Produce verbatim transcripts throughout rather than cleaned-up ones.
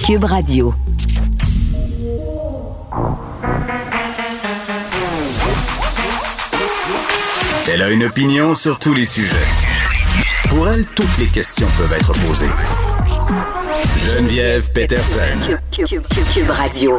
Cube Radio. Elle a une opinion sur tous les sujets. Pour elle, toutes les questions peuvent être posées. Geneviève Peterson. Cube, Cube, Cube, Cube Radio.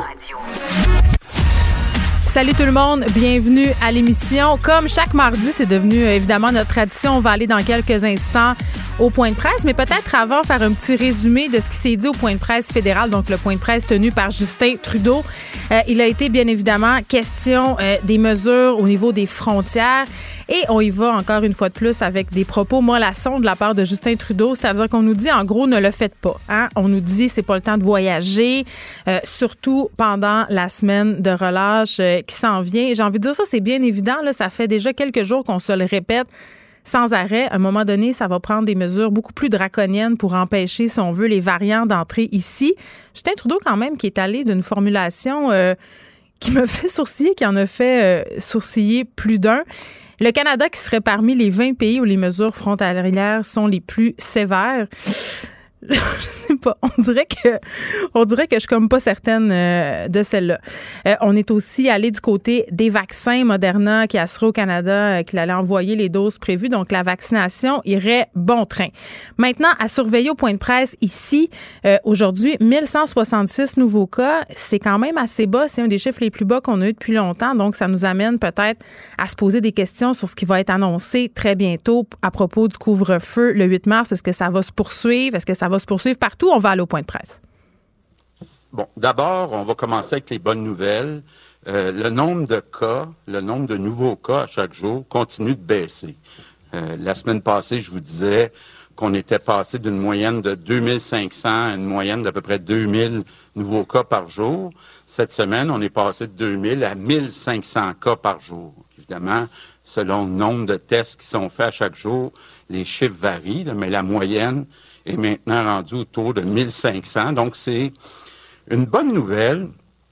Salut tout le monde, bienvenue à l'émission. Comme chaque mardi, c'est devenu euh, évidemment notre tradition. On va aller dans quelques instants au point de presse, mais peut-être avant faire un petit résumé de ce qui s'est dit au point de presse fédéral, donc le point de presse tenu par Justin Trudeau. Euh, il a été bien évidemment question euh, des mesures au niveau des frontières et on y va encore une fois de plus avec des propos mollassons de la part de Justin Trudeau, c'est-à-dire qu'on nous dit en gros ne le faites pas. Hein? On nous dit c'est pas le temps de voyager, euh, surtout pendant la semaine de relâche euh, qui s'en vient. J'ai envie de dire ça, c'est bien évident, là, ça fait déjà quelques jours qu'on se le répète sans arrêt. À un moment donné, ça va prendre des mesures beaucoup plus draconiennes pour empêcher, si on veut, les variants d'entrer ici. Justin Trudeau, quand même, qui est allé d'une formulation euh, qui me fait sourciller, qui en a fait euh, sourciller plus d'un. Le Canada qui serait parmi les vingt pays où les mesures frontalières sont les plus sévères. Je sais pas, on dirait que on dirait que je suis comme pas certaine euh, de celle-là. Euh, on est aussi allé du côté des vaccins. Moderna qui assurait au Canada euh, qu'il allait envoyer les doses prévues, donc la vaccination irait bon train. Maintenant, à surveiller au point de presse ici, euh, aujourd'hui, mille cent soixante-six nouveaux cas, c'est quand même assez bas, c'est un des chiffres les plus bas qu'on a eu depuis longtemps, donc ça nous amène peut-être à se poser des questions sur ce qui va être annoncé très bientôt à propos du couvre-feu le huit mars. Est-ce que ça va se poursuivre? Est-ce que ça va se poursuivre partout? On va aller au point de presse. Bon, d'abord, on va commencer avec les bonnes nouvelles. Euh, le nombre de cas, le nombre de nouveaux cas à chaque jour continue de baisser. Euh, la semaine passée, je vous disais qu'on était passé d'une moyenne de deux mille cinq cents à une moyenne d'à peu près deux mille nouveaux cas par jour. Cette semaine, on est passé de deux mille à mille cinq cents cas par jour. Évidemment, selon le nombre de tests qui sont faits à chaque jour, les chiffres varient, là, mais la moyenne est maintenant rendue autour de mille cinq cents. Donc, c'est une bonne nouvelle.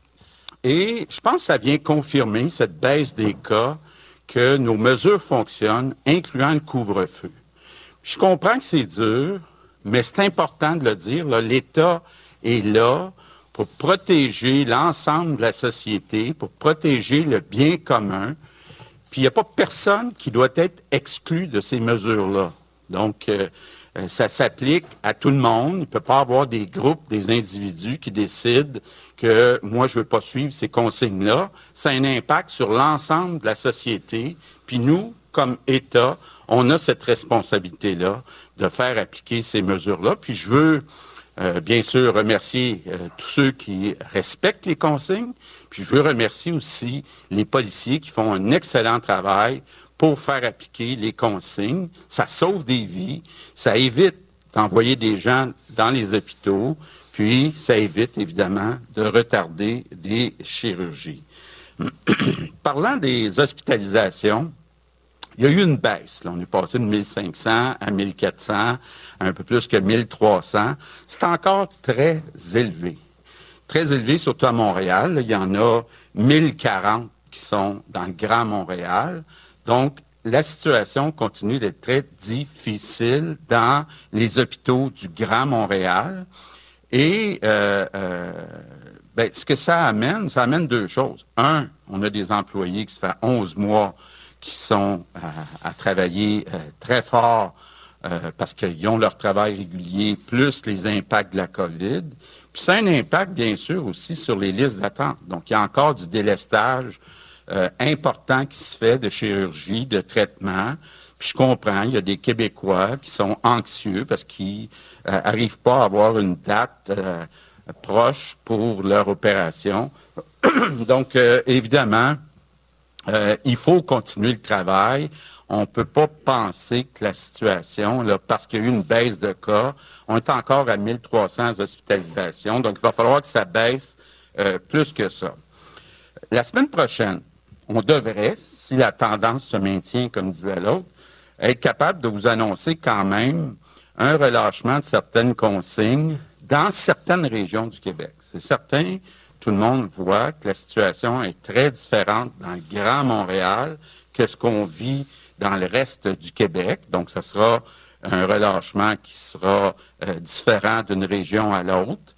Et je pense que ça vient confirmer, cette baisse des cas, que nos mesures fonctionnent, incluant le couvre-feu. Je comprends que c'est dur, mais c'est important de le dire. Là, l'État est là pour protéger l'ensemble de la société, pour protéger le bien commun. Puis il n'y a pas personne qui doit être exclu de ces mesures-là. Donc, euh, ça s'applique à tout le monde. Il ne peut pas y avoir des groupes, des individus qui décident que moi, je ne veux pas suivre ces consignes-là. Ça a un impact sur l'ensemble de la société. Puis nous, comme État, on a cette responsabilité-là de faire appliquer ces mesures-là. Puis je veux, euh, bien sûr, remercier euh, tous ceux qui respectent les consignes. Puis je veux remercier aussi les policiers qui font un excellent travail pour faire appliquer les consignes. Ça sauve des vies, ça évite d'envoyer des gens dans les hôpitaux, puis ça évite évidemment de retarder des chirurgies. Parlant des hospitalisations, il y a eu une baisse. Là. On est passé de mille cinq cents à mille quatre cents, à un peu plus que mille trois cents. C'est encore très élevé. Très élevé, surtout à Montréal. Là, il y en a mille quarante qui sont dans le Grand Montréal. Donc, la situation continue d'être très difficile dans les hôpitaux du Grand Montréal. Et euh, euh, ben, ce que ça amène, ça amène deux choses. Un, on a des employés qui se fait onze mois qui sont euh, à travailler euh, très fort euh, parce qu'ils ont leur travail régulier, plus les impacts de la COVID. Puis ça a un impact, bien sûr, aussi sur les listes d'attente. Donc, il y a encore du délestage Euh, important qui se fait de chirurgie, de traitement. Puis je comprends, il y a des Québécois qui sont anxieux parce qu'ils euh, arrivent pas à avoir une date euh, proche pour leur opération. Donc, euh, évidemment, euh, il faut continuer le travail. On peut pas penser que la situation, là, parce qu'il y a eu une baisse de cas, on est encore à mille trois cents hospitalisations. Donc, il va falloir que ça baisse euh, plus que ça. La semaine prochaine, on devrait, si la tendance se maintient, comme disait l'autre, être capable de vous annoncer quand même un relâchement de certaines consignes dans certaines régions du Québec. C'est certain, tout le monde voit que la situation est très différente dans le Grand Montréal que ce qu'on vit dans le reste du Québec. Donc, ce sera un relâchement qui sera euh, différent d'une région à l'autre.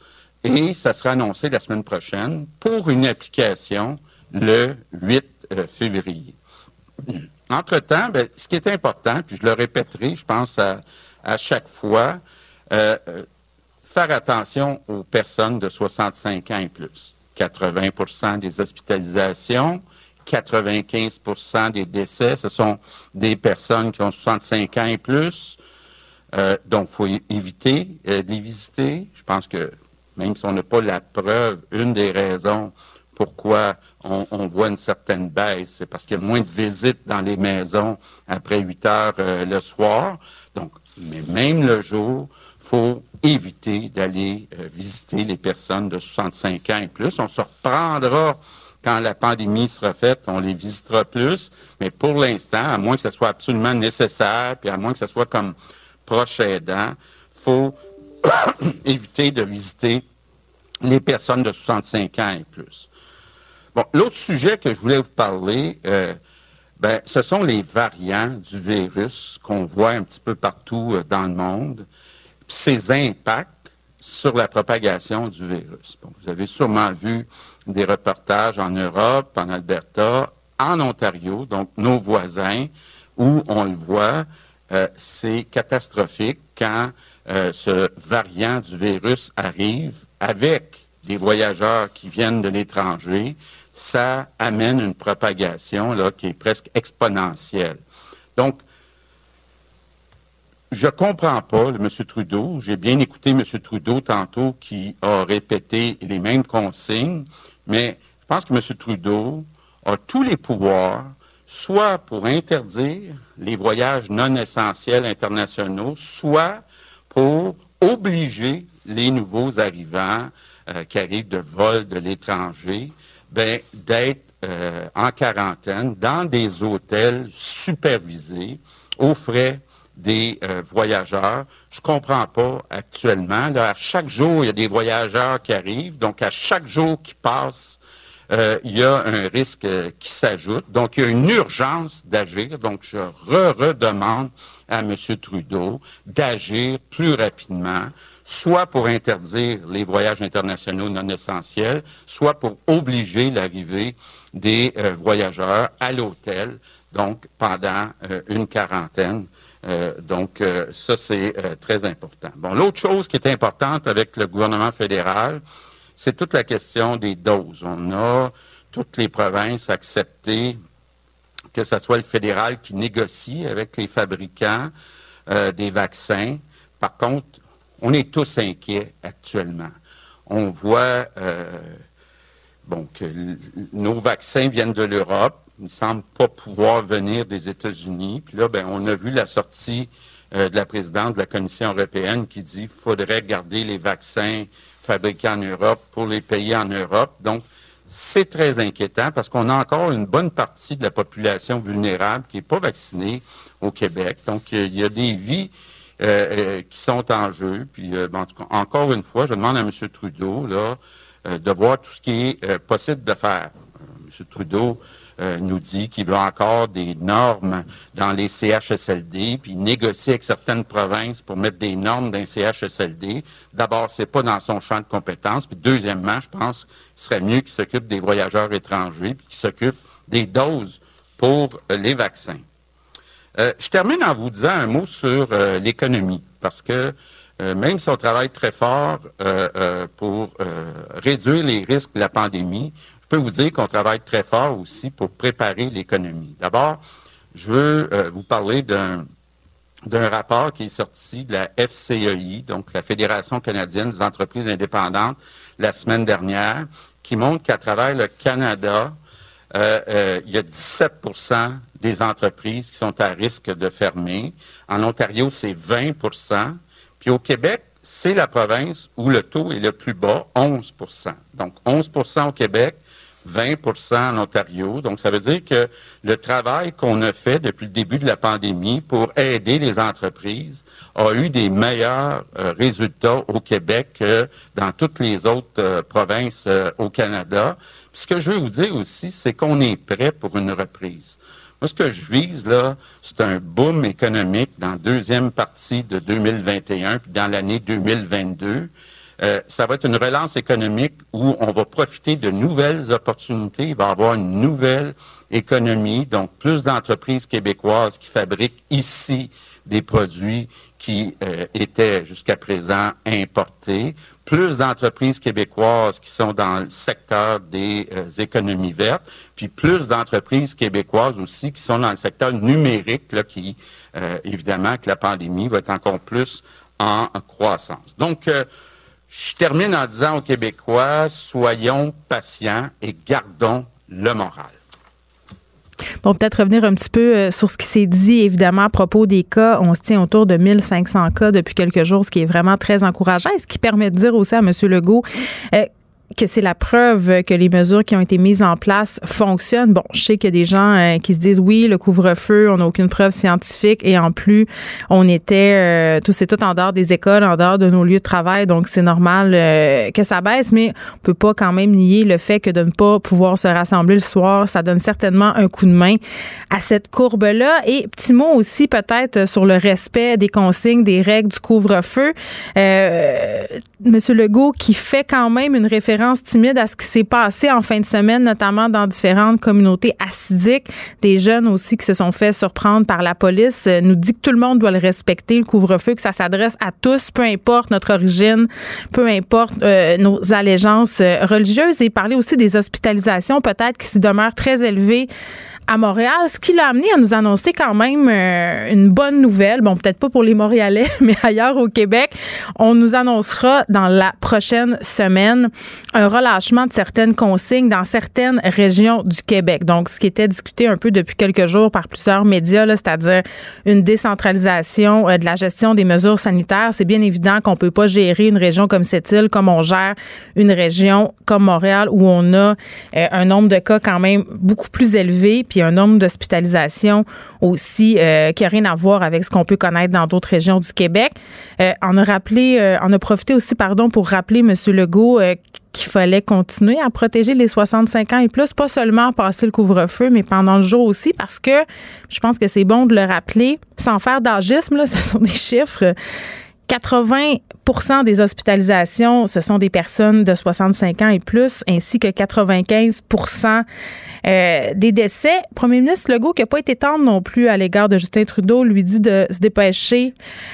et ça sera annoncé la semaine prochaine pour une application le huit février. Entre-temps, ben, ce qui est important, puis je le répéterai, je pense à, à chaque fois, euh, faire attention aux personnes de soixante-cinq ans et plus. quatre-vingts pour cent des hospitalisations, quatre-vingt-quinze pour cent des décès, ce sont des personnes qui ont soixante-cinq ans et plus. Euh, donc, il faut éviter euh, de les visiter. Je pense que même si on n'a pas la preuve, une des raisons pourquoi on, on voit une certaine baisse, c'est parce qu'il y a moins de visites dans les maisons après huit heures euh, le soir. Donc, mais même le jour, il faut éviter d'aller euh, visiter les personnes de soixante-cinq ans et plus. On se reprendra quand la pandémie sera faite, on les visitera plus. Mais pour l'instant, à moins que ce soit absolument nécessaire, puis à moins que ce soit comme proche aidant, il faut éviter de visiter les personnes de soixante-cinq ans et plus. Bon, l'autre sujet que je voulais vous parler, euh, ben, ce sont les variants du virus qu'on voit un petit peu partout euh, dans le monde, puis ces impacts sur la propagation du virus. Bon, vous avez sûrement vu des reportages en Europe, en Alberta, en Ontario, donc nos voisins, où on le voit, euh, c'est catastrophique quand euh, ce variant du virus arrive avec des voyageurs qui viennent de l'étranger. Ça amène une propagation là, qui est presque exponentielle. Donc, je comprends pas le M. Trudeau. J'ai bien écouté M. Trudeau tantôt qui a répété les mêmes consignes, mais je pense que M. Trudeau a tous les pouvoirs, soit pour interdire les voyages non essentiels internationaux, soit pour obliger les nouveaux arrivants euh, qui arrivent de vol de l'étranger, ben, d'être euh, en quarantaine dans des hôtels supervisés aux frais des euh, voyageurs. Je comprends pas actuellement. Là, à chaque jour, il y a des voyageurs qui arrivent. Donc, à chaque jour qui passe, euh, il y a un risque euh, qui s'ajoute. Donc, il y a une urgence d'agir. Donc, je re-redemande à M. Trudeau d'agir plus rapidement, soit pour interdire les voyages internationaux non essentiels, soit pour obliger l'arrivée des euh, voyageurs à l'hôtel, donc pendant euh, une quarantaine. Euh, donc, euh, ça, c'est euh, très important. Bon, l'autre chose qui est importante avec le gouvernement fédéral, c'est toute la question des doses. On a toutes les provinces acceptées que ce soit le fédéral qui négocie avec les fabricants euh, des vaccins. Par contre, on est tous inquiets actuellement. On voit euh, bon, que l- nos vaccins viennent de l'Europe. Ils ne semblent pas pouvoir venir des États-Unis. Puis là, ben, on a vu la sortie euh, de la présidente de la Commission européenne qui dit qu'il faudrait garder les vaccins fabriqués en Europe pour les pays en Europe. Donc, c'est très inquiétant parce qu'on a encore une bonne partie de la population vulnérable qui n'est pas vaccinée au Québec. Donc, il y a des vies euh, euh, qui sont en jeu. Puis, euh, bon, en tout cas, encore une fois, je demande à M. Trudeau là, euh, de voir tout ce qui est euh, possible de faire. Euh, M. Trudeau Euh, nous dit qu'il veut encore des normes dans les C H S L D, puis négocier avec certaines provinces pour mettre des normes dans les C H S L D. D'abord, c'est pas dans son champ de compétences. Puis deuxièmement, je pense qu'il serait mieux qu'il s'occupe des voyageurs étrangers, puis qu'il s'occupe des doses pour euh, les vaccins. Euh, je termine en vous disant un mot sur euh, l'économie, parce que euh, même si on travaille très fort euh, euh, pour euh, réduire les risques de la pandémie, je peux vous dire qu'on travaille très fort aussi pour préparer l'économie. D'abord, je veux euh, vous parler d'un, d'un rapport qui est sorti de la F C E I, donc la Fédération canadienne des entreprises indépendantes, la semaine dernière, qui montre qu'à travers le Canada, euh, euh, il y a dix-sept pour cent des entreprises qui sont à risque de fermer. En Ontario, c'est vingt pour cent. Puis au Québec, c'est la province où le taux est le plus bas, onze pour cent. Donc, onze pour cent au Québec, vingt pour cent en Ontario. Donc, ça veut dire que le travail qu'on a fait depuis le début de la pandémie pour aider les entreprises a eu des meilleurs euh, résultats au Québec que dans toutes les autres euh, provinces euh, au Canada. Puis, ce que je veux vous dire aussi, c'est qu'on est prêt pour une reprise. Moi, ce que je vise, là, c'est un boom économique dans la deuxième partie de deux mille vingt et un puis dans l'année deux mille vingt-deux. Euh, ça va être une relance économique où on va profiter de nouvelles opportunités. Il va y avoir une nouvelle économie, donc plus d'entreprises québécoises qui fabriquent ici des produits qui euh, étaient jusqu'à présent importés, plus d'entreprises québécoises qui sont dans le secteur des euh, économies vertes, puis plus d'entreprises québécoises aussi qui sont dans le secteur numérique, là, qui, euh, évidemment, que la pandémie va être encore plus en, en croissance. Donc, euh, je termine en disant aux Québécois, soyons patients et gardons le moral. Bon, peut-être revenir un petit peu euh, sur ce qui s'est dit, évidemment, à propos des cas. On se tient autour de mille cinq cents cas depuis quelques jours, ce qui est vraiment très encourageant. Et ce qui permet de dire aussi à M. Legault euh, que c'est la preuve que les mesures qui ont été mises en place fonctionnent. Bon, je sais qu'il y a des gens euh, qui se disent, oui, le couvre-feu, on n'a aucune preuve scientifique et en plus, on était euh, tous et toutes en dehors des écoles, en dehors de nos lieux de travail, donc c'est normal euh, que ça baisse, mais on peut pas quand même nier le fait que de ne pas pouvoir se rassembler le soir, ça donne certainement un coup de main à cette courbe-là. Et petit mot aussi peut-être sur le respect des consignes, des règles du couvre-feu. Euh, M. Legault qui fait quand même une référence timide à ce qui s'est passé en fin de semaine, notamment dans différentes communautés hassidiques. Des jeunes aussi qui se sont fait surprendre par la police, nous dit que tout le monde doit le respecter, le couvre-feu, que ça s'adresse à tous, peu importe notre origine, peu importe euh, nos allégeances religieuses, et parler aussi des hospitalisations peut-être qui s'y demeurent très élevées à Montréal, ce qui l'a amené à nous annoncer quand même euh, une bonne nouvelle. Bon, peut-être pas pour les Montréalais, mais ailleurs au Québec. On nous annoncera dans la prochaine semaine un relâchement de certaines consignes dans certaines régions du Québec. Donc, ce qui était discuté un peu depuis quelques jours par plusieurs médias, là, c'est-à-dire une décentralisation euh, de la gestion des mesures sanitaires. C'est bien évident qu'on peut pas gérer une région comme cette île comme on gère une région comme Montréal où on a euh, un nombre de cas quand même beaucoup plus élevé, puis un nombre d'hospitalisations aussi euh, qui n'a rien à voir avec ce qu'on peut connaître dans d'autres régions du Québec. Euh, on a rappelé, euh, on a profité aussi, pardon, pour rappeler M. Legault euh, qu'il fallait continuer à protéger les soixante-cinq ans et plus, pas seulement passer le couvre-feu, mais pendant le jour aussi, parce que je pense que c'est bon de le rappeler, sans faire d'agisme, là, ce sont des chiffres. quatre-vingts pour cent des hospitalisations, ce sont des personnes de soixante-cinq ans et plus, ainsi que quatre-vingt-quinze pour cent euh, des décès. Premier ministre Legault, qui n'a pas été tendre non plus à l'égard de Justin Trudeau, lui dit de se dépêcher,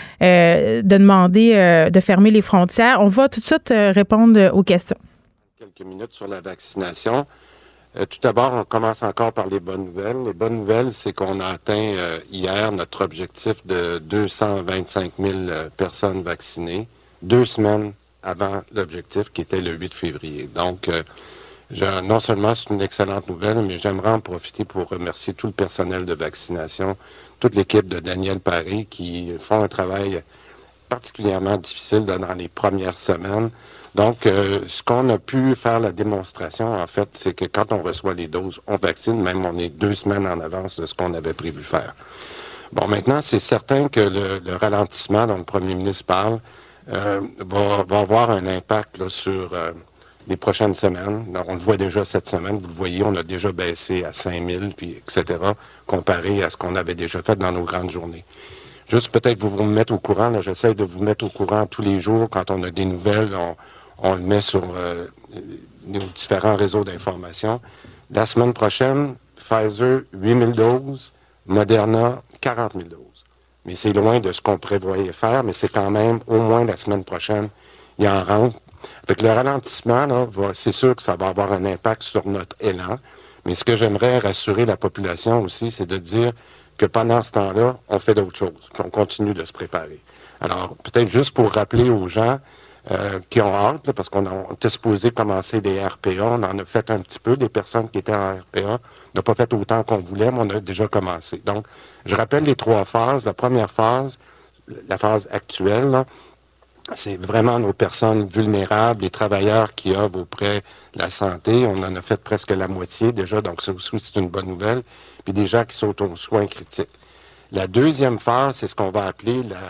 euh, de demander euh, de fermer les frontières. On va tout de suite euh, répondre aux questions. Quelques minutes sur la vaccination. Euh, tout d'abord, on commence encore par les bonnes nouvelles. Les bonnes nouvelles, c'est qu'on a atteint euh, hier notre objectif de deux cent vingt-cinq mille euh, personnes vaccinées, deux semaines avant l'objectif qui était le huit février. Donc, euh, je, non seulement c'est une excellente nouvelle, mais j'aimerais en profiter pour remercier tout le personnel de vaccination, toute l'équipe de Daniel Paré qui font un travail particulièrement difficile dans les premières semaines. Donc, euh, ce qu'on a pu faire la démonstration, en fait, c'est que quand on reçoit les doses, on vaccine, même on est deux semaines en avance de ce qu'on avait prévu faire. Bon, maintenant, c'est certain que le, le ralentissement dont le premier ministre parle euh, va, va avoir un impact là, sur euh, les prochaines semaines. Alors, on le voit déjà cette semaine, vous le voyez, on a déjà baissé à cinq mille, puis et cetera, comparé à ce qu'on avait déjà fait dans nos grandes journées. Juste peut-être vous vous mettre au courant, là, j'essaie de vous mettre au courant tous les jours quand on a des nouvelles, on, on le met sur euh, nos différents réseaux d'information. La semaine prochaine, Pfizer, huit mille doses, Moderna, quarante mille doses. Mais c'est loin de ce qu'on prévoyait faire, mais c'est quand même, au moins la semaine prochaine, il y en rentre. Fait que le ralentissement, là, va, c'est sûr que ça va avoir un impact sur notre élan. Mais ce que j'aimerais rassurer la population aussi, c'est de dire que pendant ce temps-là, on fait d'autres choses, qu'on continue de se préparer. Alors, peut-être juste pour rappeler aux gens euh, qui ont hâte, là, parce qu'on a, on était supposé commencer des R P A, on en a fait un petit peu, des personnes qui étaient en R P A, on n'a pas fait autant qu'on voulait, mais on a déjà commencé. Donc, je rappelle les trois phases. La première phase, la phase actuelle, là, c'est vraiment nos personnes vulnérables, les travailleurs qui œuvrent auprès de la santé. On en a fait presque la moitié déjà, donc ça aussi, c'est une bonne nouvelle. Puis des gens qui sont aux soins critiques. La deuxième phase, c'est ce qu'on va appeler la,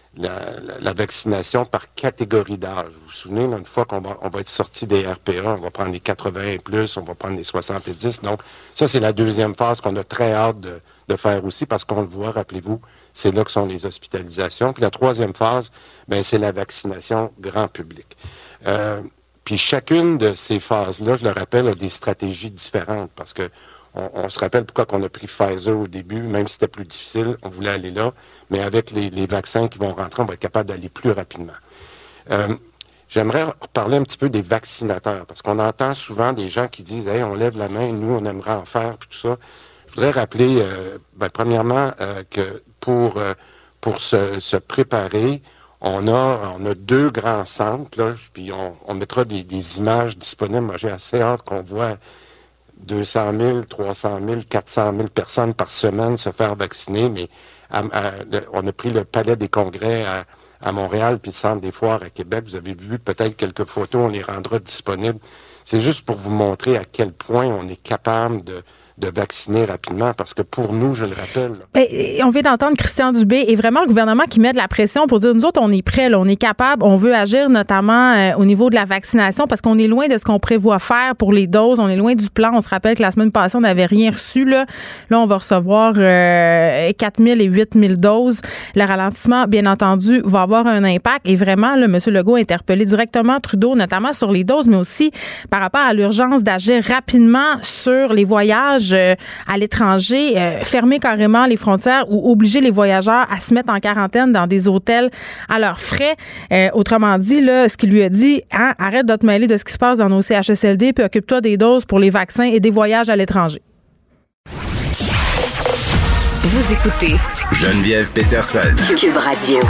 la, la, la vaccination par catégorie d'âge. Vous vous souvenez, là, une fois qu'on va, on va être sorti des R P A, on va prendre les quatre-vingts et plus, on va prendre les soixante-dix. Donc, ça, c'est la deuxième phase qu'on a très hâte de, de faire aussi parce qu'on le voit, rappelez-vous, c'est là que sont les hospitalisations. Puis la troisième phase, ben c'est la vaccination grand public. Euh, puis chacune de ces phases-là, je le rappelle, a des stratégies différentes parce que on, on se rappelle pourquoi on a pris Pfizer au début, même si c'était plus difficile, on voulait aller là, mais avec les, les vaccins qui vont rentrer, on va être capable d'aller plus rapidement. Euh, J'aimerais parler un petit peu des vaccinateurs, parce qu'on entend souvent des gens qui disent « Hey, on lève la main, nous, on aimerait en faire, puis tout ça ». Je voudrais rappeler, euh, ben, premièrement, euh, que pour, euh, pour se, se préparer, on a, on a deux grands centres, là, puis on, on mettra des, des images disponibles. Moi, j'ai assez hâte qu'on voit deux cent mille, trois cent mille, quatre cent mille personnes par semaine se faire vacciner, mais à, à, on a pris le Palais des Congrès à à Montréal, puis le Centre des Foires à Québec. Vous avez vu peut-être quelques photos, on les rendra disponibles. C'est juste pour vous montrer à quel point on est capable de, de vacciner rapidement, parce que pour nous, je le rappelle... Et, et on vient d'entendre Christian Dubé et vraiment le gouvernement qui met de la pression pour dire, nous autres, on est prêts, là, on est capable, on veut agir notamment euh, au niveau de la vaccination parce qu'on est loin de ce qu'on prévoit faire pour les doses, on est loin du plan. On se rappelle que la semaine passée, on n'avait rien reçu. Là, là on va recevoir euh, quatre mille et huit mille doses. Le ralentissement, bien entendu, va avoir un impact et vraiment, là, M. Legault a interpellé directement Trudeau, notamment sur les doses, mais aussi par rapport à l'urgence d'agir rapidement sur les voyages euh, à l'étranger, euh, fermer carrément les frontières ou obliger les voyageurs à se mettre en quarantaine dans des hôtels à leurs frais. Euh, autrement dit, là, ce qu'il lui a dit, hein, arrête de te mêler de ce qui se passe dans nos C H S L D puis occupe-toi des doses pour les vaccins et des voyages à l'étranger. Vous écoutez Geneviève Peterson. Cube Radio.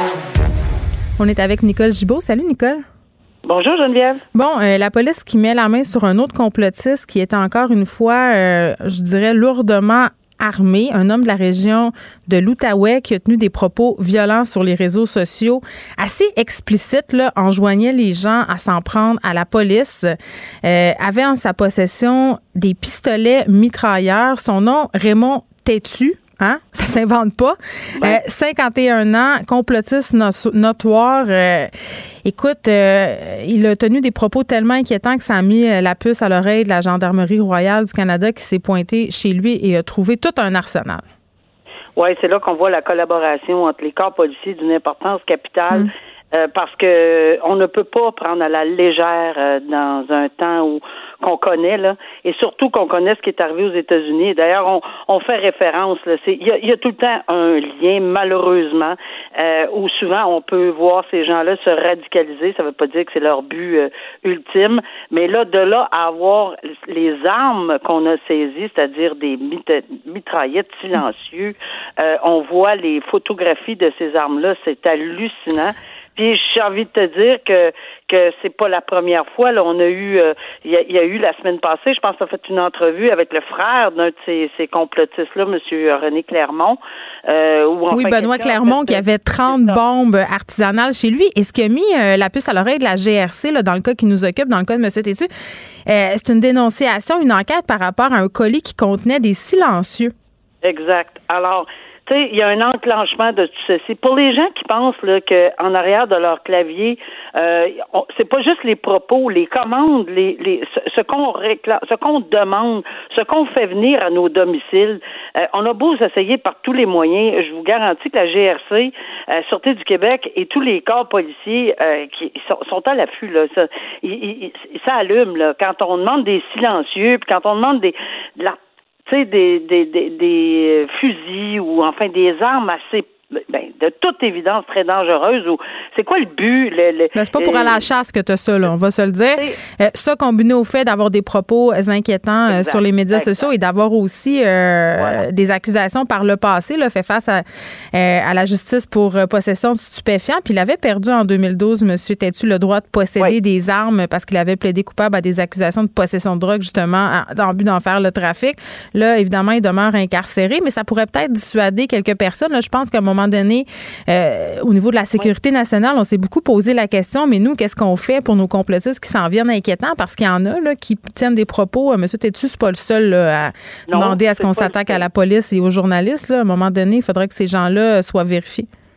On est avec Nicole Gibault. Salut, Nicole. Bonjour Geneviève. Bon, euh, la police qui met la main sur un autre complotiste qui est encore une fois, euh, je dirais, lourdement armé, un homme de la région de l'Outaouais qui a tenu des propos violents sur les réseaux sociaux, assez explicites, là, enjoignait les gens à s'en prendre à la police, euh, avait en sa possession des pistolets mitrailleurs. Son nom, Raymond Tétu. Hein? Ça s'invente pas. Ouais. Euh, cinquante et un ans, complotiste no- notoire. Euh, écoute, euh, il a tenu des propos tellement inquiétants que ça a mis la puce à l'oreille de la Gendarmerie royale du Canada qui s'est pointée chez lui et a trouvé tout un arsenal. Oui, c'est là qu'on voit la collaboration entre les corps policiers d'une importance capitale. Mmh. Euh, parce que on ne peut pas prendre à la légère euh, dans un temps où qu'on connaît là, et surtout qu'on connaît ce qui est arrivé aux États-Unis. D'ailleurs, on, on fait référence là, c'est il y a, y a tout le temps un lien malheureusement euh, où souvent on peut voir ces gens-là se radicaliser. Ça veut pas dire que c'est leur but euh, ultime, mais là de là à avoir les armes qu'on a saisies, c'est-à-dire des mit- mitraillettes silencieuses, euh, on voit les photographies de ces armes-là, c'est hallucinant. Puis j'ai envie de te dire que que c'est pas la première fois. Là, on a eu, euh, il y, a, y a eu la semaine passée, je pense, qu'on a fait une entrevue avec le frère d'un de ces, ces complotistes-là, Monsieur René Clermont. Euh, où, enfin, oui, Benoît Clermont, en fait, qui avait trente bombes artisanales chez lui. Et ce qui a mis euh, la puce à l'oreille de la G R C, là, dans le cas qui nous occupe, dans le cas de M. Tétu, euh, c'est une dénonciation, une enquête par rapport à un colis qui contenait des silencieux. Exact. Alors, tu sais, il y a un enclenchement de tout ceci. Pour les gens qui pensent là que en arrière de leur clavier, euh, on, c'est pas juste les propos, les commandes, les, les ce, ce qu'on réclame, ce qu'on demande, ce qu'on fait venir à nos domiciles. Euh, on a beau s'essayer par tous les moyens. Je vous garantis que la G R C, euh, Sûreté du Québec et tous les corps policiers euh, qui sont, sont à l'affût là. Ça, il, il, ça allume là. Quand on demande des silencieux, puis quand on demande des de la tu sais, des, des, des, des fusils ou enfin des armes assez, ben, de toute évidence très dangereuses. Ou c'est quoi le but? Le, le, ben, c'est pas pour aller à la chasse que tu as ça, là, on va se le dire. Euh, ça combiné au fait d'avoir des propos inquiétants euh, sur les médias exact. sociaux et d'avoir aussi euh, voilà. des accusations par le passé, là, fait face à, euh, à la justice pour euh, possession de stupéfiants. Puis il avait perdu en deux mille douze, M. Tétu, le droit de posséder oui. des armes parce qu'il avait plaidé coupable à des accusations de possession de drogue, justement, dans le but d'en faire le trafic. Là, évidemment, il demeure incarcéré, mais ça pourrait peut-être dissuader quelques personnes. Là, je pense qu'à un moment donné, euh, au niveau de la sécurité oui. nationale, on s'est beaucoup posé la question, mais nous, qu'est-ce qu'on fait pour nos complotistes qui s'en viennent inquiétants? Parce qu'il y en a là, qui tiennent des propos. Euh, M. Tétu, c'est pas le seul là, à non, demander à ce qu'on s'attaque à la police et aux journalistes. Là. À un moment donné, il faudrait que ces gens-là soient vérifiés.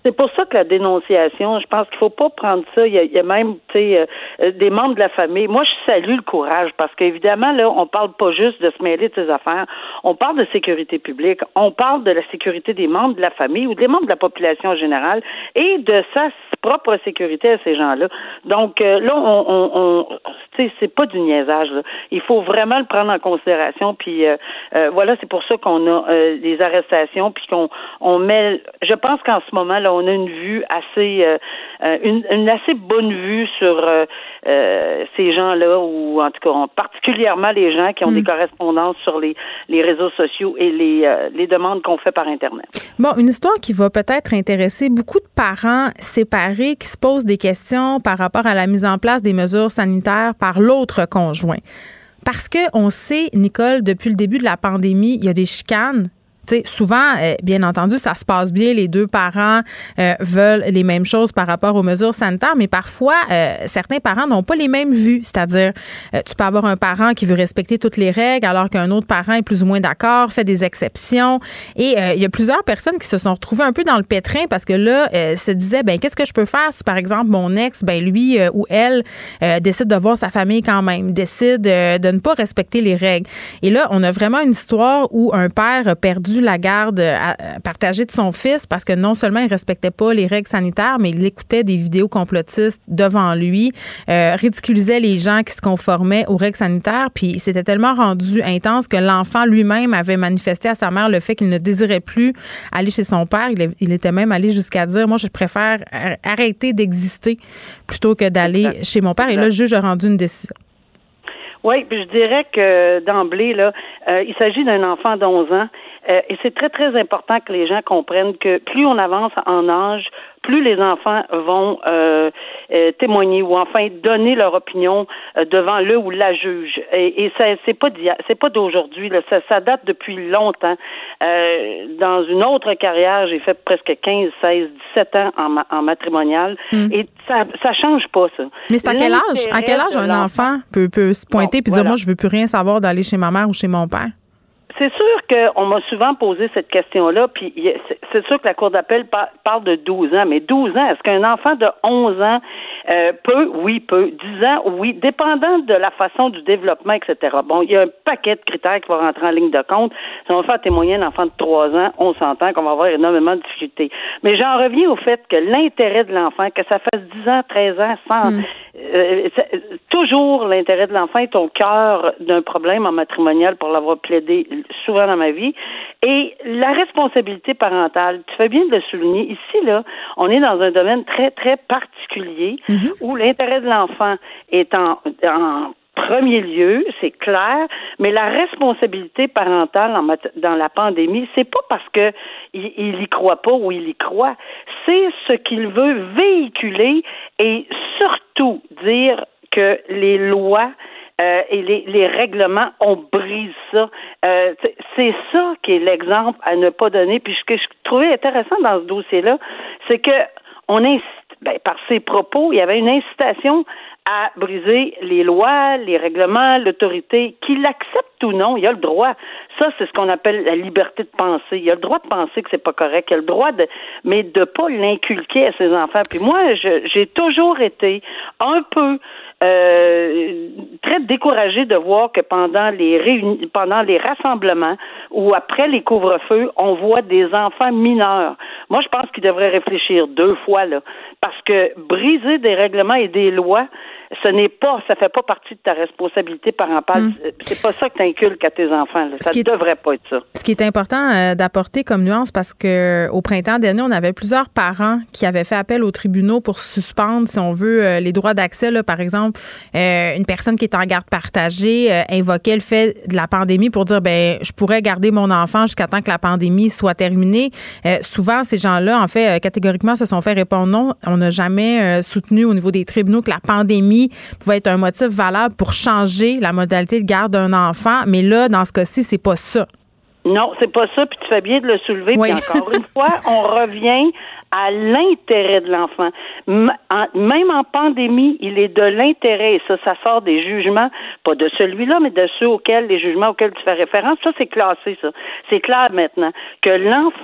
C'est pour ça que la dénonciation, je pense qu'il faut pas prendre ça. Il y a, il y a même, tu sais, euh, des membres de la famille. Moi, je salue le courage parce qu'évidemment, là, on parle pas juste de se mêler de ces affaires. On parle de sécurité publique. On parle de la sécurité des membres de la famille ou des membres de la population en général et de sa propre sécurité à ces gens-là. Donc, euh, là, on, on, on tu sais, c'est pas du niaisage, là. Il faut vraiment le prendre en considération. Puis, euh, euh, voilà, c'est pour ça qu'on a euh, des arrestations puis qu'on on met. Je pense qu'en ce moment, là, on a une vue assez, euh, une, une assez bonne vue sur euh, euh, ces gens-là, ou en tout cas, on, particulièrement les gens qui ont mmh. des correspondances sur les, les réseaux sociaux et les, euh, les demandes qu'on fait par Internet. Bon, une histoire qui va peut-être intéresser beaucoup de parents séparés qui se posent des questions par rapport à la mise en place des mesures sanitaires par l'autre conjoint. Parce que on sait, Nicole, depuis le début de la pandémie, il y a des chicanes. Tu sais, souvent, euh, bien entendu, ça se passe bien. Les deux parents euh, veulent les mêmes choses par rapport aux mesures sanitaires, mais parfois, euh, certains parents n'ont pas les mêmes vues. C'est-à-dire, euh, tu peux avoir un parent qui veut respecter toutes les règles alors qu'un autre parent est plus ou moins d'accord, fait des exceptions. Et euh, il y a plusieurs personnes qui se sont retrouvées un peu dans le pétrin parce que là, euh, se disaient, ben qu'est-ce que je peux faire si, par exemple, mon ex, ben lui euh, ou elle euh, décide de voir sa famille quand même, décide euh, de ne pas respecter les règles. Et là, on a vraiment une histoire où un père a perdu la garde partagée de son fils parce que non seulement il respectait pas les règles sanitaires, mais il écoutait des vidéos complotistes devant lui, euh, ridiculisait les gens qui se conformaient aux règles sanitaires, puis c'était tellement rendu intense que l'enfant lui-même avait manifesté à sa mère le fait qu'il ne désirait plus aller chez son père. Il, il était même allé jusqu'à dire, moi, je préfère arrêter d'exister plutôt que d'aller exact. Chez mon père. Et là, le juge a rendu une décision. Oui, puis je dirais que d'emblée, là, euh, il s'agit d'un enfant d'onze ans. Euh, et c'est très, très important que les gens comprennent que plus on avance en âge, plus les enfants vont euh, euh, témoigner ou enfin donner leur opinion euh, devant le ou la juge. Et, et ça, c'est pas d'hier, c'est pas d'aujourd'hui. Là, ça, ça date depuis longtemps. Euh, dans une autre carrière, j'ai fait presque quinze, seize, dix-sept ans en, ma, en matrimonial, mmh. et ça, ça change pas ça. Mais c'est à quel âge? À quel âge un enfant peut, peut se pointer bon, puis voilà. dire moi je veux plus rien savoir d'aller chez ma mère ou chez mon père? C'est sûr qu'on m'a souvent posé cette question-là, puis c'est sûr que la Cour d'appel parle de douze ans, mais douze ans, est-ce qu'un enfant de onze ans euh, peut? Oui, peut. dix ans, oui, dépendant de la façon du développement, et cetera. Bon, il y a un paquet de critères qui vont rentrer en ligne de compte. Si on va faire témoigner un enfant de trois ans, on s'entend qu'on va avoir énormément de difficultés. Mais j'en reviens au fait que l'intérêt de l'enfant, que ça fasse dix ans, treize ans, sans... Mm. Euh, toujours l'intérêt de l'enfant est au cœur d'un problème en matrimonial pour l'avoir plaidé souvent dans ma vie. Et la responsabilité parentale, tu fais bien de le souligner. Ici, là, on est dans un domaine très, très particulier mm-hmm. où l'intérêt de l'enfant est en, en premier lieu, c'est clair, mais la responsabilité parentale en mat- dans la pandémie, c'est pas parce que il, il y croit pas ou il y croit, c'est ce qu'il veut véhiculer et surtout dire que les lois euh, et les, les règlements, on brise ça. Euh, c'est ça qui est l'exemple à ne pas donner. Puis ce que je trouvais intéressant dans ce dossier-là, c'est que on incite, ben, par ses propos, il y avait une incitation à briser les lois, les règlements, l'autorité, qu'il l'accepte ou non, il a le droit. Ça, c'est ce qu'on appelle la liberté de penser. Il a le droit de penser que c'est pas correct. Il a le droit de, mais de pas l'inculquer à ses enfants. Puis moi, je, j'ai toujours été un peu euh, très découragée de voir que pendant les réunions, pendant les rassemblements ou après les couvre-feux, on voit des enfants mineurs. Moi, je pense qu'ils devraient réfléchir deux fois, là, parce que briser des règlements et des lois, ce n'est pas, ça fait pas partie de ta responsabilité parentale. Mmh. C'est pas ça que tu inculques à tes enfants. Là. Ça ne devrait pas être ça. Ce qui est important euh, d'apporter comme nuance, parce que au printemps dernier, on avait plusieurs parents qui avaient fait appel aux tribunaux pour suspendre, si on veut, euh, les droits d'accès. Là, par exemple, euh, une personne qui est en garde partagée euh, invoquait le fait de la pandémie pour dire, ben, je pourrais garder mon enfant jusqu'à temps que la pandémie soit terminée. Euh, souvent, ces gens-là, en fait, euh, catégoriquement, se sont fait répondre non. On n'a jamais euh, soutenu au niveau des tribunaux que la pandémie pouvait être un motif valable pour changer la modalité de garde d'un enfant, mais là, dans ce cas-ci, c'est pas ça. Non, c'est pas ça, puis tu fais bien de le soulever. Oui. Puis encore une fois, on revient à l'intérêt de l'enfant. M- en, même en pandémie, il est de l'intérêt, et ça, ça sort des jugements, pas de celui-là, mais de ceux auxquels, les jugements auxquels tu fais référence. Ça, c'est classé, ça. C'est clair maintenant, que l'enfant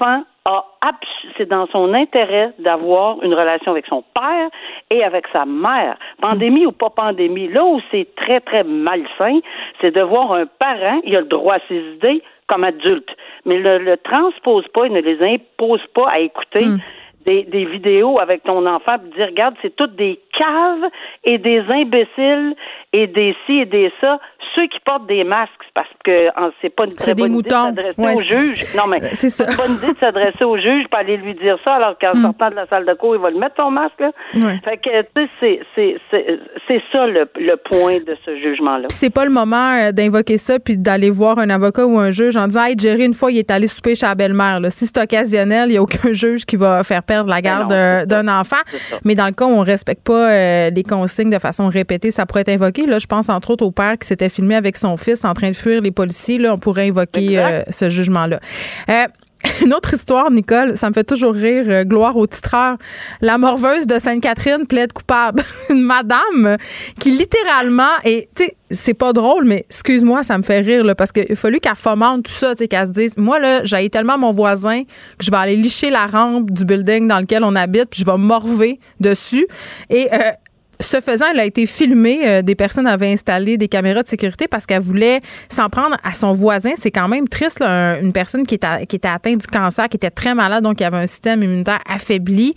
a abs- c'est dans son intérêt d'avoir une relation avec son père et avec sa mère. Pandémie ou pas pandémie, là où c'est très, très malsain, c'est de voir un parent, il a le droit à ses idées comme adulte, mais ne le transpose pas, il ne les impose pas à écouter mm. des, des vidéos avec ton enfant et dire, regarde, c'est toutes des caves et des imbéciles et des ci et des ça. Ceux qui portent des masques, parce que hein, c'est pas une très c'est bonne des idée moutons. de s'adresser ouais, au juge. Non, mais c'est, c'est pas une bonne idée de s'adresser au juge pour aller lui dire ça, alors qu'en mm. sortant de la salle de cours, il va le mettre ton masque, là. Ouais. Fait que, tu sais, c'est, c'est, c'est, c'est ça le, le point de ce jugement-là. Puis c'est pas le moment d'invoquer ça puis d'aller voir un avocat ou un juge en disant, hey, Jerry, une fois, il est allé souper chez la belle-mère, là. Si c'est occasionnel, il n'y a aucun juge qui va faire perdre la garde non, d'un ça. enfant. Mais dans le cas où on respecte pas euh, les consignes de façon répétée, ça pourrait être invoqué. Là, je pense entre autres au père qui s'était filmé avec son fils en train de fuir les policiers. Là, on pourrait invoquer euh, ce jugement-là. Euh, Une autre histoire, Nicole, ça me fait toujours rire, euh, gloire au titreur. La morveuse de Sainte-Catherine plaide coupable. Une madame qui littéralement, et tu sais, c'est pas drôle, mais excuse-moi, ça me fait rire, là, parce qu'il a fallu qu'elle fomente tout ça, tu sais, qu'elle se dise, moi, là, j'haïs tellement mon voisin que je vais aller licher la rampe du building dans lequel on habite, puis je vais morver dessus. Et, euh, ce faisant, elle a été filmée. Euh, des personnes avaient installé des caméras de sécurité parce qu'elle voulait s'en prendre à son voisin. C'est quand même triste, là, un, une personne qui, est à, qui était atteinte du cancer, qui était très malade, donc qui avait un système immunitaire affaibli.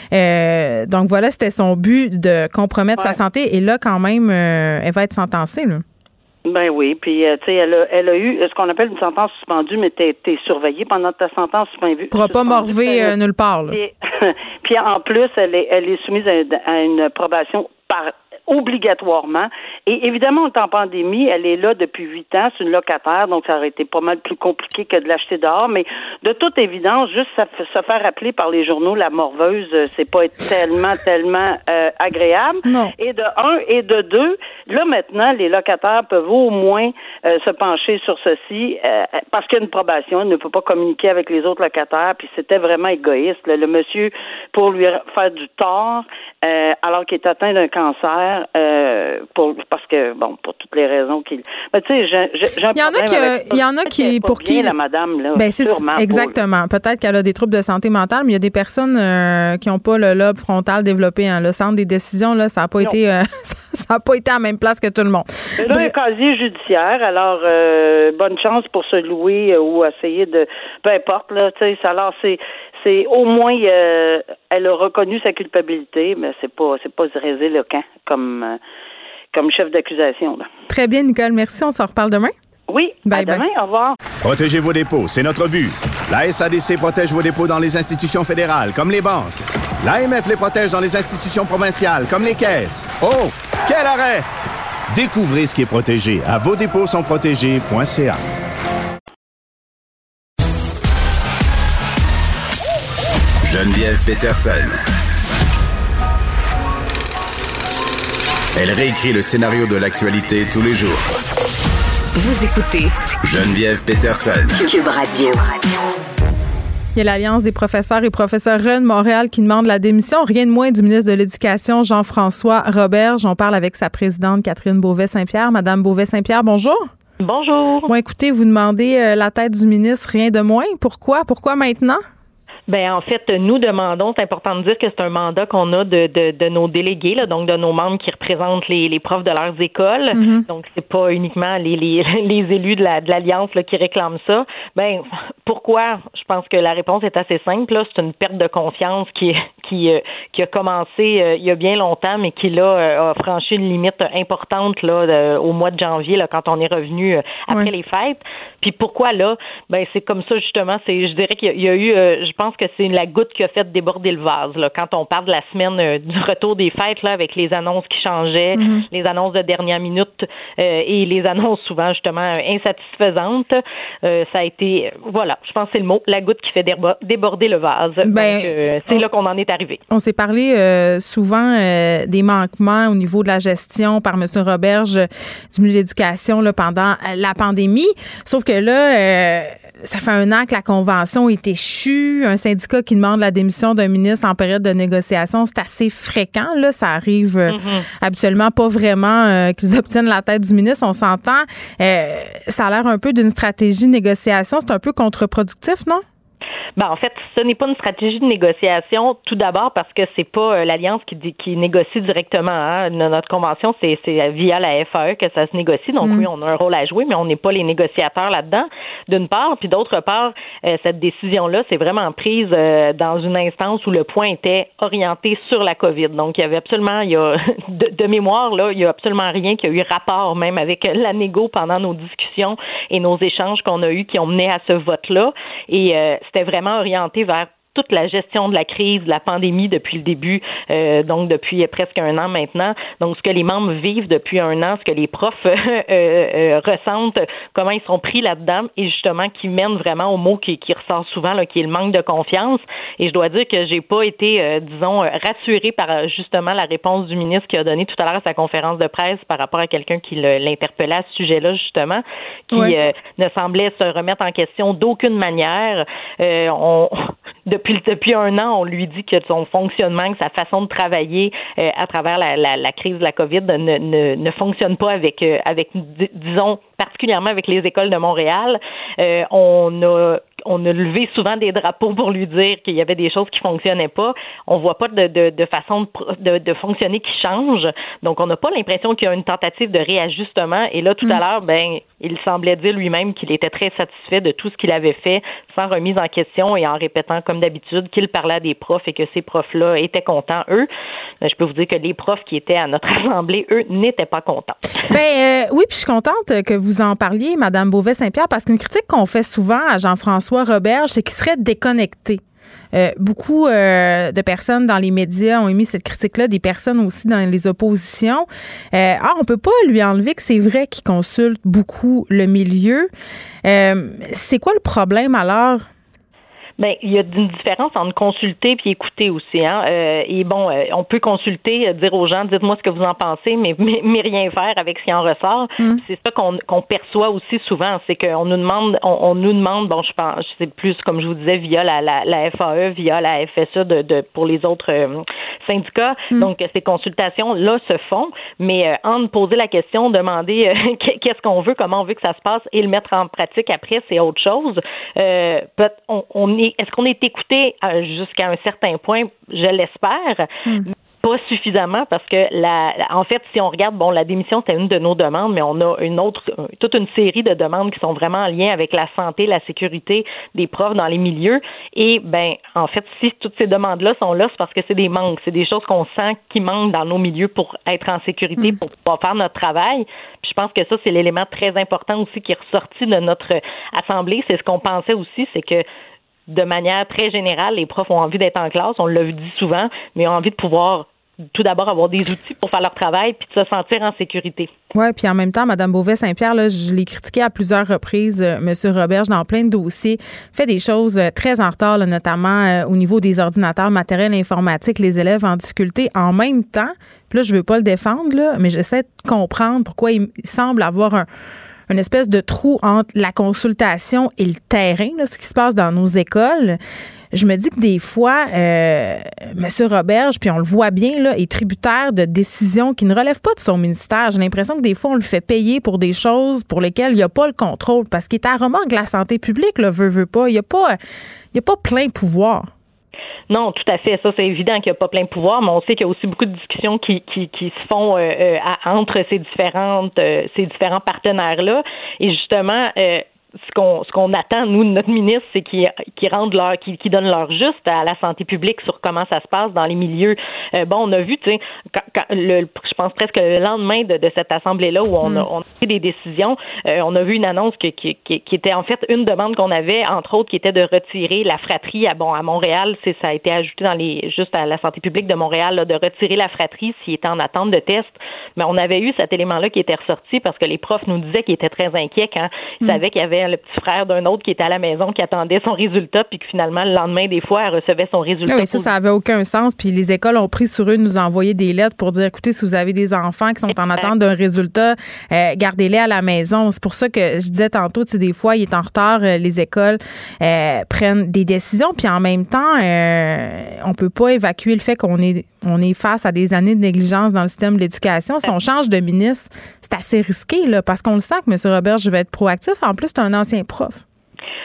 Euh, donc voilà, c'était son but de compromettre ouais. sa santé. Et là, quand même, euh, elle va être sentencée, là. Ben oui, puis euh, tu sais, elle a, elle a eu ce qu'on appelle une sentence suspendue, mais t'es, t'es surveillée pendant ta sentence suspendue. Pourra pas morver euh, nulle part, là. Puis, puis en plus, elle est, elle est soumise à, à une probation par obligatoirement. Et évidemment, on est en pandémie, elle est là depuis huit ans, c'est une locataire, donc ça aurait été pas mal plus compliqué que de l'acheter dehors, mais de toute évidence, juste se faire rappeler par les journaux la morveuse, c'est pas tellement, tellement euh, agréable. Non. Et de un, et de deux, là maintenant, les locataires peuvent au moins euh, se pencher sur ceci, euh, parce qu'il y a une probation, elle ne peut pas communiquer avec les autres locataires, puis c'était vraiment égoïste. Là, le monsieur, pour lui faire du tort, euh, alors qu'il est atteint d'un cancer, Euh, pour, parce que, bon, pour toutes les raisons qu'il... Mais tu sais, j'ai, j'ai un il y en problème a qui, avec ça. Il y en a qui, pour bien, qui... la madame, là, ben, c'est sûrement. exactement. Pour... Peut-être qu'elle a des troubles de santé mentale, mais il y a des personnes euh, qui n'ont pas le lobe frontal développé. Hein. Le centre des décisions, là, ça n'a pas été euh, ça n'a pas été à la même place que tout le monde. C'est là un casier judiciaire, alors euh, bonne chance pour se louer euh, ou essayer de... Peu importe, là, tu sais, alors c'est... C'est au moins, euh, elle a reconnu sa culpabilité, mais c'est pas, c'est pas éloquent comme, euh, comme chef d'accusation. Là. Très bien, Nicole. Merci. On s'en reparle demain. Oui. Bye à bye. Demain. Au revoir. Protégez vos dépôts, c'est notre but. La S A D C protège vos dépôts dans les institutions fédérales, comme les banques. L'A M F les protège dans les institutions provinciales, comme les caisses. Oh, quel arrêt! Découvrez ce qui est protégé à vos dépôts sont protégés point c a. Geneviève Peterson. Elle réécrit le scénario de l'actualité tous les jours. Vous écoutez Geneviève Peterson. Cube Radio. Il y a l'Alliance des professeurs et professeurs de Montréal qui demande la démission, rien de moins du ministre de l'Éducation, Jean-François Roberge. On parle avec sa présidente, Catherine Beauvais-Saint-Pierre. Madame Beauvais-Saint-Pierre, bonjour. Bonjour. Bon, écoutez, vous demandez euh, la tête du ministre, rien de moins. Pourquoi? Pourquoi maintenant? Ben en fait, nous demandons, c'est important de dire que c'est un mandat qu'on a de, de, de nos délégués, là, donc de nos membres qui représentent les, les profs de leurs écoles. Mm-hmm. Donc c'est pas uniquement les, les, les élus de, la, de l'Alliance là, qui réclament ça. Ben pourquoi? Je pense que la réponse est assez simple. Là. C'est une perte de confiance qui qui euh, qui a commencé euh, il y a bien longtemps, mais qui là euh, a franchi une limite importante là de, au mois de janvier là, quand on est revenu euh, après oui. les fêtes. Puis pourquoi là? Ben c'est comme ça justement. C'est je dirais qu'il y a, il y a eu, euh, je pense que c'est la goutte qui a fait déborder le vase. Là. Quand on parle de la semaine euh, du retour des fêtes, là, avec les annonces qui changeaient, mm-hmm. les annonces de dernière minute euh, et les annonces souvent justement insatisfaisantes, euh, ça a été, euh, voilà, je pense que c'est le mot, la goutte qui fait déborder le vase. Ben, Donc, euh, c'est on, là qu'on en est arrivé. On s'est parlé euh, souvent euh, des manquements au niveau de la gestion par M. Roberge du milieu de l'éducation là, pendant la pandémie. Sauf que là, euh, ça fait un an que la convention est échue. Un syndicat qui demande la démission d'un ministre en période de négociation, c'est assez fréquent. Là, ça arrive euh, mm-hmm. habituellement pas vraiment euh, qu'ils obtiennent la tête du ministre. On s'entend. Euh, ça a l'air un peu d'une stratégie de négociation. C'est un peu contre-productif, non? Ben, en fait, ce n'est pas une stratégie de négociation, tout d'abord parce que c'est pas euh, l'Alliance qui, qui négocie directement. Hein. Notre convention, c'est, c'est via la F A E que ça se négocie. Donc mmh. oui, on a un rôle à jouer, mais on n'est pas les négociateurs là-dedans, d'une part. Puis d'autre part, euh, cette décision-là, c'est vraiment prise euh, dans une instance où le point était orienté sur la COVID. Donc, il y avait absolument, il y a de, de mémoire, là, il y a absolument rien qui a eu rapport même avec la négo pendant nos discussions et nos échanges qu'on a eus qui ont mené à ce vote-là. Et euh, c'était vraiment orienté vers toute la gestion de la crise, de la pandémie depuis le début, euh, donc depuis presque un an maintenant. Donc, ce que les membres vivent depuis un an, ce que les profs euh, euh, ressentent, comment ils sont pris là-dedans et justement qui mène vraiment au mot qui, qui ressort souvent, là, qui est le manque de confiance. Et je dois dire que j'ai pas été, euh, disons, rassurée par justement la réponse du ministre qui a donné tout à l'heure à sa conférence de presse par rapport à quelqu'un qui le, l'interpellait à ce sujet-là, justement, qui oui. euh, ne semblait se remettre en question d'aucune manière. Euh, on Depuis, depuis un an, on lui dit que son fonctionnement, que sa façon de travailler euh, à travers la, la, la crise de la COVID ne, ne, ne fonctionne pas avec, euh, avec, disons, particulièrement avec les écoles de Montréal. Euh, on a on a levé souvent des drapeaux pour lui dire qu'il y avait des choses qui fonctionnaient pas. On voit pas de, de, de façon de, de, de fonctionner qui change. Donc, on n'a pas l'impression qu'il y a une tentative de réajustement. Et là, tout mmh. à l'heure, ben, il semblait dire lui-même qu'il était très satisfait de tout ce qu'il avait fait, sans remise en question et en répétant, comme d'habitude, qu'il parlait à des profs et que ces profs-là étaient contents, eux. Je peux vous dire que les profs qui étaient à notre assemblée, eux, n'étaient pas contents. Ben euh, oui, puis je suis contente que vous en parliez, Mme Beauvais-Saint-Pierre, parce qu'une critique qu'on fait souvent à Jean-François Roberge, c'est qu'il serait déconnecté. Euh, beaucoup euh, de personnes dans les médias ont émis cette critique-là, des personnes aussi dans les oppositions. Euh, ah, on peut pas lui enlever que c'est vrai qu'il consulte beaucoup le milieu. Euh, c'est quoi le problème alors? Ben, il y a une différence entre consulter puis écouter aussi, hein. Euh, et bon, euh, on peut consulter, euh, dire aux gens, dites-moi ce que vous en pensez, mais mais, mais rien faire avec ce qui en ressort. Mm. C'est ça qu'on qu'on perçoit aussi souvent, c'est qu'on nous demande, on, on nous demande, bon, je pense, c'est plus comme je vous disais via la la, la F A E, via la F S A de, de pour les autres euh, syndicats. Mm. Donc ces consultations là se font, mais euh, en poser la question, demander euh, qu'est-ce qu'on veut, comment on veut que ça se passe et le mettre en pratique après, c'est autre chose. Euh, peut, on, on est Est-ce qu'on est écouté jusqu'à un certain point? Je l'espère. Mm. Pas suffisamment parce que la, en fait, si on regarde, bon, la démission, c'était une de nos demandes, mais on a une autre, toute une série de demandes qui sont vraiment en lien avec la santé, la sécurité des profs dans les milieux. Et, ben, en fait, si toutes ces demandes-là sont là, c'est parce que c'est des manques. C'est des choses qu'on sent qui manquent dans nos milieux pour être en sécurité, mmh. pour pouvoir faire notre travail. Puis je pense que ça, c'est l'élément très important aussi qui est ressorti de notre assemblée. C'est ce qu'on pensait aussi, c'est que de manière très générale, les profs ont envie d'être en classe, on l'a dit souvent, mais ont envie de pouvoir tout d'abord avoir des outils pour faire leur travail puis de se sentir en sécurité. Oui, puis en même temps, Mme Beauvais-Saint-Pierre, là, je l'ai critiqué à plusieurs reprises, euh, M. Roberge, dans plein de dossiers, fait des choses euh, très en retard, là, notamment euh, au niveau des ordinateurs, matériel informatique, les élèves en difficulté. En même temps, puis là, je veux pas le défendre, là, mais j'essaie de comprendre pourquoi il, il semble avoir un une espèce de trou entre la consultation et le terrain, là, ce qui se passe dans nos écoles. Je me dis que des fois, euh, M. Roberge, puis on le voit bien, là, est tributaire de décisions qui ne relèvent pas de son ministère. J'ai l'impression que des fois, on le fait payer pour des choses pour lesquelles il n'y a pas le contrôle, parce qu'il est à remorque de la santé publique, là, veut, veut pas. Il n'y a pas, il y a pas plein pouvoir. Non, tout à fait. Ça, c'est évident qu'il n'y a pas plein de pouvoir, mais on sait qu'il y a aussi beaucoup de discussions qui qui, qui se font euh, à, entre ces différentes euh, ces différents partenaires-là. Et justement, euh, ce qu'on ce qu'on attend, nous, de notre ministre, c'est qu'ils qu'ils rendent leur, qu'ils, qu'ils donnent leur juste à la santé publique sur comment ça se passe dans les milieux. Euh, bon, on a vu, tu sais, quand, quand, le, je pense presque le lendemain de, de cette assemblée-là où on, mm. a, on a pris des décisions, euh, on a vu une annonce qui, qui, qui, qui était en fait une demande qu'on avait, entre autres, qui était de retirer la fratrie à, bon, à Montréal. C'est, ça a été ajouté dans les, juste à la santé publique de Montréal, là, de retirer la fratrie s'il était en attente de test. Mais on avait eu cet élément-là qui était ressorti parce que les profs nous disaient qu'ils étaient très inquiets quand ils mm. savaient qu'il y avait le petit frère d'un autre qui était à la maison, qui attendait son résultat, puis que finalement, le lendemain, des fois, elle recevait son résultat. Oui, ça, ça avait aucun sens. Puis les écoles ont pris sur eux de nous envoyer des lettres pour dire, écoutez, si vous avez des enfants qui sont exact. En attente d'un résultat, euh, gardez-les à la maison. C'est pour ça que je disais tantôt, tu sais, des fois, il est en retard, euh, les écoles euh, prennent des décisions, puis en même temps, euh, on peut pas évacuer le fait qu'on est, on est face à des années de négligence dans le système de l'éducation. Si on change de ministre, c'est assez risqué, là, parce qu'on le sent que M. Roberge va être proactif. En plus, c'est un ancien prof.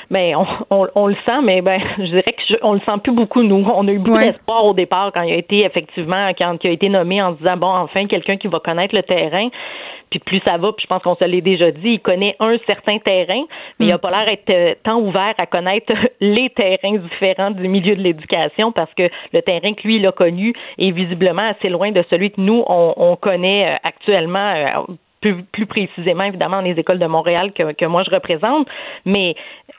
Ben, on, on, on le sent, mais ben, je dirais que je, on le sent plus beaucoup, nous. On a eu beaucoup ouais. d'espoir au départ quand il a été, effectivement, quand il a été nommé en se disant, bon, enfin, quelqu'un qui va connaître le terrain. Puis plus ça va, puis je pense qu'on se l'est déjà dit, il connaît un certain terrain, mais mm. il a pas l'air d'être tant ouvert à connaître les terrains différents du milieu de l'éducation, parce que le terrain que lui, il a connu est visiblement assez loin de celui que nous, on, on connaît actuellement, plus, plus précisément, évidemment, dans les écoles de Montréal que, que moi je représente, mais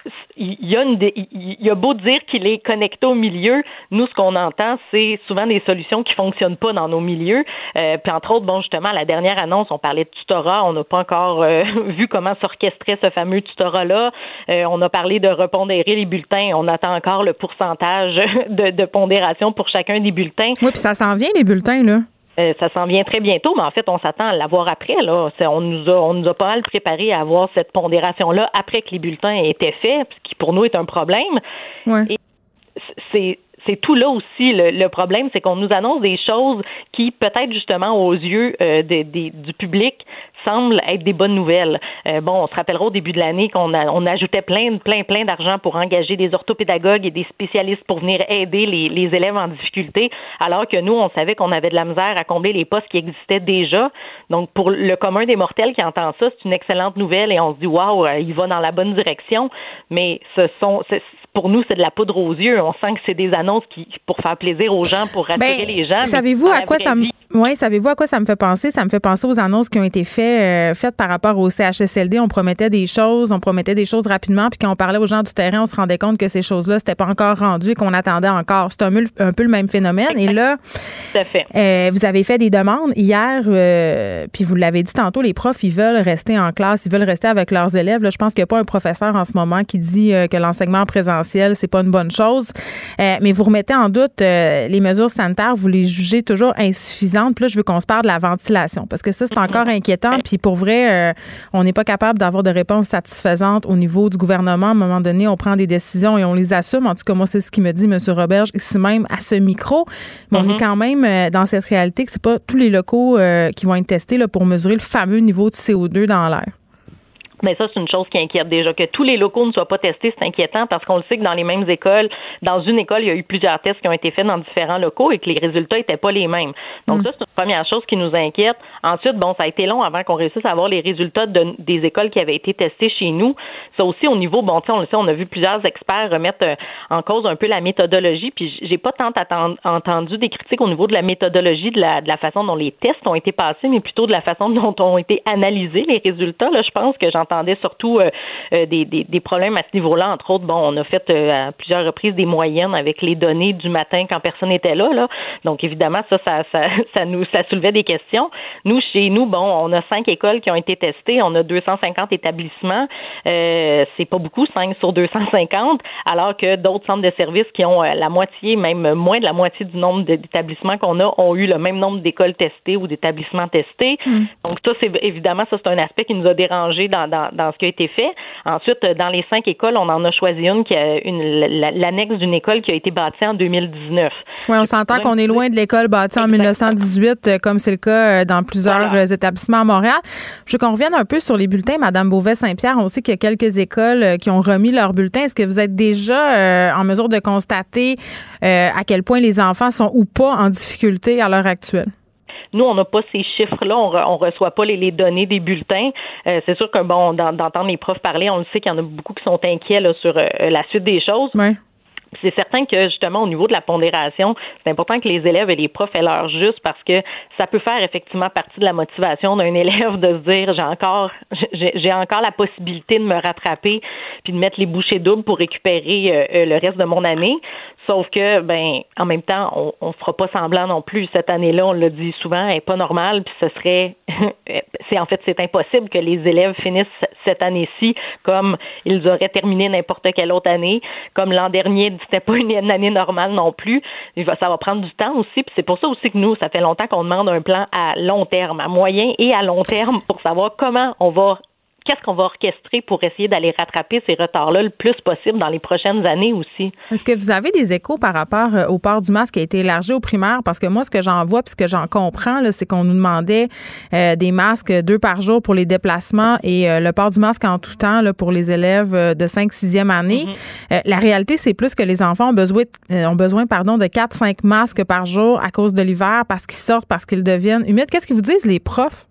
il y a une, il y a beau dire qu'il est connecté au milieu, nous, ce qu'on entend, c'est souvent des solutions qui fonctionnent pas dans nos milieux. Euh, puis entre autres, bon, justement, à la dernière annonce, on parlait de tutorat, on n'a pas encore euh, vu comment s'orchestrait ce fameux tutorat-là. Euh, on a parlé de repondérer les bulletins, on attend encore le pourcentage de, de pondération pour chacun des bulletins. Oui, puis ça s'en vient, les bulletins, là. Euh, ça s'en vient très bientôt, mais en fait, on s'attend à l'avoir après. Là, c'est, on nous a, on nous a pas mal préparé à avoir cette pondération-là après que les bulletins aient été faits, ce qui pour nous est un problème. Ouais. Et c'est C'est tout là aussi le, le problème, c'est qu'on nous annonce des choses qui, peut-être justement aux yeux euh, de, de, du public, semblent être des bonnes nouvelles. Euh, bon, on se rappellera au début de l'année qu'on a, on ajoutait plein, plein, plein d'argent pour engager des orthopédagogues et des spécialistes pour venir aider les, les élèves en difficulté, alors que nous, on savait qu'on avait de la misère à combler les postes qui existaient déjà. Donc, pour le commun des mortels qui entend ça, c'est une excellente nouvelle et on se dit, waouh, il va dans la bonne direction. Mais ce sont, c'est, pour nous, c'est de la poudre aux yeux. On sent que c'est des annonces qui, pour faire plaisir aux gens, pour rassurer ben, les gens. Savez-vous à quoi ça me, ouais, savez-vous à quoi ça me fait penser? Ça me fait penser aux annonces qui ont été faites, euh, faites par rapport au C H S L D. On promettait des choses, on promettait des choses rapidement, puis quand on parlait aux gens du terrain, on se rendait compte que ces choses-là, c'était pas encore rendu et qu'on attendait encore. C'est un, un peu le même phénomène. Et là, tout à fait. Euh, vous avez fait des demandes hier, euh, puis vous l'avez dit tantôt, les profs, ils veulent rester en classe, ils veulent rester avec leurs élèves. Là, je pense qu'il n'y a pas un professeur en ce moment qui dit euh, que l'enseignement présentiel, c'est pas une bonne chose. Euh, mais vous remettez en doute euh, les mesures sanitaires, vous les jugez toujours insuffisantes. Puis là, je veux qu'on se parle de la ventilation, parce que ça, c'est encore inquiétant. Puis pour vrai, euh, on n'est pas capable d'avoir de réponses satisfaisantes au niveau du gouvernement. À un moment donné, on prend des décisions et on les assume. En tout cas, moi, c'est ce qui me dit M. Roberge, ici même à ce micro. Mais mm-hmm. on est quand même euh, dans cette réalité que c'est pas tous les locaux euh, qui vont être testés là, pour mesurer le fameux niveau de C O deux dans l'air. Mais ça, c'est une chose qui inquiète déjà. Que tous les locaux ne soient pas testés, c'est inquiétant parce qu'on le sait que dans les mêmes écoles, dans une école, il y a eu plusieurs tests qui ont été faits dans différents locaux et que les résultats n'étaient pas les mêmes. Donc mmh. ça, c'est une première chose qui nous inquiète. Ensuite, bon, ça a été long avant qu'on réussisse à avoir les résultats de, des écoles qui avaient été testées chez nous. Ça aussi, au niveau, bon, tu sais, on le sait, on a vu plusieurs experts remettre en cause un peu la méthodologie, puis j'ai pas tant attend, entendu des critiques au niveau de la méthodologie, de la, de la façon dont les tests ont été passés, mais plutôt de la façon dont ont été analysés les résultats. Là, je pense que j'entends J'entendais surtout euh, euh, des, des, des problèmes à ce niveau-là. Entre autres, bon, on a fait euh, à plusieurs reprises des moyennes avec les données du matin quand personne n'était là, là. Donc, évidemment, ça, ça, ça, ça nous, ça soulevait des questions. Nous, chez nous, bon, on a cinq écoles qui ont été testées. On a deux cent cinquante établissements. Euh, c'est pas beaucoup, cinq sur deux cent cinquante, alors que d'autres centres de services qui ont euh, la moitié, même moins de la moitié du nombre d'établissements qu'on a, ont eu le même nombre d'écoles testées ou d'établissements testés. Mmh. Donc, ça, c'est évidemment, ça, c'est un aspect qui nous a dérangé dans, dans dans ce qui a été fait. Ensuite, dans les cinq écoles, on en a choisi une qui a une l'annexe d'une école qui a été bâtie en deux mille dix-neuf. Oui, on s'entend qu'on est loin de l'école bâtie en dix-neuf cent dix-huit, comme c'est le cas dans plusieurs voilà. établissements à Montréal. Je veux qu'on revienne un peu sur les bulletins. Madame Beauvais-Saint-Pierre, on sait qu'il y a quelques écoles qui ont remis leurs bulletins. Est-ce que vous êtes déjà euh, en mesure de constater euh, à quel point les enfants sont ou pas en difficulté à l'heure actuelle? Nous, on n'a pas ces chiffres-là, on, re, on reçoit pas les, les données des bulletins. Euh, c'est sûr que bon, d'entendre les profs parler, on le sait qu'il y en a beaucoup qui sont inquiets là, sur euh, la suite des choses. Ouais. C'est certain que, justement, au niveau de la pondération, c'est important que les élèves et les profs aient l'heure juste parce que ça peut faire effectivement partie de la motivation d'un élève de se dire j'ai encore j'ai, j'ai encore la possibilité de me rattraper puis de mettre les bouchées doubles pour récupérer euh, le reste de mon année. Sauf que, ben, en même temps, on, on fera pas semblant non plus. Cette année-là, on l'a dit souvent, elle est pas normale, puis ce serait, c'est en fait, c'est impossible que les élèves finissent cette année-ci comme ils auraient terminé n'importe quelle autre année, comme l'an dernier, c'était pas une, une année normale non plus. Ça va prendre du temps aussi, puis c'est pour ça aussi que nous, ça fait longtemps qu'on demande un plan à long terme, à moyen et à long terme, pour savoir comment on va qu'est-ce qu'on va orchestrer pour essayer d'aller rattraper ces retards-là le plus possible dans les prochaines années aussi. Est-ce que vous avez des échos par rapport au port du masque qui a été élargi aux primaires? Parce que moi, ce que j'en vois puis ce que j'en comprends, là, c'est qu'on nous demandait euh, des masques deux par jour pour les déplacements et euh, le port du masque en tout temps là, pour les élèves de cinq sixième année. Mm-hmm. Euh, la réalité, c'est plus que les enfants ont besoin, euh, ont besoin pardon, de quatre cinq masques par jour à cause de l'hiver, parce qu'ils sortent, parce qu'ils deviennent humides. Qu'est-ce qu'ils vous disent, les profs?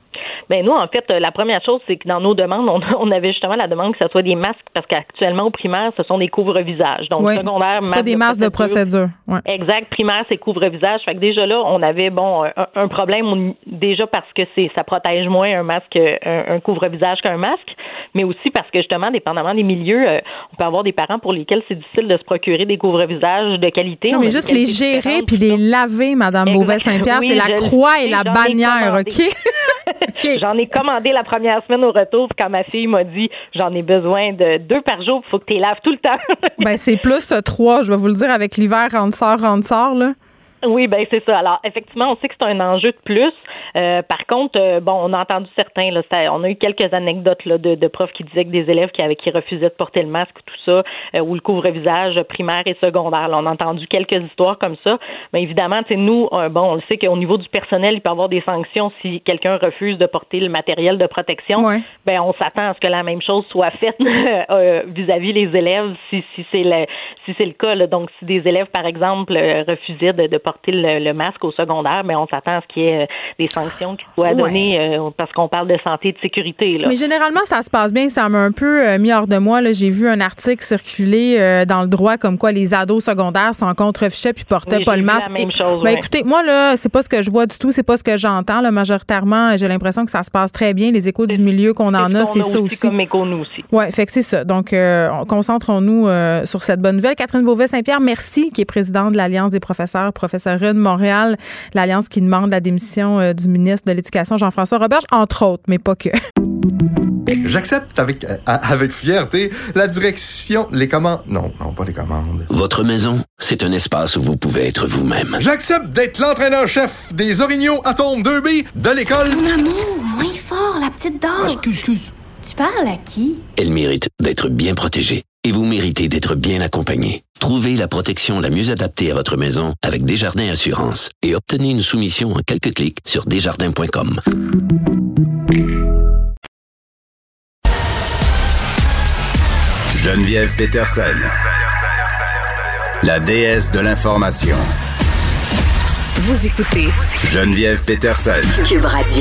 Ben nous, en fait, la première chose, c'est que dans nos demandes, on, on avait justement la demande que ce soit des masques, parce qu'actuellement, au primaire, ce sont des couvre-visages. Donc, oui, secondaire, c'est pas des masques de procédure. Ouais. Exact. Primaire, c'est couvre-visage. Fait que déjà là, on avait, bon, un, un problème déjà parce que c'est ça protège moins un masque, un, un couvre-visage qu'un masque, mais aussi parce que justement, dépendamment des milieux, euh, on peut avoir des parents pour lesquels c'est difficile de se procurer des couvre-visages de qualité. Non, mais juste les gérer puis les laver, Madame Beauvais-Saint-Pierre, oui, c'est la croix et la bannière, OK? Okay. J'en ai commandé la première semaine au retour quand ma fille m'a dit j'en ai besoin de deux par jour, il faut que tu les laves tout le temps. Ben c'est plus euh, trois, je vais vous le dire, avec l'hiver, rentre-sort, rentre-sort, là. Oui, ben c'est ça. Alors, effectivement, on sait que c'est un enjeu de plus. Euh, par contre, euh, bon, on a entendu certains, là, ça, on a eu quelques anecdotes là, de, de profs qui disaient que des élèves qui, avaient, qui refusaient de porter le masque, tout ça, euh, ou le couvre-visage primaire et secondaire. Là, on a entendu quelques histoires comme ça. Mais évidemment, tu sais, nous, euh, bon, on le sait qu'au niveau du personnel, il peut y avoir des sanctions si quelqu'un refuse de porter le matériel de protection. Ouais. Ben, on s'attend à ce que la même chose soit faite euh, vis-à-vis les élèves si, si c'est le si c'est le cas. Là. Donc, si des élèves, par exemple, euh, refusaient de, de porter le, le masque au secondaire, mais on s'attend à ce qu'il y ait euh, des sanctions qui soient ouais. données euh, parce qu'on parle de santé et de sécurité. Là. Mais généralement, ça se passe bien. Ça m'a un peu euh, mis hors de moi. Là. J'ai vu un article circuler euh, dans le droit comme quoi les ados secondaires s'en contrefichaient puis portaient oui, pas le masque. La même et, chose, ben, ouais. Écoutez, moi, là, c'est pas ce que je vois du tout. C'est pas ce que j'entends. Là. Majoritairement, j'ai l'impression que ça se passe très bien. Les échos c'est, du milieu qu'on en a, c'est a ça aussi. aussi. Comme écho, nous aussi. Oui, fait que c'est ça. Donc, euh, concentrons-nous euh, sur cette bonne nouvelle. Catherine Beauvais-Saint-Pierre, merci, qui est présidente de l'Alliance des professeurs, professeurs de Montréal, l'Alliance qui demande la démission euh, du ministre de l'Éducation, Jean-François Roberge, entre autres, mais pas que. J'accepte avec, avec fierté la direction, les commandes. Non, non, pas les commandes. Votre maison, c'est un espace où vous pouvez être vous-même. J'accepte d'être l'entraîneur-chef des Orignaux Atomes deux B de l'école. Mon amour, moins fort, la petite dame. Ah, excuse, excuse. Tu parles à qui? Elle mérite d'être bien protégée. Et vous méritez d'être bien accompagné. Trouvez la protection la mieux adaptée à votre maison avec Desjardins Assurance et obtenez une soumission en quelques clics sur desjardins point com. Geneviève Peterson, la déesse de l'information. Vous écoutez Geneviève Peterson, Cube Radio.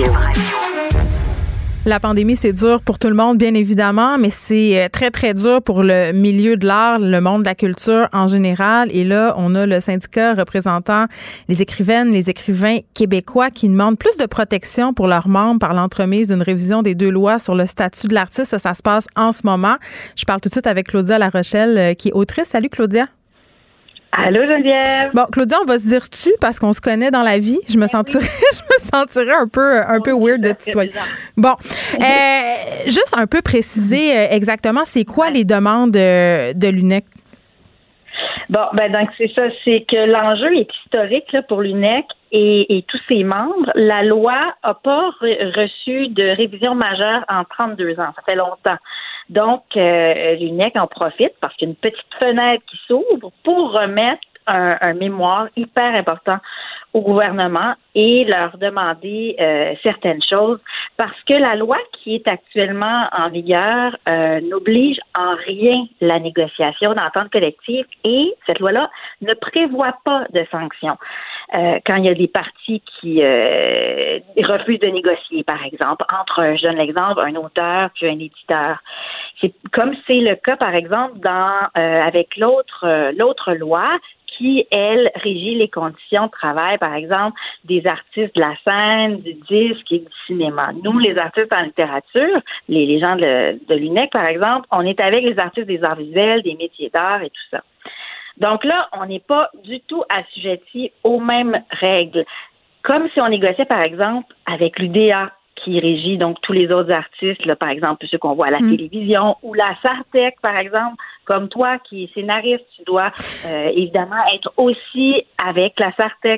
La pandémie, c'est dur pour tout le monde, bien évidemment, mais c'est très, très dur pour le milieu de l'art, le monde de la culture en général. Et là, on a le syndicat représentant les écrivaines, les écrivains québécois qui demandent plus de protection pour leurs membres par l'entremise d'une révision des deux lois sur le statut de l'artiste. Ça, ça se passe en ce moment. Je parle tout de suite avec Claudia Larochelle, qui est autrice. Salut, Claudia. Allô, Geneviève. Bon, Claudia, on va se dire tu parce qu'on se connaît dans la vie. Je me sentirais, je me sentirais un peu, un peu weird de tutoyer. Bon, euh, juste un peu préciser euh, exactement, c'est quoi les demandes de, de l'U N E C? Bon, ben donc c'est ça, c'est que l'enjeu est historique là, pour l'U N E C et, et tous ses membres. La loi n'a pas re- reçu de révision majeure en trente-deux ans. Ça fait longtemps. Donc, euh, l'U N E C en profite parce qu'il y a une petite fenêtre qui s'ouvre pour remettre un, un mémoire hyper important au gouvernement et leur demander euh, certaines choses parce que la loi qui est actuellement en vigueur euh, n'oblige en rien la négociation d'entente collective et cette loi-là ne prévoit pas de sanctions. Euh, quand il y a des partis qui euh, refusent de négocier, par exemple, entre, je donne l'exemple, un auteur puis un éditeur. C'est comme c'est le cas, par exemple, dans euh, avec l'autre euh, l'autre loi qui, elle, régit les conditions de travail, par exemple, des artistes de la scène, du disque et du cinéma. Nous, les artistes en littérature, les, les gens de, de l'U N E C, par exemple, on est avec les artistes des arts visuels, des métiers d'art et tout ça. Donc là, on n'est pas du tout assujettis aux mêmes règles. Comme si on négociait, par exemple, avec l'U D A, qui régit donc tous les autres artistes, là, par exemple, ceux qu'on voit à la mmh. télévision, ou la Sartec, par exemple, comme toi, qui est scénariste, tu dois euh, évidemment être aussi avec la Sartec.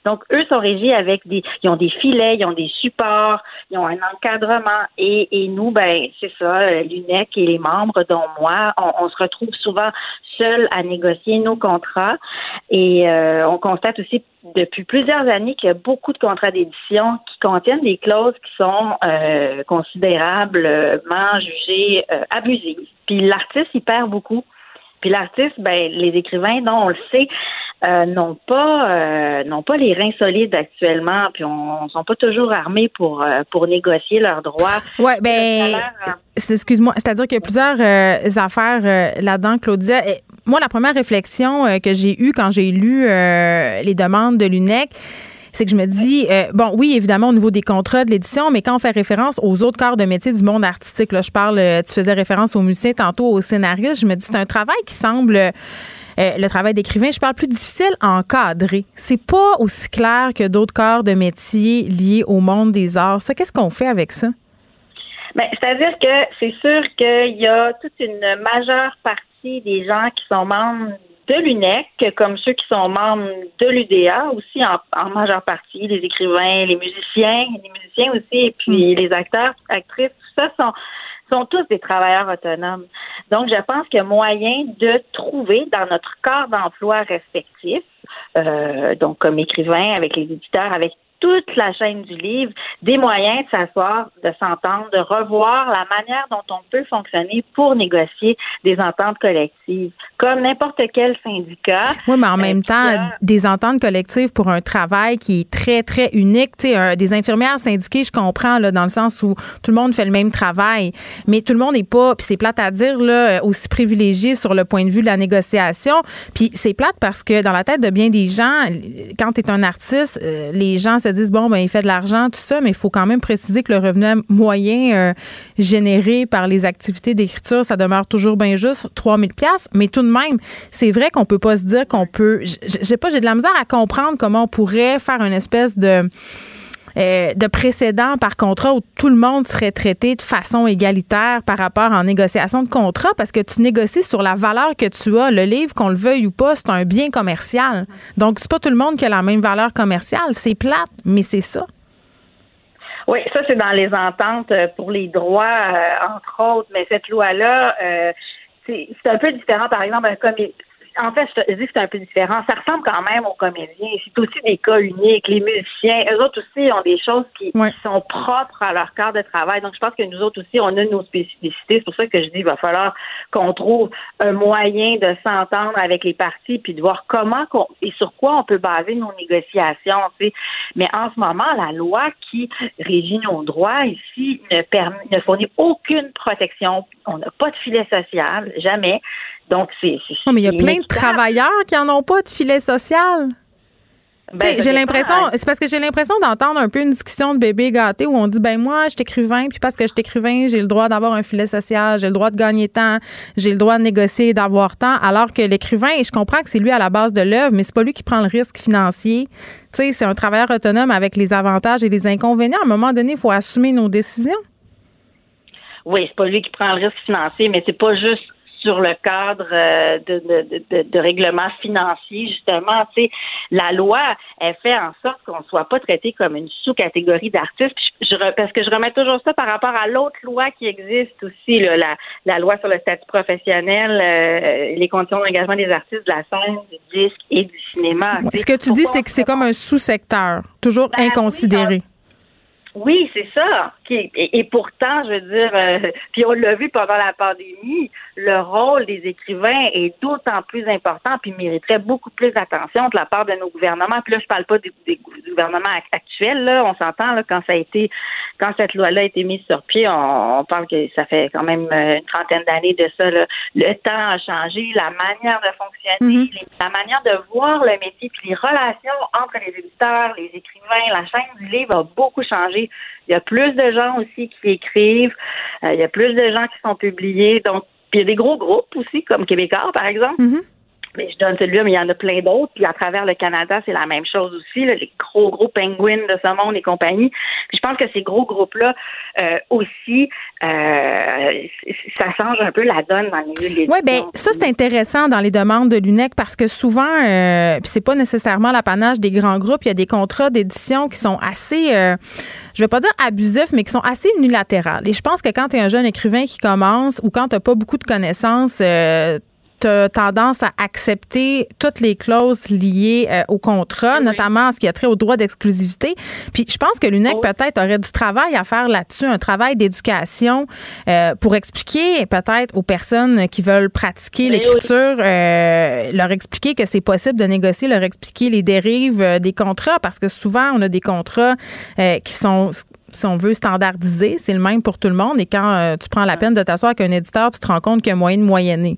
Donc, eux sont régis avec des, ils ont des filets, ils ont des supports, ils ont un encadrement. Et, et nous, ben, c'est ça, l'U N E C et les membres, dont moi, on, on se retrouve souvent seuls à négocier nos contrats. Et euh, on constate aussi depuis plusieurs années qu'il y a beaucoup de contrats d'édition qui contiennent des clauses qui sont euh, considérablement jugées euh, abusives. Puis l'artiste, il perd beaucoup. Puis l'artiste, ben, les écrivains, non, on le sait, euh, n'ont pas euh, n'ont pas les reins solides actuellement, puis on ne sont pas toujours armés pour euh, pour négocier leurs droits. Ouais, ben, salaire, hein. excuse-moi, c'est-à-dire qu'il y a plusieurs euh, affaires euh, là-dedans, Claudia. Et moi, la première réflexion euh, que j'ai eue quand j'ai lu euh, les demandes de l'U N E C, c'est que je me dis, euh, bon, oui, évidemment, au niveau des contrats de l'édition, mais quand on fait référence aux autres corps de métier du monde artistique, là, je parle, euh, tu faisais référence aux musiciens, tantôt aux scénaristes, je me dis, c'est un travail qui semble, euh, le travail d'écrivain, je parle plus difficile à encadrer. C'est pas aussi clair que d'autres corps de métier liés au monde des arts. Ça, qu'est-ce qu'on fait avec ça? Bien, c'est-à-dire que c'est sûr qu'il y a toute une majeure partie des gens qui sont membres de l'U N E C, comme ceux qui sont membres de l'U D A aussi en, en majeure partie, les écrivains, les musiciens, les musiciens aussi, et puis mm. les acteurs, actrices, tout ça sont sont tous des travailleurs autonomes. Donc, je pense qu'il y a moyen de trouver dans notre corps d'emploi respectif, euh, donc comme écrivain, avec les éditeurs, avec toute la chaîne du livre, des moyens de s'asseoir, de s'entendre, de revoir la manière dont on peut fonctionner pour négocier des ententes collectives, comme n'importe quel syndicat. Oui, mais en même temps, a... des ententes collectives pour un travail qui est très, très unique. Tu sais, un, des infirmières syndiquées, je comprends, là, dans le sens où tout le monde fait le même travail, mais tout le monde n'est pas, puis c'est plate à dire, là, aussi privilégié sur le point de vue de la négociation. Puis c'est plate parce que dans la tête de bien des gens, quand tu es un artiste, les gens se disent, bon, ben il fait de l'argent, tout ça, mais il faut quand même préciser que le revenu moyen euh, généré par les activités d'écriture, ça demeure toujours bien juste trois mille dollars. Mais tout de même, c'est vrai qu'on peut pas se dire qu'on peut... Je sais pas, j'ai de la misère à comprendre comment on pourrait faire une espèce de... Euh, de précédent par contrat où tout le monde serait traité de façon égalitaire par rapport en négociation de contrat, parce que tu négocies sur la valeur que tu as. Le livre, qu'on le veuille ou pas, c'est un bien commercial. Donc, c'est pas tout le monde qui a la même valeur commerciale. C'est plate, mais c'est ça. Oui, ça, c'est dans les ententes pour les droits, euh, entre autres. Mais cette loi-là, euh, c'est, c'est un peu différent. Par exemple, un comité. En fait, je te dis que c'est un peu différent. Ça ressemble quand même aux comédiens. C'est aussi des cas uniques. Les musiciens, eux autres aussi ont des choses qui, ouais. qui sont propres à leur cadre de travail. Donc, je pense que nous autres aussi, on a nos spécificités. C'est pour ça que je dis qu'il va falloir qu'on trouve un moyen de s'entendre avec les parties puis de voir comment qu'on, et sur quoi on peut baser nos négociations. Tu sais. Mais en ce moment, la loi qui régit nos droits ici ne, permet, ne fournit aucune protection. On n'a pas de filet social, jamais. Donc, c'est. c'est oh, mais il y a plein de travailleurs qui n'en ont pas de filet social. Ben, j'ai l'impression, hein. C'est parce que j'ai l'impression d'entendre un peu une discussion de bébé gâté où on dit, ben moi, je suis écrivain, puis parce que je suis écrivain, j'ai le droit d'avoir un filet social, j'ai le droit de gagner temps, j'ai le droit de négocier et d'avoir temps, alors que l'écrivain, et je comprends que c'est lui à la base de l'œuvre, mais c'est pas lui qui prend le risque financier. Tu sais, c'est un travailleur autonome avec les avantages et les inconvénients. À un moment donné, il faut assumer nos décisions. Oui, c'est pas lui qui prend le risque financier, mais c'est pas juste sur le cadre euh, de, de, de, de règlement financier, justement. Tu sais, la loi, elle fait en sorte qu'on ne soit pas traité comme une sous-catégorie d'artistes. Je, je, parce que je remets toujours ça par rapport à l'autre loi qui existe aussi, là, la, la loi sur le statut professionnel, euh, les conditions d'engagement des artistes de la scène, du disque et du cinéma. Ouais, ce que tu dis, c'est que c'est comme un sous-secteur, toujours ben, inconsidéré. Oui, Oui, c'est ça. Et, et pourtant, je veux dire, euh, puis on l'a vu pendant la pandémie, le rôle des écrivains est d'autant plus important puis mériterait beaucoup plus d'attention de la part de nos gouvernements. Puis là, je parle pas des, des gouvernements actuels, là, on s'entend, là, quand ça a été, quand cette loi-là a été mise sur pied, on, on parle que ça fait quand même une trentaine d'années de ça, là. Le temps a changé, la manière de fonctionner, mm-hmm. la manière de voir le métier, puis les relations entre les éditeurs, les écrivains, la chaîne du livre a beaucoup changé. Il y a plus de gens aussi qui écrivent, euh, il y a plus de gens qui sont publiés, donc puis il y a des gros groupes aussi, comme Québécois, par exemple, mm-hmm. Mais je donne celui-là, mais il y en a plein d'autres. Puis à travers le Canada, c'est la même chose aussi. Là, les gros, gros Penguins de ce monde et compagnie. Puis je pense que ces gros groupes-là euh, aussi, euh, ça change un peu la donne dans les milieux de l'édition. Oui, bien, ça, c'est intéressant dans les demandes de l'U N E C parce que souvent, euh, puis c'est pas nécessairement l'apanage des grands groupes, il y a des contrats d'édition qui sont assez, euh, je vais pas dire abusifs, mais qui sont assez unilatérales. Et je pense que quand tu es un jeune écrivain qui commence ou quand tu n'as pas beaucoup de connaissances, euh, tu as tendance à accepter toutes les clauses liées euh, au contrat, oui. notamment en ce qui a trait au droit d'exclusivité. Puis je pense que l'U N E C, oui. peut-être, aurait du travail à faire là-dessus, un travail d'éducation euh, pour expliquer peut-être aux personnes qui veulent pratiquer oui, l'écriture, oui. Euh, leur expliquer que c'est possible de négocier, leur expliquer les dérives euh, des contrats, parce que souvent, on a des contrats euh, qui sont... si on veut standardiser, c'est le même pour tout le monde. Et quand euh, tu prends la peine de t'asseoir avec un éditeur, tu te rends compte qu'il y a moyen de moyenner.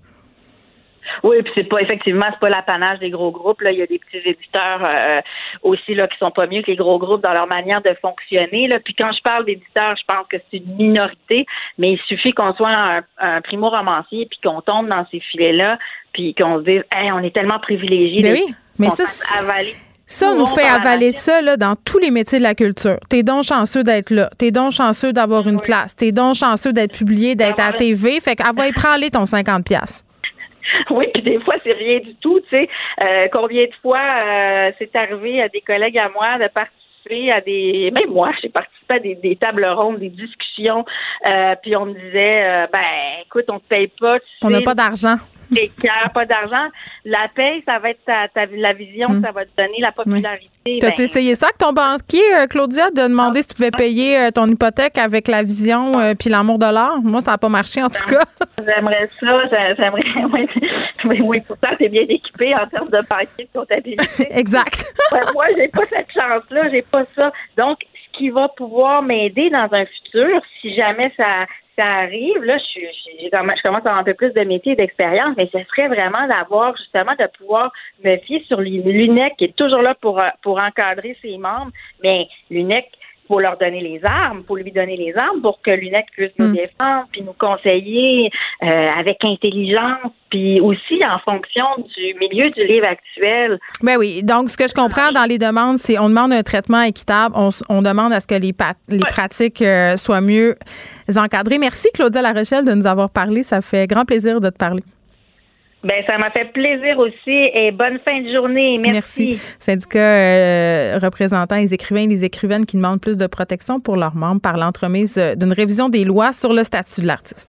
Oui, puis c'est pas effectivement c'est pas l'apanage des gros groupes. Là, il y a des petits éditeurs euh, aussi là qui sont pas mieux que les gros groupes dans leur manière de fonctionner. Là. Puis quand je parle d'éditeurs, je pense que c'est une minorité, mais il suffit qu'on soit un, un primo-romancier puis qu'on tombe dans ces filets-là, puis qu'on se dise, hey, on est tellement privilégiés. Mais oui, mais ça, avaler. Ça, on nous fait avaler ça là, dans tous les métiers de la culture. T'es donc chanceux d'être là. T'es donc chanceux d'avoir une oui. place. T'es donc chanceux d'être publié, d'être à la T V. Fait qu'avant, prends-les ton cinquante piastres. Oui, puis des fois, c'est rien du tout, tu sais. Euh, combien de fois euh, c'est arrivé à des collègues à moi de participer à des... Même moi, j'ai participé à des, des tables rondes, des discussions, euh, puis on me disait, euh, ben, écoute, on te paye pas, tu on n'a pas d'argent. T'es clair, pas d'argent. La paye, ça va être ta, ta, la vision, mm. ça va te donner la popularité. Oui. T'as-tu ben, essayé ça avec ton banquier, euh, Claudia, de demander si tu pouvais payer euh, ton hypothèque avec la vision euh, puis l'amour de l'art? Moi, ça n'a pas marché, en tout cas. J'aimerais ça. J'aimerais, oui. oui, oui, pourtant, t'es bien équipé en termes de banquier de comptabilité. Exact. Ouais, moi, j'ai pas cette chance-là, j'ai pas ça. Donc, ce qui va pouvoir m'aider dans un futur, si jamais ça... ça arrive, là, je, je, je commence à avoir un peu plus de métier et d'expérience, mais ce serait vraiment d'avoir, justement, de pouvoir me fier sur l'U N E C qui est toujours là pour, pour encadrer ses membres, mais l'U N E C, pour leur donner les armes, pour lui donner les armes pour que l'U N E C puisse nous défendre, puis nous conseiller euh, avec intelligence, puis aussi en fonction du milieu du livre actuel. Ben oui. Donc, ce que je comprends dans les demandes, c'est on demande un traitement équitable, on, on demande à ce que les, pat- les ouais. pratiques euh, soient mieux encadrées. Merci, Claudia Larochelle, de nous avoir parlé. Ça fait grand plaisir de te parler. Ben ça m'a fait plaisir aussi et bonne fin de journée. Merci. Merci. Syndicat euh, représentant les écrivains et les écrivaines qui demandent plus de protection pour leurs membres par l'entremise d'une révision des lois sur le statut de l'artiste.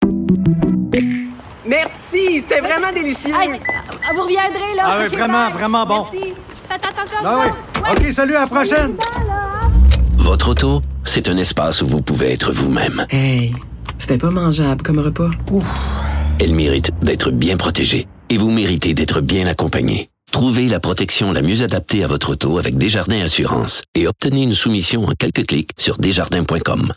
Merci, c'était vraiment délicieux. Hey, vous reviendrez là. Ah oui, okay, vraiment, bye. vraiment bon. Merci. Faites attention. Ah oui. Ouais. OK, salut, à la prochaine. Votre auto, c'est un espace où vous pouvez être vous-même. Hey, c'était pas mangeable comme repas. Ouf. Elle mérite d'être bien protégée et vous méritez d'être bien accompagné. Trouvez la protection la mieux adaptée à votre auto avec Desjardins Assurance et obtenez une soumission en quelques clics sur desjardins point com.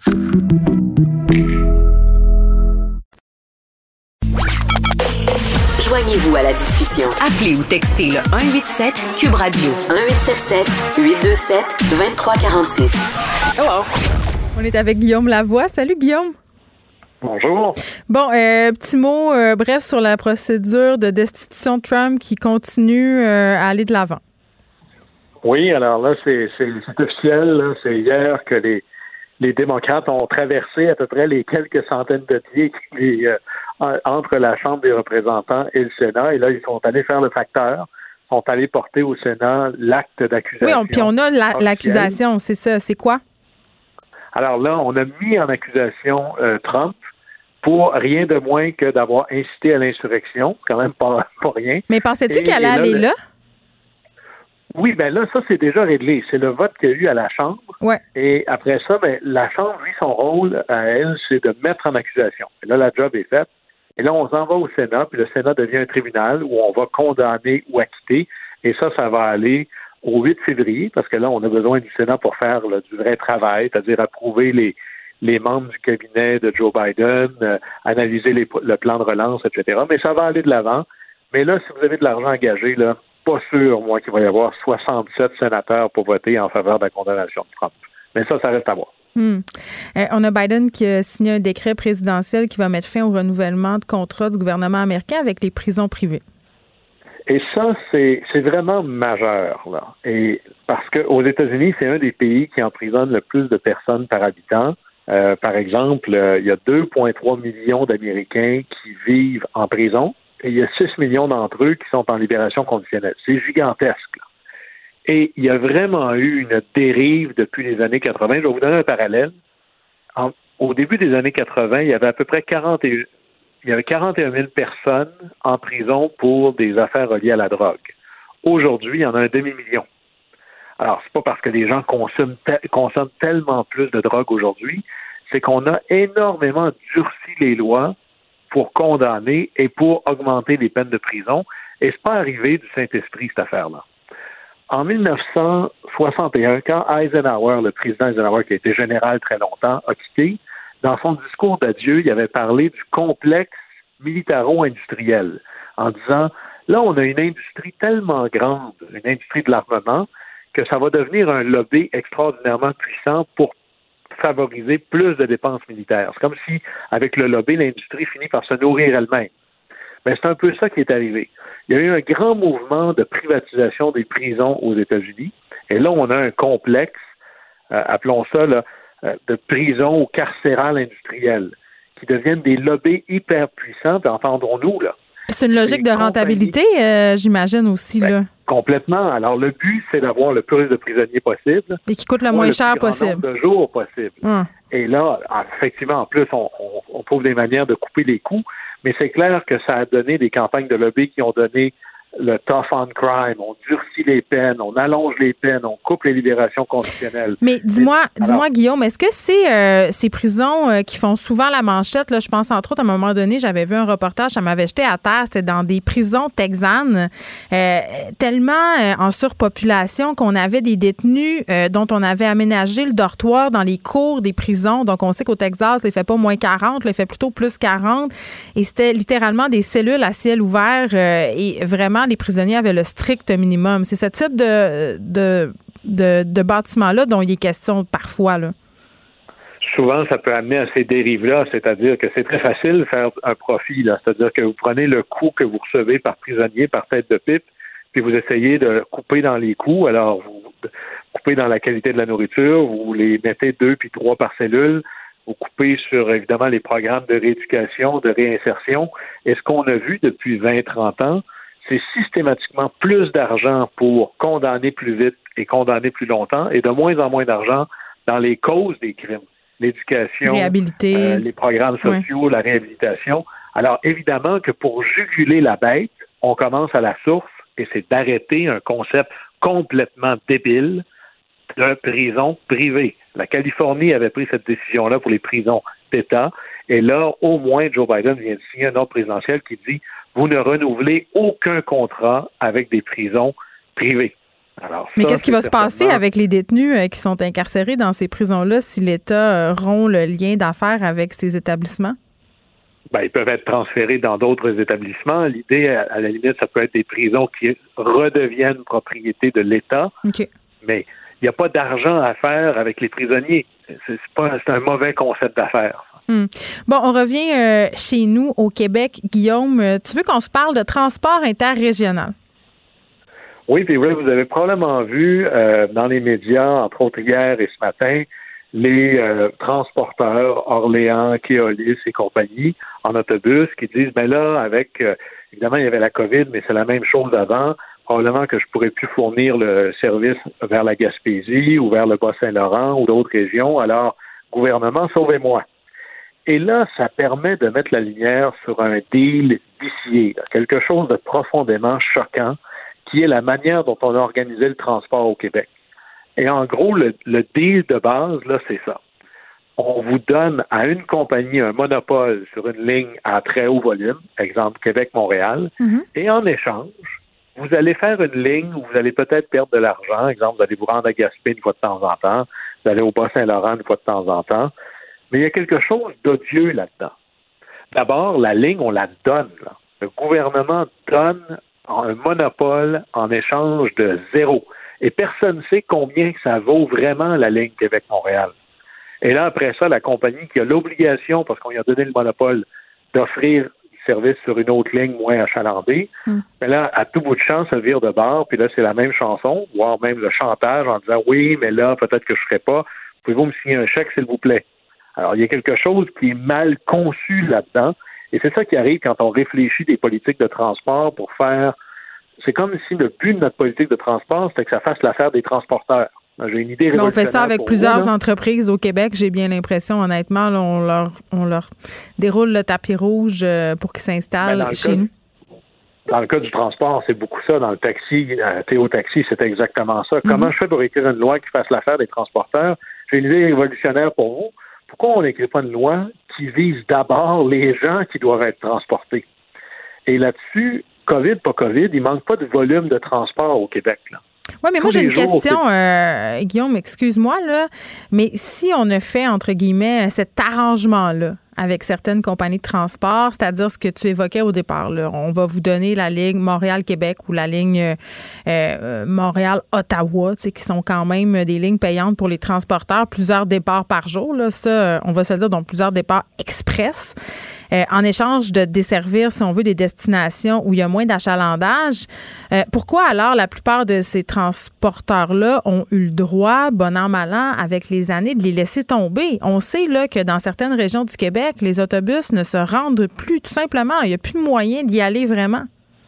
Joignez-vous à la discussion. Appelez ou textez le un huit sept Cube Radio. un huit sept sept huit deux sept deux trois quatre six. Hello. On est avec Guillaume Lavoie. Salut, Guillaume. Bonjour. Bon, euh, petit mot euh, bref sur la procédure de destitution de Trump qui continue euh, à aller de l'avant. Oui, alors là, c'est, c'est, c'est officiel. Là, c'est hier que les, les démocrates ont traversé à peu près les quelques centaines de pieds qui, euh, entre la Chambre des représentants et le Sénat. Et là, ils sont allés faire le facteur. Ils sont allés porter au Sénat l'acte d'accusation. Oui, on, puis on a la, l'accusation, c'est ça. C'est quoi? Alors là, on a mis en accusation euh, Trump pour rien de moins que d'avoir incité à l'insurrection, quand même pas, pas rien. Mais pensais-tu et, qu'elle allait aller là? Oui, bien là, ça, c'est déjà réglé. C'est le vote qu'il y a eu à la Chambre. Ouais. Et après ça, ben, la Chambre, lui, son rôle à elle, c'est de mettre en accusation. Et là, la job est faite. Et là, on s'en va au Sénat, puis le Sénat devient un tribunal où on va condamner ou acquitter. Et ça, ça va aller au huit février, parce que là, on a besoin du Sénat pour faire là, du vrai travail, c'est-à-dire approuver les les membres du cabinet de Joe Biden, euh, analyser les, le plan de relance, et cetera. Mais ça va aller de l'avant. Mais là, si vous avez de l'argent engagé, là, pas sûr, moi, qu'il va y avoir soixante-sept sénateurs pour voter en faveur de la condamnation de Trump. Mais ça, ça reste à voir. Hmm. Euh, on a Biden qui a signé un décret présidentiel qui va mettre fin au renouvellement de contrats du gouvernement américain avec les prisons privées. Et ça, c'est, c'est vraiment majeur, là. Et parce qu'aux États-Unis, c'est un des pays qui emprisonne le plus de personnes par habitant. Euh, par exemple, euh, il y a deux virgule trois millions d'Américains qui vivent en prison et il y a six millions d'entre eux qui sont en libération conditionnelle. C'est gigantesque, là. Et il y a vraiment eu une dérive depuis les années quatre-vingts. Je vais vous donner un parallèle. En, au début des années quatre-vingts, il y avait à peu près quarante et un, il y avait quarante et un mille personnes en prison pour des affaires reliées à la drogue. Aujourd'hui, il y en a un demi-million. Alors, c'est pas parce que les gens consomment, te- consomment tellement plus de drogue aujourd'hui, c'est qu'on a énormément durci les lois pour condamner et pour augmenter les peines de prison. Et c'est pas arrivé du Saint-Esprit, cette affaire-là. En dix-neuf cent soixante et un, quand Eisenhower, le président Eisenhower, qui a été général très longtemps, a quitté, dans son discours d'adieu, il avait parlé du complexe militaro-industriel, en disant, là, on a une industrie tellement grande, une industrie de l'armement, que ça va devenir un lobby extraordinairement puissant pour favoriser plus de dépenses militaires. C'est comme si, avec le lobby, l'industrie finit par se nourrir elle-même. Mais c'est un peu ça qui est arrivé. Il y a eu un grand mouvement de privatisation des prisons aux États-Unis. Et là, on a un complexe, euh, appelons ça, là, euh, de prisons ou carcérales industrielles, qui deviennent des lobbies hyper puissants, puis entendons-nous, là. C'est une logique de rentabilité, euh, j'imagine aussi, ben, là. Complètement. Alors, le but, c'est d'avoir le plus de prisonniers possible. Et qui coûte le moins le cher plus grand possible. nombre de jours possible. Hum. Et là, effectivement, en plus, on, on, on trouve des manières de couper les coûts, mais c'est clair que ça a donné des campagnes de lobby qui ont donné le tough on crime, on durcit les peines, on allonge les peines, on coupe les libérations conditionnelles. Mais dis-moi, Et, dis-moi alors, Guillaume, est-ce que c'est euh, ces prisons euh, qui font souvent la manchette? Là, je pense entre autres, à un moment donné, j'avais vu un reportage, ça m'avait jeté à terre, c'était dans des prisons texanes, euh, tellement euh, en surpopulation qu'on avait des détenus euh, dont on avait aménagé le dortoir dans les cours des prisons. Donc, on sait qu'au Texas, il fait pas moins quarante, là, il fait plutôt plus quarante. Et c'était littéralement des cellules à ciel ouvert euh, et vraiment, les prisonniers avaient le strict minimum. C'est ce type de, de, de, de bâtiment-là dont il est question parfois, là. Souvent, ça peut amener à ces dérives-là, c'est-à-dire que c'est très facile de faire un profit, là. C'est-à-dire que vous prenez le coût que vous recevez par prisonnier, par tête de pipe, puis vous essayez de couper dans les coûts. Alors, vous coupez dans la qualité de la nourriture, vous les mettez deux puis trois par cellule, vous coupez sur, évidemment, les programmes de rééducation, de réinsertion. Et ce qu'on a vu depuis vingt à trente ans, c'est systématiquement plus d'argent pour condamner plus vite et condamner plus longtemps et de moins en moins d'argent dans les causes des crimes. L'éducation, euh, les programmes sociaux, ouais. La réhabilitation. Alors, évidemment que pour juguler la bête, on commence à la source et c'est d'arrêter un concept complètement débile de prison privée. La Californie avait pris cette décision-là pour les prisons d'État et là, au moins, Joe Biden vient de signer un ordre présidentiel qui dit vous ne renouvelez aucun contrat avec des prisons privées. Alors, mais ça, qu'est-ce qui va se passer avec les détenus euh, qui sont incarcérés dans ces prisons-là si l'État euh, rompt le lien d'affaires avec ces établissements? Ben, ils peuvent être transférés dans d'autres établissements. L'idée, à, à la limite, ça peut être des prisons qui redeviennent propriété de l'État. Okay. Mais il n'y a pas d'argent à faire avec les prisonniers. C'est, c'est, pas, c'est un mauvais concept d'affaires. Hum. Bon, on revient euh, chez nous, au Québec. Guillaume, euh, tu veux qu'on se parle de transport interrégional? Oui, puis oui, vous avez probablement vu euh, dans les médias, entre autres hier et ce matin, les euh, transporteurs Orléans, Keolis et compagnie en autobus qui disent, ben là, avec, euh, évidemment, il y avait la COVID, mais c'est la même chose avant, probablement que je pourrais plus fournir le service vers la Gaspésie ou vers le Bas-Saint-Laurent ou d'autres régions, alors, gouvernement, sauvez-moi. Et là, ça permet de mettre la lumière sur un deal vicié, quelque chose de profondément choquant, qui est la manière dont on a organisé le transport au Québec. Et en gros, le, le deal de base, là, c'est ça. On vous donne à une compagnie un monopole sur une ligne à très haut volume, exemple Québec-Montréal, mm-hmm. et en échange, vous allez faire une ligne où vous allez peut-être perdre de l'argent, exemple, vous allez vous rendre à Gaspé une fois de temps en temps, vous allez au Bas-Saint-Laurent une fois de temps en temps, mais il y a quelque chose d'odieux là-dedans. D'abord, la ligne, on la donne. Là. Le gouvernement donne un monopole en échange de zéro. Et personne ne sait combien ça vaut vraiment la ligne Québec-Montréal. Et là, après ça, la compagnie qui a l'obligation, parce qu'on lui a donné le monopole, d'offrir service sur une autre ligne moins achalandée. Mm. Mais là, à tout bout de champ, ça vire de bord, puis là, c'est la même chanson, voire même le chantage en disant « Oui, mais là, peut-être que je ne ferai pas. Pouvez-vous me signer un chèque, s'il vous plaît? » Alors, il y a quelque chose qui est mal conçu là-dedans, et c'est ça qui arrive quand on réfléchit des politiques de transport pour faire... C'est comme si le but de notre politique de transport, c'était que ça fasse l'affaire des transporteurs. J'ai une idée révolutionnaire. On fait ça avec plusieurs vous, entreprises au Québec, j'ai bien l'impression, honnêtement. Là, on, leur, on leur déroule le tapis rouge pour qu'ils s'installent chez nous. Dans le cas du transport, c'est beaucoup ça. Dans le taxi, euh, Théo Taxi, c'est exactement ça. Mm-hmm. Comment je fais pour écrire une loi qui fasse l'affaire des transporteurs? J'ai une idée révolutionnaire pour vous. Pourquoi on n'écrit pas une loi qui vise d'abord les gens qui doivent être transportés? Et là-dessus, COVID, pas COVID, il manque pas de volume de transport au Québec, là. Oui, mais moi, j'ai une question, euh, Guillaume, excuse-moi, là, mais si on a fait, entre guillemets, cet arrangement-là avec certaines compagnies de transport, c'est-à-dire ce que tu évoquais au départ, là, on va vous donner la ligne Montréal-Québec ou la ligne euh, Montréal-Ottawa, tu sais, qui sont quand même des lignes payantes pour les transporteurs, plusieurs départs par jour, là, ça, on va se le dire, donc plusieurs départs express. Euh, en échange de desservir, si on veut, des destinations où il y a moins d'achalandage. Euh, pourquoi alors la plupart de ces transporteurs-là ont eu le droit, bon an, mal an, avec les années, de les laisser tomber? On sait là que dans certaines régions du Québec, les autobus ne se rendent plus, tout simplement. Il n'y a plus de moyen d'y aller vraiment.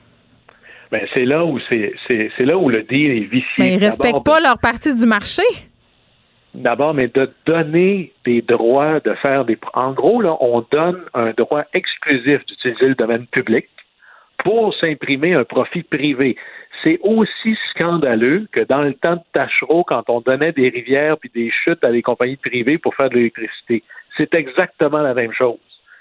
Bien, c'est là où c'est, c'est, c'est là où le deal est vicié. Mais ils ne respectent pas leur partie du marché. D'abord, mais de donner des droits de faire des... En gros, là, on donne un droit exclusif d'utiliser le domaine public pour s'imprimer un profit privé. C'est aussi scandaleux que dans le temps de Tachereau, quand on donnait des rivières puis des chutes à des compagnies privées pour faire de l'électricité. C'est exactement la même chose.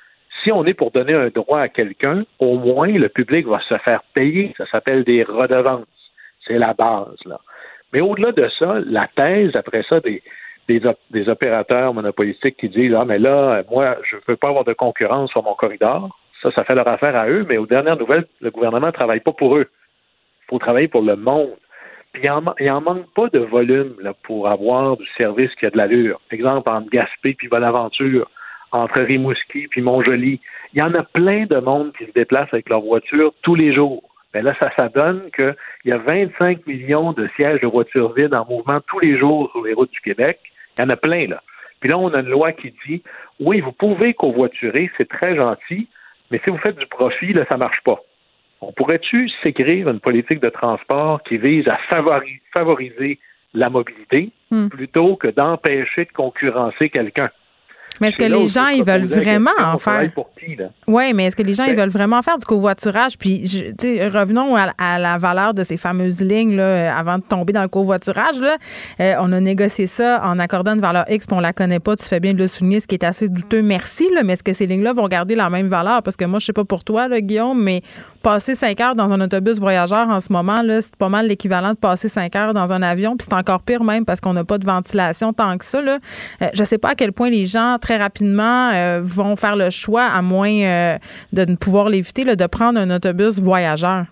Si on est pour donner un droit à quelqu'un, au moins le public va se faire payer. Ça s'appelle des redevances. C'est la base, là. Mais au-delà de ça, la thèse, après ça, des, des, op- des opérateurs monopolistiques qui disent « Ah, mais là, moi, je ne veux pas avoir de concurrence sur mon corridor. » Ça, ça fait leur affaire à eux, mais aux dernières nouvelles, le gouvernement ne travaille pas pour eux. Il faut travailler pour le monde. Puis il en, il en manque pas de volume là, pour avoir du service qui a de l'allure. Exemple, entre Gaspé puis Bonaventure, entre Rimouski puis Montjoly. Il y en a plein de monde qui se déplace avec leur voiture tous les jours. Bien là, ça, ça donne qu'il y a vingt-cinq millions de sièges de voitures vides en mouvement tous les jours sur les routes du Québec. Il y en a plein, là. Puis là, on a une loi qui dit, oui, vous pouvez covoiturer, c'est très gentil, mais si vous faites du profit, là, ça marche pas. On pourrait-tu s'écrire une politique de transport qui vise à favori- favoriser la mobilité mm. plutôt que d'empêcher de concurrencer quelqu'un? Mais est-ce que les gens, ils veulent vraiment en faire? Oui, mais est-ce que les gens, ils veulent vraiment faire du covoiturage? Puis, tu sais, revenons à, à la valeur de ces fameuses lignes, là, avant de tomber dans le covoiturage, là. Euh, on a négocié ça en accordant une valeur X, puis on la connaît pas. Tu fais bien de le souligner, ce qui est assez douteux. Merci, là. Mais est-ce que ces lignes-là vont garder la même valeur? Parce que moi, je sais pas pour toi, là, Guillaume, mais passer cinq heures dans un autobus voyageur en ce moment, là, c'est pas mal l'équivalent de passer cinq heures dans un avion. Puis c'est encore pire même parce qu'on n'a pas de ventilation tant que ça, là. Euh, je sais pas à quel point les gens, très rapidement, euh, vont faire le choix, à moins euh, de ne pouvoir l'éviter, là, de prendre un autobus voyageur.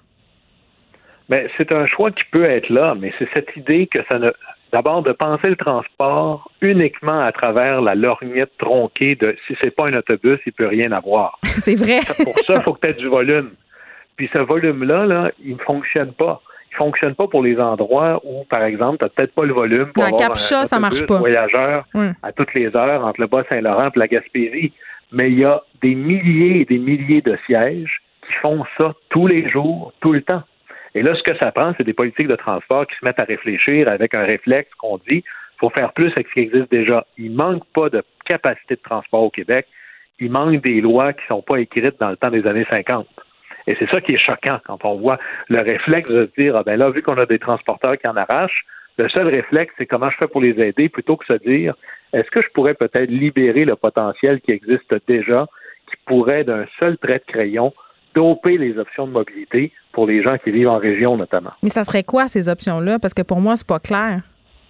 Bien, c'est un choix qui peut être là, mais c'est cette idée que ça ne... D'abord, de penser le transport uniquement à travers la lorgnette tronquée de « si c'est pas un autobus, il peut rien avoir ». C'est vrai. Pour ça, il faut que tu aies du volume. Puis ce volume-là, là, il ne fonctionne pas. Il ne fonctionne pas pour les endroits où, par exemple, tu n'as peut-être pas le volume pour dans avoir Capcha, un ça marche pas. voyageur oui. à toutes les heures entre le Bas-Saint-Laurent et la Gaspésie. Mais il y a des milliers et des milliers de sièges qui font ça tous les jours, tout le temps. Et là, ce que ça prend, c'est des politiques de transport qui se mettent à réfléchir avec un réflexe qu'on dit il faut faire plus avec ce qui existe déjà. Il manque pas de capacité de transport au Québec. Il manque des lois qui ne sont pas écrites dans le temps des années cinquante. Et c'est ça qui est choquant quand on voit le réflexe de se dire ah ben là, vu qu'on a des transporteurs qui en arrachent, le seul réflexe, c'est comment je fais pour les aider plutôt que se dire est-ce que je pourrais peut-être libérer le potentiel qui existe déjà, qui pourrait, d'un seul trait de crayon, doper les options de mobilité pour les gens qui vivent en région notamment. Mais ça serait quoi ces options-là? Parce que pour moi, c'est pas clair.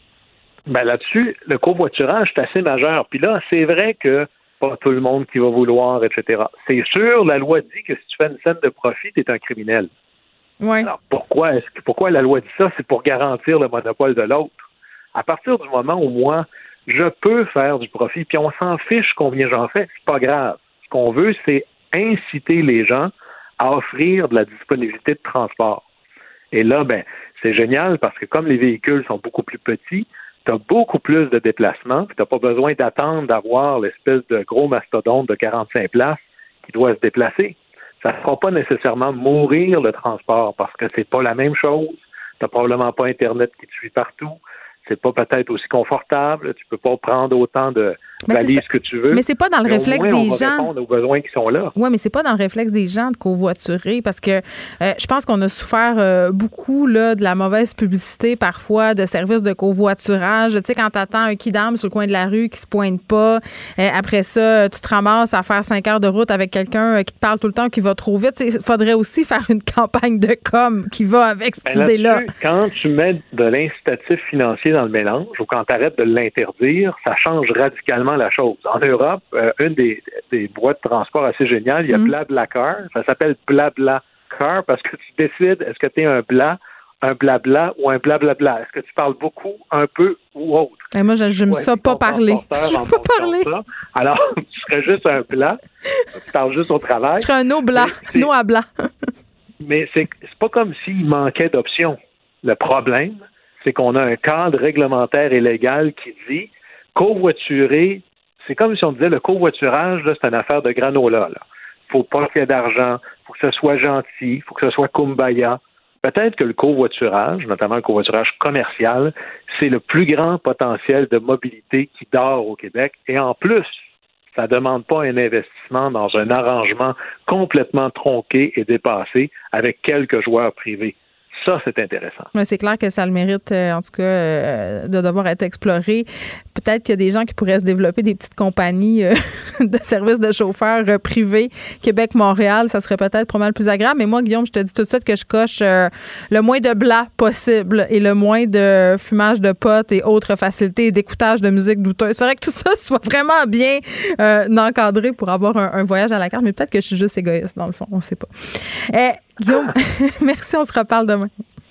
Ben là-dessus, le covoiturage, c'est assez majeur. Puis là, c'est vrai que pas tout le monde qui va vouloir, et cetera. C'est sûr, la loi dit que si tu fais une scène de profit, tu es un criminel. Ouais. Alors, pourquoi, est-ce que, pourquoi la loi dit ça? C'est pour garantir le monopole de l'autre. À partir du moment où moi, je peux faire du profit, puis on s'en fiche combien j'en fais, c'est pas grave. Ce qu'on veut, c'est inciter les gens à offrir de la disponibilité de transport. Et là, ben, c'est génial parce que comme les véhicules sont beaucoup plus petits, tu as beaucoup plus de déplacements, puis tu n'as pas besoin d'attendre d'avoir l'espèce de gros mastodonte de quarante-cinq places qui doit se déplacer. Ça ne fera pas nécessairement mourir le transport parce que c'est pas la même chose. Tu n'as probablement pas Internet qui te suit partout. C'est pas peut-être aussi confortable. Tu peux pas prendre autant de valises que tu veux. Mais c'est pas dans le mais réflexe au moins, des on va gens. répondre aux besoins qui sont là. Oui, mais c'est pas dans le réflexe des gens de covoiturer parce que euh, je pense qu'on a souffert euh, beaucoup là, de la mauvaise publicité parfois de services de covoiturage. Tu sais, quand t'attends un kidam sur le coin de la rue qui se pointe pas, euh, après ça, tu te ramasses à faire cinq heures de route avec quelqu'un euh, qui te parle tout le temps, qui va trop vite. Il faudrait aussi faire une campagne de com qui va avec cette ben idée-là. Quand tu mets de l'incitatif financier dans le mélange ou quand tu arrêtes de l'interdire, ça change radicalement la chose. En Europe, euh, une des, des boîtes de transport assez géniales, il y a mm. BlaBlaCar. Ça s'appelle BlaBlaCar parce que tu décides est-ce que tu es un bla, un blabla ou un blablabla. Est-ce que tu parles beaucoup, un peu ou autre? Et moi, je n'aime ça pas parler. Je ne pas parler. Alors, tu serais juste un bla, tu parles juste au travail. Je serais un no bla, no à bla. Mais c'est, c'est pas comme s'il manquait d'options. Le problème, c'est qu'on a un cadre réglementaire et légal qui dit covoiturer, c'est comme si on disait le covoiturage, là, c'est une affaire de granola. Là. Faut pas qu'il y ait d'argent, faut que ce soit gentil, faut que ce soit kumbaya. Peut-être que le covoiturage, notamment le covoiturage commercial, c'est le plus grand potentiel de mobilité qui dort au Québec. Et en plus, ça ne demande pas un investissement dans un arrangement complètement tronqué et dépassé avec quelques joueurs privés. Ça, c'est intéressant. Ouais, c'est clair que ça le mérite, euh, en tout cas, euh, de devoir être exploré. Peut-être qu'il y a des gens qui pourraient se développer des petites compagnies euh, de services de chauffeurs euh, privés. Québec, Montréal, ça serait peut-être pas mal plus agréable. Mais moi, Guillaume, je te dis tout de suite que je coche euh, le moins de blas possible et le moins de fumage de potes et autres facilités et d'écoutage de musique douteuse. Il faudrait que tout ça soit vraiment bien euh, encadré pour avoir un, un voyage à la carte. Mais peut-être que je suis juste égoïste, dans le fond. On ne sait pas. Eh, Guillaume, merci. On se reparle demain.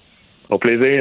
Au plaisir.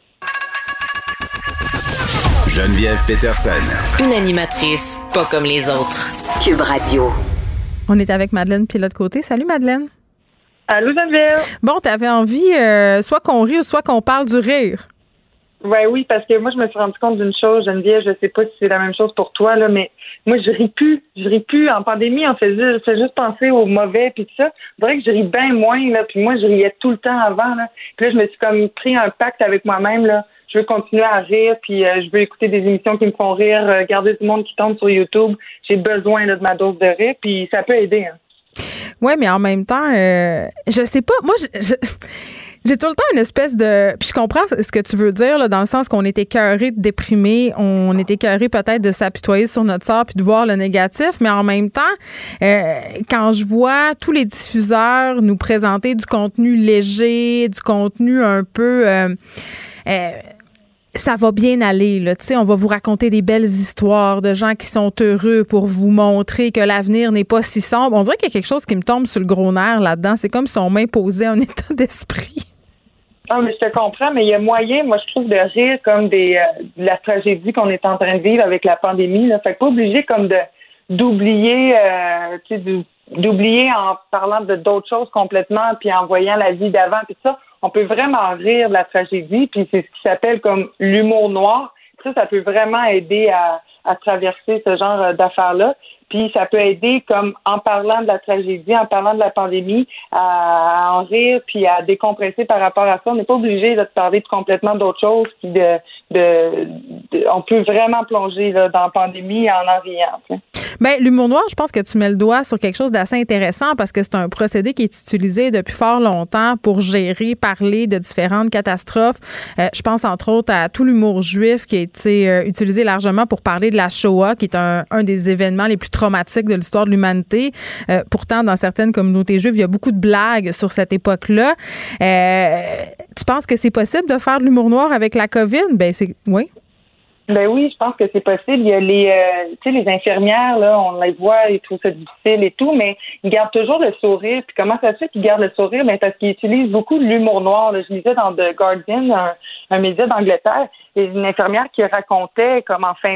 Geneviève Peterson. Une animatrice pas comme les autres. Cube Radio. On est avec Madeleine Pilote-Côté. Salut, Madeleine. Allô, Geneviève. Bon, tu avais envie euh, soit qu'on rit ou soit qu'on parle du rire. Ouais, oui, parce que moi, je me suis rendu compte d'une chose, Geneviève, je sais pas si c'est la même chose pour toi, là, mais moi, je ris plus. Je ris plus. En pandémie, on faisait, fait juste penser au mauvais puis tout ça. C'est vrai que je ris bien moins, là, puis moi, je riais tout le temps avant, là. Puis là, je me suis comme pris un pacte avec moi-même, là. Je veux continuer à rire, puis euh, je veux écouter des émissions qui me font rire, euh, regarder tout le monde qui tombe sur YouTube. J'ai besoin, là, de ma dose de rire, puis ça peut aider, hein. Ouais, mais en même temps, euh, je sais pas, moi, je... je... J'ai tout le temps une espèce de... Puis je comprends ce que tu veux dire, là, dans le sens qu'on est écœuré de déprimer, on est écœuré peut-être de s'apitoyer sur notre sort puis de voir le négatif, mais en même temps, euh, quand je vois tous les diffuseurs nous présenter du contenu léger, du contenu un peu... Euh, euh, ça va bien aller, là. Tu sais, on va vous raconter des belles histoires de gens qui sont heureux pour vous montrer que l'avenir n'est pas si sombre. On dirait qu'il y a quelque chose qui me tombe sur le gros nerf là-dedans. C'est comme si on m'imposait un état d'esprit. Non, mais je te comprends, mais il y a moyen, moi, je trouve, de rire comme des, euh, de la tragédie qu'on est en train de vivre avec la pandémie, là. Fait que pas obligé comme de, d'oublier, euh, tu sais, d'oublier en parlant de d'autres choses complètement, puis en voyant la vie d'avant, puis ça. On peut vraiment rire de la tragédie, puis c'est ce qui s'appelle comme l'humour noir. Ça, ça peut vraiment aider à, à traverser ce genre d'affaires-là. Puis ça peut aider, comme en parlant de la tragédie, en parlant de la pandémie, à en rire puis à décompresser par rapport à ça. On n'est pas obligé de parler de complètement d'autres choses. Puis de, de, de, on peut vraiment plonger là, dans la pandémie en en riant. T'sais. Bien, l'humour noir, je pense que tu mets le doigt sur quelque chose d'assez intéressant parce que c'est un procédé qui est utilisé depuis fort longtemps pour gérer, parler de différentes catastrophes. Euh, je pense entre autres à tout l'humour juif qui a été euh, utilisé largement pour parler de la Shoah, qui est un, un des événements les plus traumatiques de l'histoire de l'humanité. Euh, pourtant, dans certaines communautés juives, il y a beaucoup de blagues sur cette époque-là. Euh, tu penses que c'est possible de faire de l'humour noir avec la COVID? Ben c'est oui. Ben oui, je pense que c'est possible. Il y a les, euh, tu sais, les infirmières, là, on les voit, ils trouvent ça difficile et tout, mais ils gardent toujours le sourire. Puis comment ça se fait qu'ils gardent le sourire? Ben parce qu'ils utilisent beaucoup de l'humour noir. Là. Je lisais dans The Guardian, un, un média d'Angleterre, il y a une infirmière qui racontait, comme en fin mars,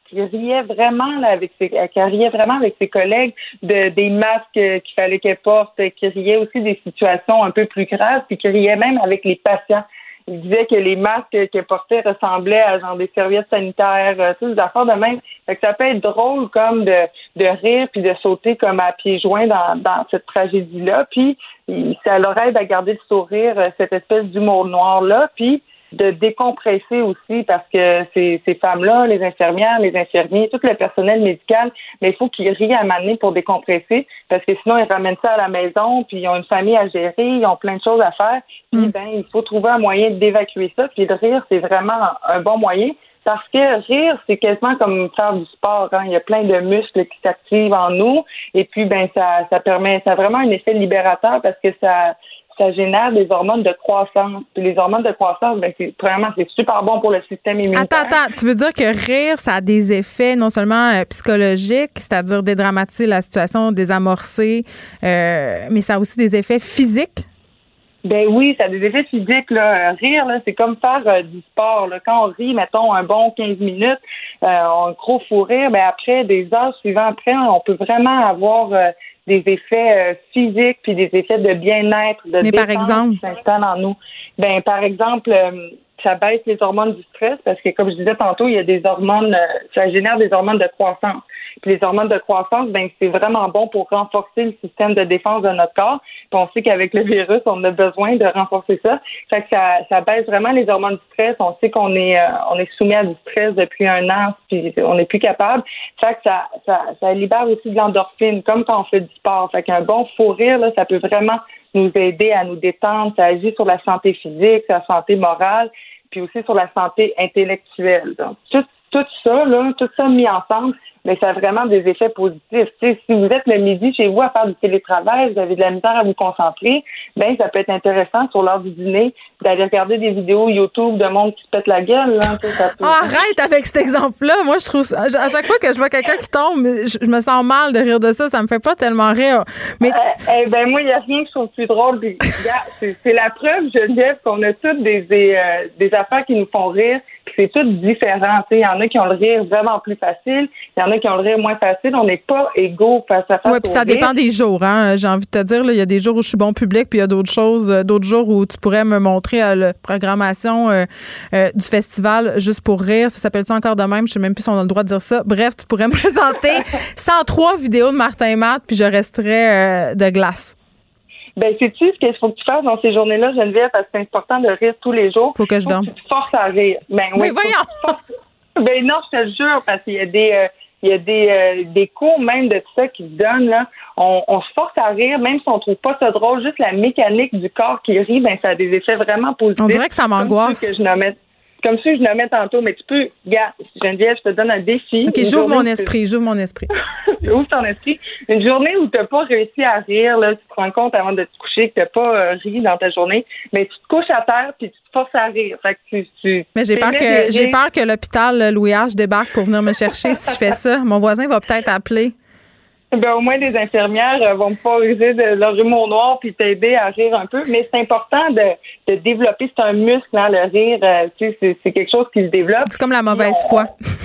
qui riait vraiment là, avec ses, qui riait vraiment avec ses collègues de des masques qu'il fallait qu'elle porte, qui riait aussi des situations un peu plus graves, puis qui riait même avec les patients. Il disait que les masques qu'elle portait ressemblaient à genre des serviettes sanitaires, euh, toutes des affaires de même. Fait que ça peut être drôle comme de, de rire puis de sauter comme à pieds joints dans, dans cette tragédie-là. Puis ça leur aide à garder le sourire, cette espèce d'humour noir-là. Puis de décompresser aussi parce que ces, ces femmes-là, les infirmières, les infirmiers, tout le personnel médical, mais il faut qu'ils rient à m'amener pour décompresser parce que sinon ils ramènent ça à la maison puis ils ont une famille à gérer, ils ont plein de choses à faire. Puis mm. ben il faut trouver un moyen d'évacuer ça. Puis de rire, c'est vraiment un bon moyen parce que rire, c'est quasiment comme faire du sport. Hein. Il y a plein de muscles qui s'activent en nous et puis ben ça, ça permet, ça a vraiment un effet libérateur parce que ça ça génère des hormones de croissance. Puis les hormones de croissance, ben c'est vraiment c'est super bon pour le système immunitaire. Attends, attends, tu veux dire que rire, ça a des effets non seulement euh, psychologiques, c'est-à-dire dédramatiser la situation, désamorcer, euh, mais ça a aussi des effets physiques? Ben oui, ça a des effets physiques, là. Rire, là, c'est comme faire euh, du sport, là. Quand on rit, mettons, un bon quinze minutes, euh, un gros fou rire, ben après, des heures suivantes après, on peut vraiment avoir euh, des effets euh, physiques puis des effets de bien-être, de Mais détente par exemple? qui s'installent en nous. Ben, par exemple, euh, ça baisse les hormones du stress parce que, comme je disais tantôt, il y a des hormones, euh, ça génère des hormones de croissance. Puis les hormones de croissance, ben c'est vraiment bon pour renforcer le système de défense de notre corps. Puis on sait qu'avec le virus, on a besoin de renforcer ça. Fait que ça, ça baisse vraiment les hormones du stress. On sait qu'on est, euh, on est soumis à du stress depuis un an, puis on n'est plus capable. Fait que ça, ça, ça libère aussi de l'endorphine, comme quand on fait du sport. Fait qu'un bon fou rire, là, ça peut vraiment nous aider à nous détendre. Ça agit sur la santé physique, sur la santé morale, puis aussi sur la santé intellectuelle. Donc, tout, tout ça, là, tout ça mis ensemble, mais ça a vraiment des effets positifs. Tu sais, si vous êtes le midi chez vous à faire du télétravail, vous avez de la misère à vous concentrer, ben ça peut être intéressant sur l'heure du dîner d'aller regarder des vidéos YouTube de monde qui se pète la gueule. Là, tu sais, ça peut... oh, arrête avec cet exemple-là. Moi, je trouve ça, à chaque fois que je vois quelqu'un qui tombe, je, je me sens mal de rire de ça. Ça me fait pas tellement rire. Mais euh, eh ben moi, il n'y a rien que je trouve plus drôle. Puis, regarde, c'est, c'est la preuve, Geneviève, qu'on a toutes des des, euh, des affaires qui nous font rire. Puis c'est tout différent. Il y en a qui ont le rire vraiment plus facile. Il y en a qui ont le rire moins facile. On n'est pas égaux face à face. Oui, puis ça rire. Dépend des jours. Hein. J'ai envie de te dire, il y a des jours où je suis bon public, puis il y a d'autres choses, d'autres jours où tu pourrais me montrer à la programmation euh, euh, du festival Juste pour rire. Ça s'appelle-tu encore de même? Je sais même plus si on a le droit de dire ça. Bref, tu pourrais me présenter cent trois vidéos de Martin et Matt, puis je resterais euh, de glace. Ben, sais-tu ce qu'il faut que tu fasses dans ces journées-là, Geneviève, parce que c'est important de rire tous les jours. Faut que je faut dorme. Que tu te forces à rire. Ben, oui, oui voyons! Forces... Ben non, je te le jure, parce qu'il y a des... Euh, il y a des, euh, des cours même de ça qui se donnent, là. On, on se force à rire, même si on trouve pas ça drôle. Juste la mécanique du corps qui rit, ben ça a des effets vraiment positifs. On dirait que ça m'angoisse. Comme ceux que je nommais, comme ceux que je nommais tantôt, mais tu peux... Regarde, Geneviève, je te donne un défi. OK, j'ouvre mon esprit, tu... j'ouvre mon esprit. Ouvre ton esprit. Une journée où tu n'as pas réussi à rire, là, tu te rends compte avant de te coucher que tu n'as pas euh, ri dans ta journée, mais tu te couches à terre puis tu te forces à rire. Fait que tu, tu mais j'ai peur que j'ai peur que l'hôpital Louis H débarque pour venir me chercher si je fais ça. Mon voisin va peut-être appeler. Ben, au moins, les infirmières euh, vont pas user de leur humour noir puis t'aider à rire un peu. Mais c'est important de, de développer. C'est un muscle, hein, le rire. Euh, tu sais, c'est, c'est quelque chose qui se développe. C'est comme la mauvaise on... foi.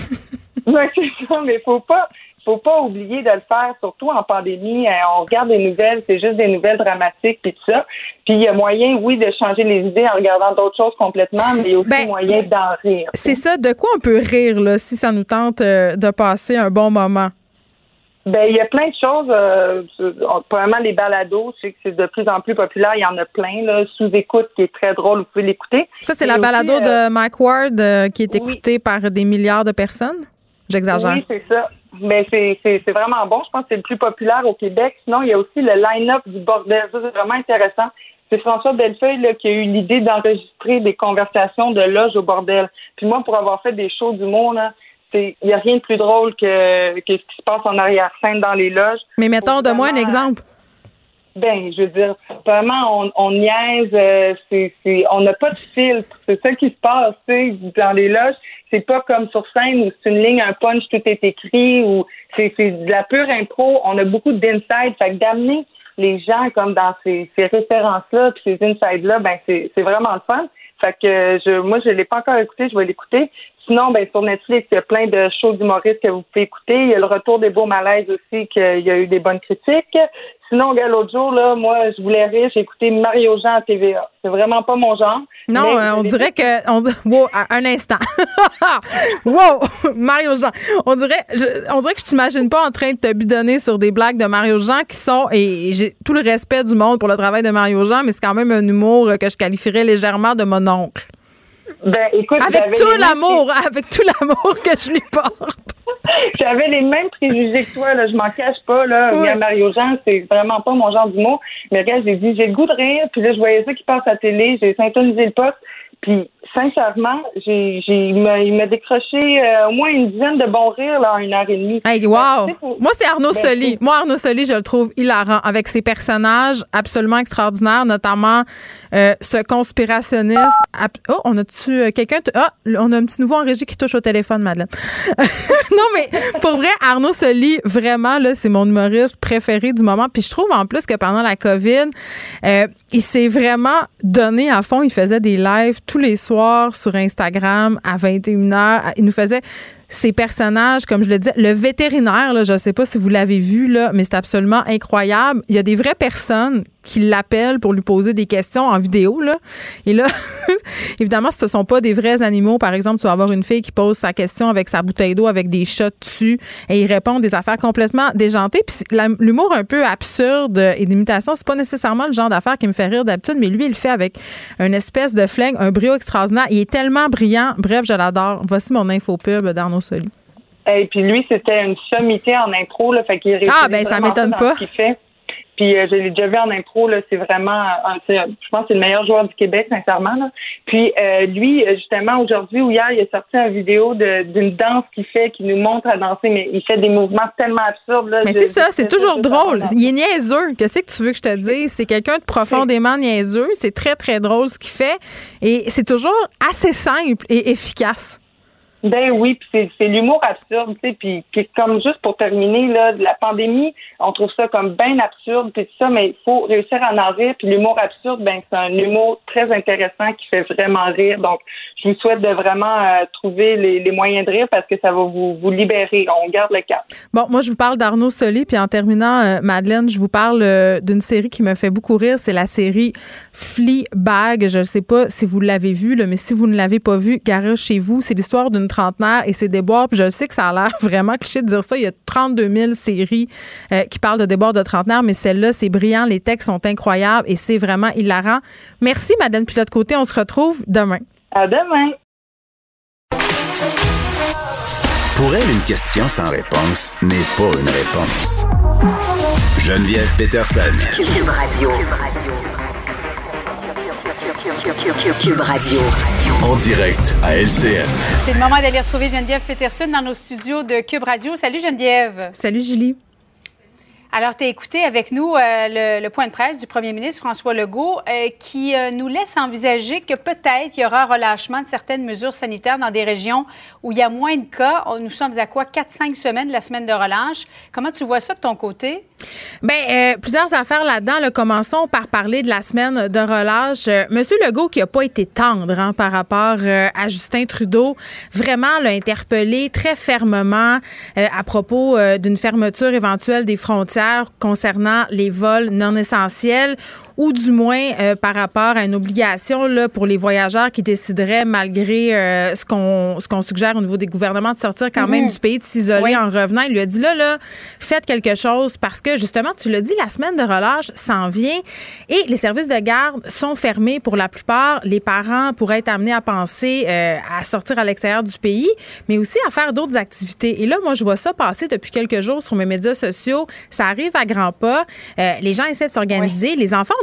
Oui, c'est ça, mais faut pas... faut pas oublier de le faire, surtout en pandémie. On regarde des nouvelles, c'est juste des nouvelles dramatiques puis tout ça. Puis il y a moyen, oui, de changer les idées en regardant d'autres choses complètement, mais il y a aussi ben, moyen d'en rire. C'est ça. De quoi on peut rire, là, si ça nous tente euh, de passer un bon moment? Ben, il y a plein de choses. Euh, probablement les balados, je sais que c'est de plus en plus populaire. Il y en a plein, là. Sous-écoute, qui est très drôle, vous pouvez l'écouter. Ça, c'est et la aussi, balado euh, de Mike Ward euh, qui est écoutée oui. par des milliards de personnes? J'exagère. Oui, c'est ça. Ben, c'est, c'est, c'est vraiment bon. Je pense que c'est le plus populaire au Québec. Sinon, il y a aussi le line-up du bordel. Ça, c'est vraiment intéressant. C'est François Bellefeuille là, qui a eu l'idée d'enregistrer des conversations de loge au bordel. Puis moi, pour avoir fait des shows d'humour, là, il n'y a rien de plus drôle que, que ce qui se passe en arrière-scène dans les loges. Mais mettons, donne-moi un exemple. Ben, je veux dire, vraiment, on, on niaise, euh, c'est, c'est, on n'a pas de filtre. C'est ça qui se passe, tu sais, dans les loges. C'est pas comme sur scène où c'est une ligne, un punch, tout est écrit, ou c'est, c'est de la pure impro. On a beaucoup d'inside. Fait que d'amener les gens comme dans ces, ces références-là puis ces insides-là, ben c'est, c'est vraiment le fun. Fait que je, moi, je l'ai pas encore écouté, je vais l'écouter. Sinon, ben sur Netflix, il y a plein de shows d'humoristes que vous pouvez écouter. Il y a le retour des beaux malaises aussi, qu'il y a eu des bonnes critiques. Sinon, gars, l'autre jour, là, moi, je voulais rire, j'ai écouté Mario Jean à T V A. C'est vraiment pas mon genre. Non, euh, on dirait que... On, wow, un instant. Wow! Mario Jean. On dirait, je, on dirait que je t'imagine pas en train de te bidonner sur des blagues de Mario Jean qui sont... Et j'ai tout le respect du monde pour le travail de Mario Jean, mais c'est quand même un humour que je qualifierais légèrement de mon oncle. Ben, écoute, avec tout l'amour, mêmes... avec tout l'amour que je lui porte. J'avais les mêmes préjugés que toi, là, je m'en cache pas, là. Oui. Mario Jean, c'est vraiment pas mon genre d'humour. Mais regarde, j'ai dit, j'ai le goût de rire, puis là, je voyais ça qui passe à la télé, j'ai syntonisé le poste, puis sincèrement, j'ai, j'ai, il, m'a, il m'a décroché euh, au moins une dizaine de bons rires là, en une heure et demie. Hey, wow! Ben, pour... Moi, c'est Arnaud ben, Soli. C'est... Moi, Arnaud Soli, je le trouve hilarant avec ses personnages absolument extraordinaires, notamment euh, ce conspirationniste. Oh, on a-tu euh, quelqu'un? Ah, oh, on a un petit nouveau en régie qui touche au téléphone, Madeleine. Non, mais pour vrai, Arnaud Soli, vraiment, là, c'est mon humoriste préféré du moment. Puis je trouve en plus que pendant la COVID, euh, il s'est vraiment donné à fond. Il faisait des lives tous les soirs sur Instagram à vingt et une heures. Il nous faisait ces personnages, comme je le disais, le vétérinaire, là, je ne sais pas si vous l'avez vu, là, mais c'est absolument incroyable. Il y a des vraies personnes qui l'appellent pour lui poser des questions en vidéo, là. Et là, évidemment, ce ne sont pas des vrais animaux. Par exemple, tu vas avoir une fille qui pose sa question avec sa bouteille d'eau avec des chats dessus et il répond des affaires complètement déjantées. Puis l'humour un peu absurde et d'imitation, c'est pas nécessairement le genre d'affaires qui me fait rire d'habitude, mais lui, il le fait avec une espèce de flingue, un brio extraordinaire. Il est tellement brillant. Bref, je l'adore. Voici mon info-pub d'Arnaud Soli. Et puis lui, c'était une sommité en impro, là, fait qu'il réussit ah, ben ça m'étonne pas. Ce qu'il fait. Puis euh, je l'ai déjà vu en impro, là, c'est vraiment, un, c'est, je pense que c'est le meilleur joueur du Québec, sincèrement. Là. Puis euh, lui, justement, aujourd'hui ou hier, il a sorti une vidéo de, d'une danse qu'il fait, qui nous montre à danser, mais il fait des mouvements tellement absurdes. Là, mais je, c'est ça, je, c'est je, toujours je, drôle. Il est niaiseux. Qu'est-ce que tu veux que je te dise? C'est quelqu'un de profondément niaiseux. C'est très, très drôle ce qu'il fait. Et c'est toujours assez simple et efficace. Ben oui, puis c'est, c'est l'humour absurde, tu sais, puis, puis comme juste pour terminer, là, de la pandémie, on trouve ça comme bien absurde, puis tout ça, mais il faut réussir à en rire, puis l'humour absurde, ben c'est un humour très intéressant qui fait vraiment rire, donc je vous souhaite de vraiment euh, trouver les, les moyens de rire parce que ça va vous, vous libérer, on garde le cap. Bon, moi je vous parle d'Arnaud Soli, puis en terminant, euh, Madeleine, je vous parle euh, d'une série qui me fait beaucoup rire, c'est la série Fleabag, je ne sais pas si vous l'avez vue, là, mais si vous ne l'avez pas vue, garez chez vous, c'est l'histoire d'une trentenaire et ses déboires. Puis je sais que ça a l'air vraiment cliché de dire ça. Il y a trente-deux mille séries euh, qui parlent de déboires de trentenaire, mais celle-là, c'est brillant. Les textes sont incroyables et c'est vraiment hilarant. Merci, Madeleine Pilote-Côté. On se retrouve demain. À demain. Pour elle, une question sans réponse n'est pas une réponse. Geneviève Peterson. Cube Radio. Cube Radio. En direct à L C N. C'est le moment d'aller retrouver Geneviève Peterson dans nos studios de Cube Radio. Salut Geneviève. Salut Julie. Alors, tu as écouté avec nous euh, le, le point de presse du premier ministre François Legault euh, qui euh, nous laisse envisager que peut-être il y aura un relâchement de certaines mesures sanitaires dans des régions où il y a moins de cas. Nous sommes à quoi? quatre cinq semaines de la semaine de relâche. Comment tu vois ça de ton côté? Bien, euh, plusieurs affaires là-dedans. Là, commençons par parler de la semaine de relâche. Euh, Monsieur Legault, qui n'a pas été tendre hein, par rapport euh, à Justin Trudeau, vraiment l'a interpellé très fermement euh, à propos euh, d'une fermeture éventuelle des frontières concernant les vols non essentiels ou du moins euh, par rapport à une obligation là, pour les voyageurs qui décideraient, malgré euh, ce qu'on ce qu'on suggère au niveau des gouvernements, de sortir quand mm-hmm. même du pays, de s'isoler oui. en revenant. Il lui a dit, là, là, faites quelque chose parce que, justement, tu l'as dit, la semaine de relâche s'en vient et les services de garde sont fermés pour la plupart. Les parents pourraient être amenés à penser euh, à sortir à l'extérieur du pays, mais aussi à faire d'autres activités. Et là, moi, je vois ça passer depuis quelques jours sur mes médias sociaux. Ça arrive à grands pas. Euh, les gens essaient de s'organiser. Oui. Les enfants ont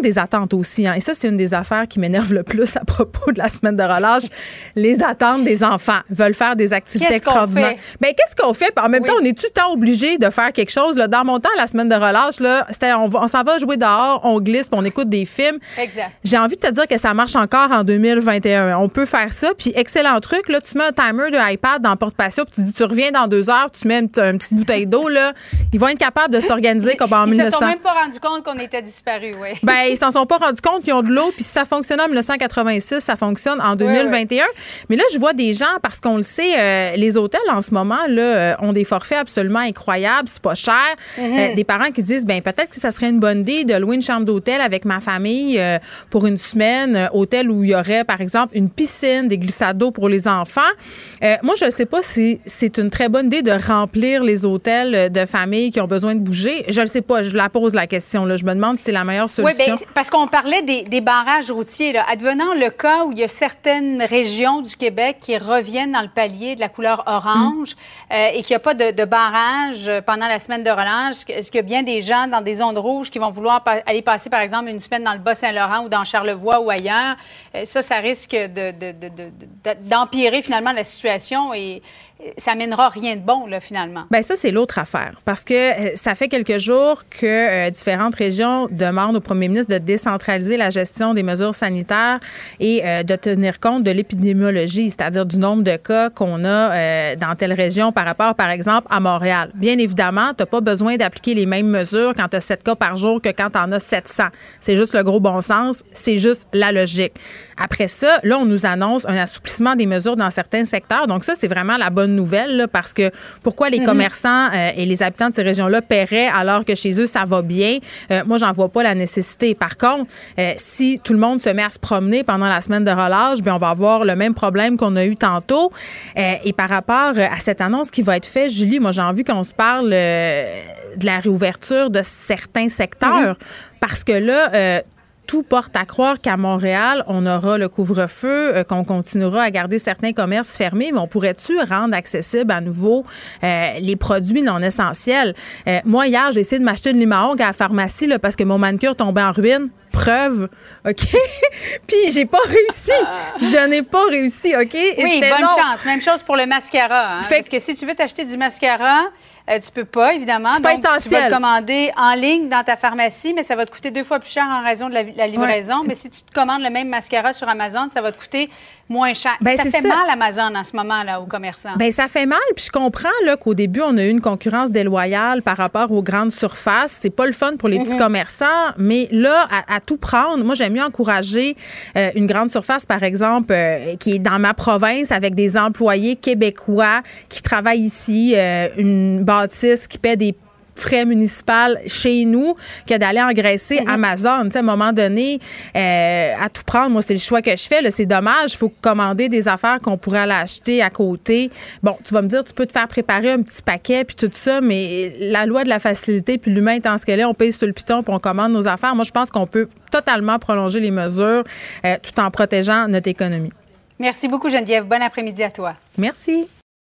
des attentes aussi. Hein. Et ça, c'est une des affaires qui m'énerve le plus à propos de la semaine de relâche. Les attentes des enfants. Ils veulent faire des activités qu'est-ce extraordinaires. Ben, qu'est-ce qu'on fait? Puis en même oui. temps, on est-tu tant obligé de faire quelque chose? Là? Dans mon temps, la semaine de relâche, là, c'était, on, va, on s'en va jouer dehors, on glisse, puis on écoute des films. Exact. J'ai envie de te dire que ça marche encore en deux mille vingt et un. On peut faire ça. Puis excellent truc. Là, tu mets un timer de iPad dans le porte-patio, puis tu dis, tu reviens dans deux heures, tu mets une, une petite bouteille d'eau. Là. Ils vont être capables de s'organiser comme en ils mille neuf cents. Ils se sont même pas rendus compte qu'on était disparus, oui. Ben, ils s'en sont pas rendus compte, ils ont de l'eau, puis si ça fonctionnait en dix-neuf cent quatre-vingt-six, ça fonctionne en deux mille vingt et un. Oui, oui. Mais là, je vois des gens, parce qu'on le sait, euh, les hôtels en ce moment là euh, ont des forfaits absolument incroyables, c'est pas cher. Mm-hmm. Euh, des parents qui se disent, ben peut-être que ça serait une bonne idée de louer une chambre d'hôtel avec ma famille euh, pour une semaine, euh, hôtel où il y aurait, par exemple, une piscine, des glissades d'eau pour les enfants. Euh, moi, je ne sais pas si c'est une très bonne idée de remplir les hôtels de familles qui ont besoin de bouger. Je ne le sais pas, je la pose la question. Là. Je me demande si c'est la meilleure solution. Oui, bien, parce qu'on parlait des, des barrages routiers. Là. Advenant le cas où il y a certaines régions du Québec qui reviennent dans le palier de la couleur orange mmh. euh, et qu'il n'y a pas de, de barrage pendant la semaine de relâche, est-ce qu'il y a bien des gens dans des zones rouges qui vont vouloir pa- aller passer, par exemple, une semaine dans le Bas-Saint-Laurent ou dans Charlevoix ou ailleurs? Euh, ça, ça risque de, de, de, de, de, d'empirer finalement la situation et ça mènera rien de bon, là, finalement. Bien, ça, c'est l'autre affaire. Parce que euh, ça fait quelques jours que euh, différentes régions demandent au premier ministre de décentraliser la gestion des mesures sanitaires et euh, de tenir compte de l'épidémiologie, c'est-à-dire du nombre de cas qu'on a euh, dans telle région par rapport, par exemple, à Montréal. Bien évidemment, tu n'as pas besoin d'appliquer les mêmes mesures quand tu as sept cas par jour que quand tu en as sept cents. C'est juste le gros bon sens. C'est juste la logique. Après ça, là, on nous annonce un assouplissement des mesures dans certains secteurs. Donc ça, c'est vraiment la bonne nouvelle, là, parce que pourquoi les mm-hmm. commerçants euh, et les habitants de ces régions-là paieraient alors que chez eux, ça va bien? Euh, moi, j'en vois pas la nécessité. Par contre, euh, si tout le monde se met à se promener pendant la semaine de relâche, bien, on va avoir le même problème qu'on a eu tantôt. Euh, et par rapport à cette annonce qui va être faite, Julie, moi, j'ai envie qu'on se parle euh, de la réouverture de certains secteurs, mm-hmm. parce que là, euh, tout porte à croire qu'à Montréal, on aura le couvre-feu, euh, qu'on continuera à garder certains commerces fermés, mais on pourrait-tu rendre accessible à nouveau euh, les produits non essentiels? Euh, moi, hier, j'ai essayé de m'acheter une Limaong à la pharmacie là, parce que mon manucure tombait en ruine. Preuve, OK? Puis j'ai pas réussi. Je n'ai pas réussi, OK? Et oui, bonne non. chance. Même chose pour le mascara. Hein? Fait... Parce que si tu veux t'acheter du mascara, euh, tu peux pas, évidemment. C'est pas Donc, essentiel. Tu vas le commander en ligne dans ta pharmacie, mais ça va te coûter deux fois plus cher en raison de la, la livraison. Ouais. Mais si tu te commandes le même mascara sur Amazon, ça va te coûter moins cher. Ben, ça fait ça. mal, Amazon, en ce moment, là, aux commerçants. Bien, ça fait mal. Puis je comprends là, qu'au début, on a eu une concurrence déloyale par rapport aux grandes surfaces. C'est pas le fun pour les mm-hmm. petits commerçants, mais là, à, à tout prendre, moi, j'aime mieux encourager euh, une grande surface, par exemple, euh, qui est dans ma province avec des employés québécois qui travaillent ici, euh, une bâtisse qui paie des frais municipaux chez nous que d'aller engraisser mm-hmm. Amazon. Tu sais, à un moment donné, euh, à tout prendre, moi, c'est le choix que je fais. Là, c'est dommage. Il faut commander des affaires qu'on pourrait aller acheter à côté. Bon, tu vas me dire, tu peux te faire préparer un petit paquet puis tout ça, mais la loi de la facilité puis l'humain étant ce qu'elle est, on paye sur le piton puis on commande nos affaires. Moi, je pense qu'on peut totalement prolonger les mesures euh, tout en protégeant notre économie. Merci beaucoup, Geneviève. Bon après-midi à toi. Merci.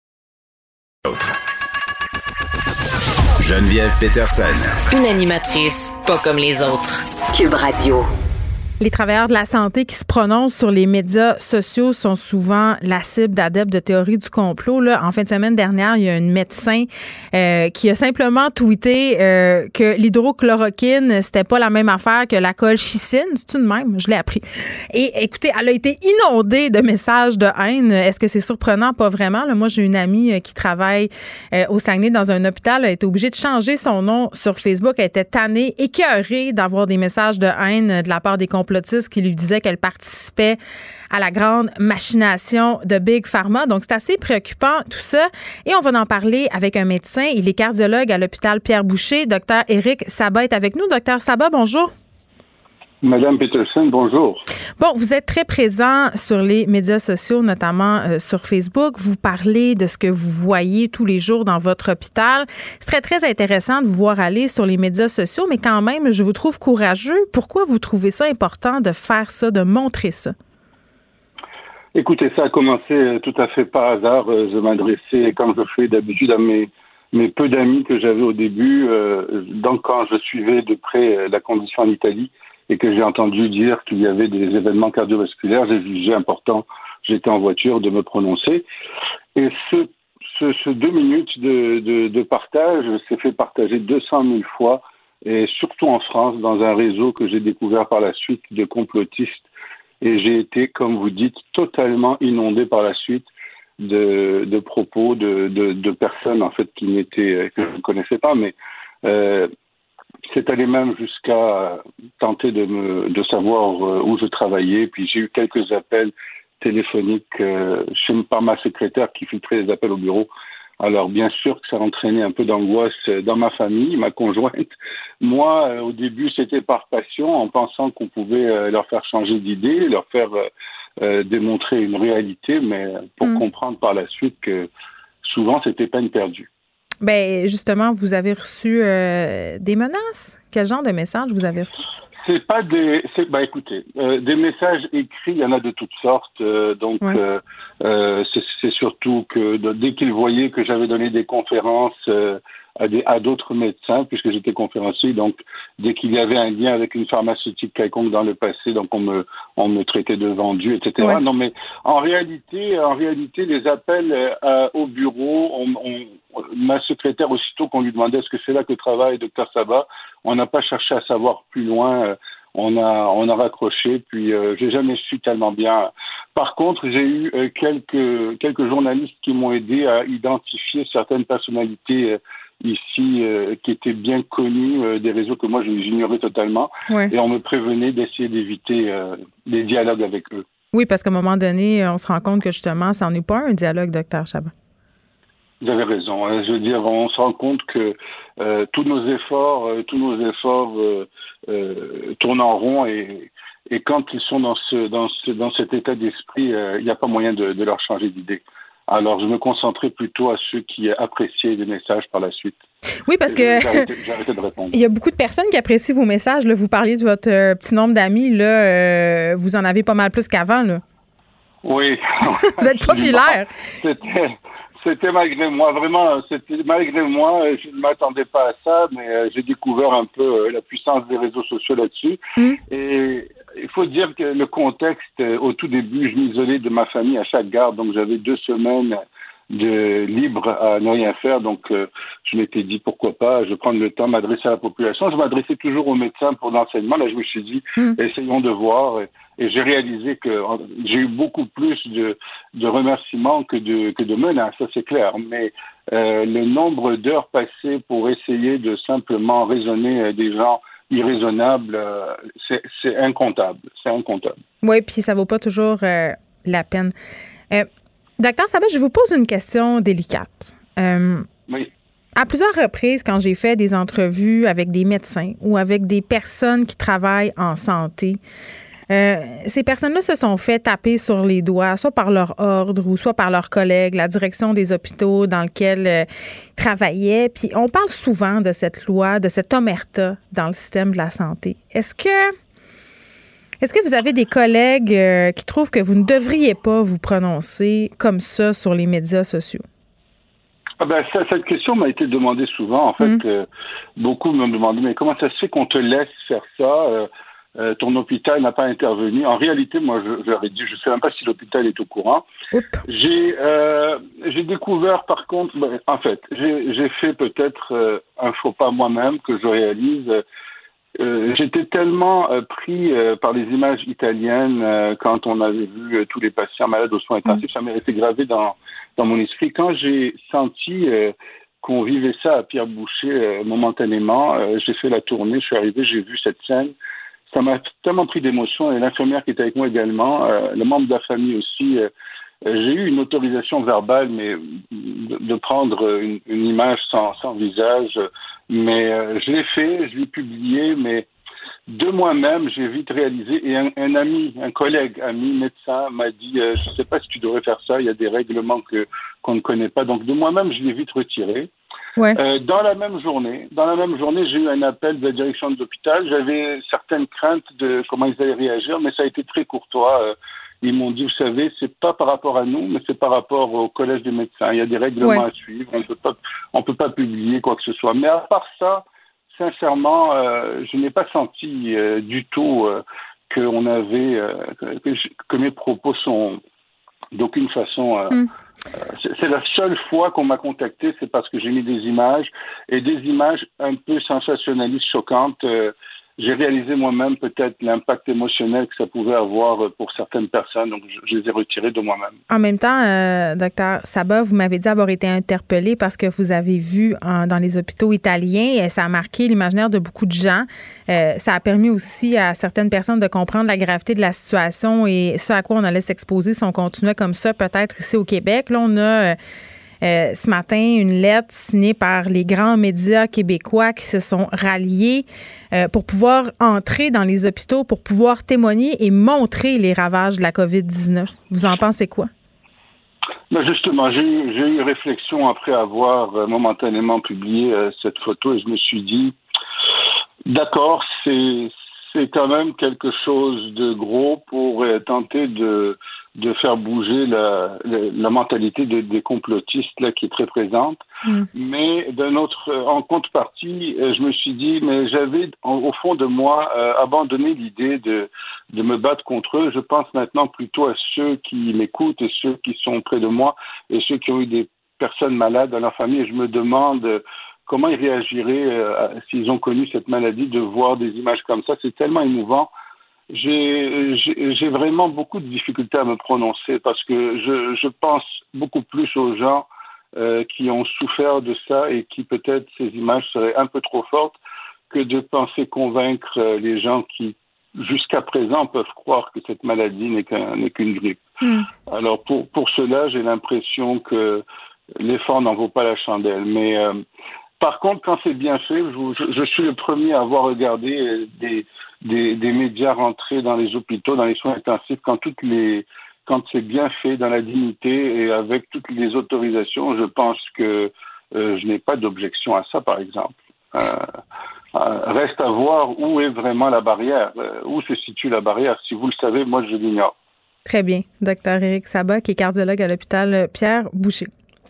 Geneviève Peterson. Une animatrice pas comme les autres. Cube Radio. Les travailleurs de la santé qui se prononcent sur les médias sociaux sont souvent la cible d'adeptes de théories du complot. Là, en fin de semaine dernière, il y a une médecin euh, qui a simplement tweeté euh, que l'hydrochloroquine, c'était pas la même affaire que la colchicine. C'est tout de même, je l'ai appris. Et écoutez, elle a été inondée de messages de haine. Est-ce que c'est surprenant? Pas vraiment. Là, moi, j'ai une amie qui travaille euh, au Saguenay dans un hôpital. Elle a été obligée de changer son nom sur Facebook. Elle était tannée, écœurée d'avoir des messages de haine de la part des complotistes qui lui disait qu'elle participait à la grande machination de Big Pharma. Donc, c'est assez préoccupant, tout ça. Et on va en parler avec un médecin. Il est cardiologue à l'hôpital Pierre-Boucher. Docteur Éric Sabat est avec nous. Docteur Sabat, bonjour. Madame Peterson, bonjour. Bon, vous êtes très présent sur les médias sociaux, notamment euh, sur Facebook. Vous parlez de ce que vous voyez tous les jours dans votre hôpital. Ce serait très intéressant de vous voir aller sur les médias sociaux, mais quand même, je vous trouve courageux. Pourquoi vous trouvez ça important de faire ça, de montrer ça? Écoutez, ça a commencé tout à fait par hasard. Je m'adressais, comme je fais d'habitude, à mes, mes peu d'amis que j'avais au début. Donc, quand je suivais de près la condition en Italie, et que j'ai entendu dire qu'il y avait des événements cardiovasculaires, j'ai jugé important, j'étais en voiture, de me prononcer. Et ce, ce, ce deux minutes de, de, de partage s'est fait partager deux cent mille fois, et surtout en France, dans un réseau que j'ai découvert par la suite de complotistes. Et j'ai été, comme vous dites, totalement inondé par la suite de, de propos de, de, de personnes, en fait, qui n'étaient, que je ne connaissais pas, mais euh, c'est allé même jusqu'à tenter de me, de savoir où je travaillais. Puis j'ai eu quelques appels téléphoniques euh, chez, par ma secrétaire qui filtrait les appels au bureau. Alors, bien sûr que ça entraînait un peu d'angoisse dans ma famille, ma conjointe. Moi, euh, au début, c'était par passion, en pensant qu'on pouvait euh, leur faire changer d'idée, leur faire euh, euh, démontrer une réalité, mais pour mmh. comprendre par la suite que souvent, c'était peine perdue. Bien, justement, vous avez reçu euh, des menaces? Quel genre de messages vous avez reçus? C'est pas des... C'est, bah écoutez, euh, des messages écrits, il y en a de toutes sortes. Euh, donc, ouais. euh, euh, c'est, c'est surtout que de, dès qu'ils voyaient que j'avais donné des conférences euh, à, des, à d'autres médecins, puisque j'étais conférencier, donc dès qu'il y avait un lien avec une pharmaceutique quelconque dans le passé, donc on me, on me traitait de vendu, et cetera. Ouais. Non, mais en réalité, en réalité, les appels euh, au bureau, on, on, ma secrétaire, aussitôt qu'on lui demandait est-ce que c'est là que travaille docteur Sabat, on n'a pas cherché à savoir plus loin. Euh, on a, on a raccroché. Puis, euh, j'ai jamais su tellement bien. Par contre, j'ai eu euh, quelques, quelques journalistes qui m'ont aidé à identifier certaines personnalités euh, ici euh, qui étaient bien connues euh, des réseaux que moi j'ignorais totalement. Ouais. Et on me prévenait d'essayer d'éviter euh, des dialogues avec eux. Oui, parce qu'à un moment donné, on se rend compte que justement, ça n'en est pas un dialogue, docteur Chabot. Vous avez raison. Je veux dire, on se rend compte que euh, tous nos efforts, euh, tous nos efforts euh, euh, tournent en rond et, et quand ils sont dans ce, dans ce, dans cet état d'esprit, il euh, n'y a pas moyen de, de leur changer d'idée. Alors, je me concentrais plutôt à ceux qui appréciaient les messages par la suite. Oui, parce que j'ai arrêté, j'ai arrêté de répondre. Il y a beaucoup de personnes qui apprécient vos messages. Là. Vous parliez de votre euh, petit nombre d'amis. Là, euh, vous en avez pas mal plus qu'avant. Là. Oui. Vous êtes populaire. C'était... C'était malgré moi, vraiment, c'était malgré moi, je ne m'attendais pas à ça, mais euh, j'ai découvert un peu euh, la puissance des réseaux sociaux là-dessus. Mmh. Et il faut dire que le contexte, euh, au tout début, je m'isolais de ma famille à chaque gare, donc j'avais deux semaines de libre à ne rien faire, donc euh, je m'étais dit pourquoi pas, je vais prendre le temps de m'adresser à la population. Je m'adressais toujours aux médecins pour l'enseignement, là je me suis dit, mmh. essayons de voir. Et, Et j'ai réalisé que j'ai eu beaucoup plus de, de remerciements que de, que de menaces, ça c'est clair. Mais euh, le nombre d'heures passées pour essayer de simplement raisonner des gens irraisonnables, euh, c'est, c'est incontable. C'est incontable. Oui, puis ça vaut pas toujours euh, la peine. Euh, docteur Sabat, je vous pose une question délicate. Euh, oui. À plusieurs reprises, quand j'ai fait des entrevues avec des médecins ou avec des personnes qui travaillent en santé, Euh, ces personnes-là se sont fait taper sur les doigts, soit par leur ordre ou soit par leurs collègues, la direction des hôpitaux dans lesquels euh, ils travaillaient. Puis on parle souvent de cette loi, de cette omerta dans le système de la santé. Est-ce que, est-ce que vous avez des collègues euh, qui trouvent que vous ne devriez pas vous prononcer comme ça sur les médias sociaux? Ah ben, ça, cette question m'a été demandée souvent. En fait, mmh. euh, beaucoup m'ont demandé, mais comment ça se fait qu'on te laisse faire ça euh, Euh, ton hôpital n'a pas intervenu. En réalité, moi, je, je leur ai dit, je ne sais même pas si l'hôpital est au courant. Oups. J'ai, euh, j'ai découvert, par contre, ben, en fait, j'ai, j'ai fait peut-être euh, un faux pas moi-même que je réalise. Euh, j'étais tellement euh, pris euh, par les images italiennes euh, quand on avait vu euh, tous les patients malades aux soins intensifs, mmh. ça m'est resté gravé dans, dans mon esprit. Quand j'ai senti euh, qu'on vivait ça à Pierre Boucher euh, momentanément, euh, j'ai fait la tournée, je suis arrivé, j'ai vu cette scène. Ça m'a tellement pris d'émotion, et l'infirmière qui était avec moi également, euh, le membre de la famille aussi. Euh, j'ai eu une autorisation verbale, mais de, de prendre une, une image sans, sans visage. Mais euh, je l'ai fait, je l'ai publié, mais de moi-même, j'ai vite réalisé. Et un, un ami, un collègue, ami, médecin, m'a dit euh, « Je ne sais pas si tu devrais faire ça, il y a des règlements que, qu'on ne connaît pas. » Donc de moi-même, je l'ai vite retiré. Ouais. Euh, dans la même journée, dans la même journée, j'ai eu un appel de la direction de l'hôpital. J'avais certaines craintes de comment ils allaient réagir, mais ça a été très courtois. Euh, ils m'ont dit, vous savez, c'est pas par rapport à nous, mais c'est par rapport au collège des médecins. Il y a des règlements ouais. à suivre. On peut pas, on peut pas publier quoi que ce soit. Mais à part ça, sincèrement, euh, je n'ai pas senti euh, du tout euh, qu'on avait, euh, que, que mes propos sont d'aucune façon... Euh, mm. euh, c'est la seule fois qu'on m'a contacté, c'est parce que j'ai mis des images, et des images un peu sensationnalistes, choquantes. Euh, j'ai réalisé moi-même peut-être l'impact émotionnel que ça pouvait avoir pour certaines personnes, donc je, je les ai retirés de moi-même. En même temps, euh, docteur Sabat, vous m'avez dit avoir été interpellé parce que vous avez vu en, dans les hôpitaux italiens, et ça a marqué l'imaginaire de beaucoup de gens. Euh, ça a permis aussi à certaines personnes de comprendre la gravité de la situation et ce à quoi on allait s'exposer si on continuait comme ça, peut-être ici au Québec. Là, on a... Euh, Euh, ce matin, une lettre signée par les grands médias québécois qui se sont ralliés euh, pour pouvoir entrer dans les hôpitaux, pour pouvoir témoigner et montrer les ravages de la covid dix-neuf. Vous en pensez quoi? Ben justement, j'ai eu, j'ai eu réflexion après avoir euh, momentanément publié euh, cette photo, et je me suis dit, d'accord, c'est, c'est quand même quelque chose de gros pour euh, tenter de... de faire bouger la, la, la mentalité de, des complotistes là, qui est très présente. Mm. Mais d'un autre, en contrepartie, je me suis dit, mais j'avais en, au fond de moi euh, abandonné l'idée de, de me battre contre eux. Je pense maintenant plutôt à ceux qui m'écoutent et ceux qui sont près de moi et ceux qui ont eu des personnes malades dans leur famille. Et je me demande comment ils réagiraient euh, s'ils ont connu cette maladie, de voir des images comme ça. C'est tellement émouvant. J'ai, j'ai, j'ai vraiment beaucoup de difficultés à me prononcer parce que je, je pense beaucoup plus aux gens euh, qui ont souffert de ça et qui peut-être ces images seraient un peu trop fortes que de penser convaincre les gens qui jusqu'à présent peuvent croire que cette maladie n'est, qu'un, n'est qu'une grippe. Mmh. Alors pour, pour cela, j'ai l'impression que l'effort n'en vaut pas la chandelle. Mais euh, par contre, quand c'est bien fait, je, je, je suis le premier à avoir regardé des Des, des médias rentrer dans les hôpitaux, dans les soins intensifs, quand toutes les, quand c'est bien fait dans la dignité et avec toutes les autorisations, je pense que euh, je n'ai pas d'objection à ça, par exemple. Euh, euh, reste à voir où est vraiment la barrière, euh, où se situe la barrière. Si vous le savez, moi je l'ignore. Très bien, docteur Éric Sabat, qui est cardiologue à l'hôpital Pierre-Boucher.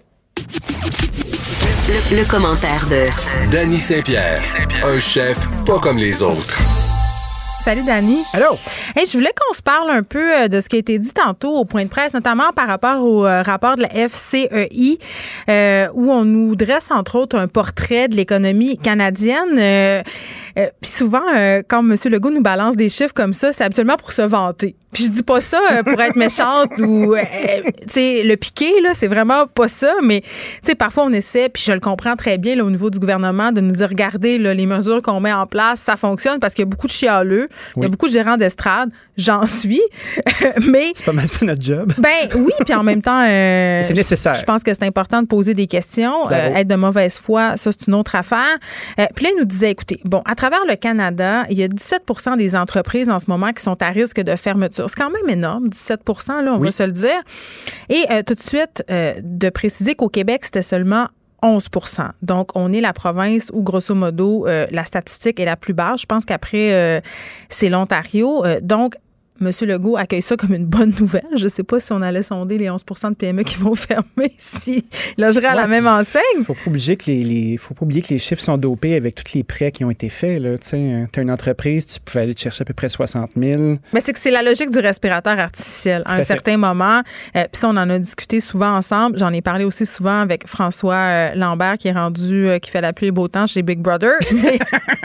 Le, le commentaire de Dany Saint-Pierre, un chef pas comme les autres. Salut, Dany. Allô. Hey, je voulais qu'on se parle un peu de ce qui a été dit tantôt au point de presse, notamment par rapport au euh, rapport de la F C E I, euh, où on nous dresse, entre autres, un portrait de l'économie canadienne. Euh, euh, Puis souvent, euh, quand M. Legault nous balance des chiffres comme ça, c'est absolument pour se vanter. Puis je dis pas ça euh, pour être méchante ou, euh, tu sais, le piquer, là, c'est vraiment pas ça. Mais, tu sais, parfois, on essaie, puis je le comprends très bien, là, au niveau du gouvernement, de nous dire, regardez, là, les mesures qu'on met en place, ça fonctionne parce qu'il y a beaucoup de chialeux. Oui. Il y a beaucoup de gérants d'estrade, j'en suis. Mais c'est pas mal ça notre job. Ben oui, puis en même temps, euh, c'est nécessaire. Je pense que c'est important de poser des questions. Euh, être de mauvaise foi, ça c'est une autre affaire. Euh, puis là, il nous disait, écoutez, bon, à travers le Canada, il y a dix-sept pour cent des entreprises en ce moment qui sont à risque de fermeture. C'est quand même énorme, dix-sept pour cent là, on oui. va se le dire. Et euh, tout de suite, euh, de préciser qu'au Québec, c'était seulement onze pour cent. Donc, on est la province où, grosso modo, euh, la statistique est la plus basse. Je pense qu'après, euh, c'est l'Ontario. Euh, donc, M. Legault accueille ça comme une bonne nouvelle. Je ne sais pas si on allait sonder les onze pour cent de P M E qui vont fermer s'ils logeraient à ouais, la même enseigne. Il ne faut pas oublier que les, les, faut pas oublier que les chiffres sont dopés avec tous les prêts qui ont été faits. Tu as une entreprise, tu pouvais aller te chercher à peu près soixante mille. Mais c'est que c'est la logique du respirateur artificiel. À un certain moment, euh, puis ça, on en a discuté souvent ensemble. J'en ai parlé aussi souvent avec François euh, Lambert, qui est rendu, euh, qui fait la pluie et beau temps chez Big Brother. Mais,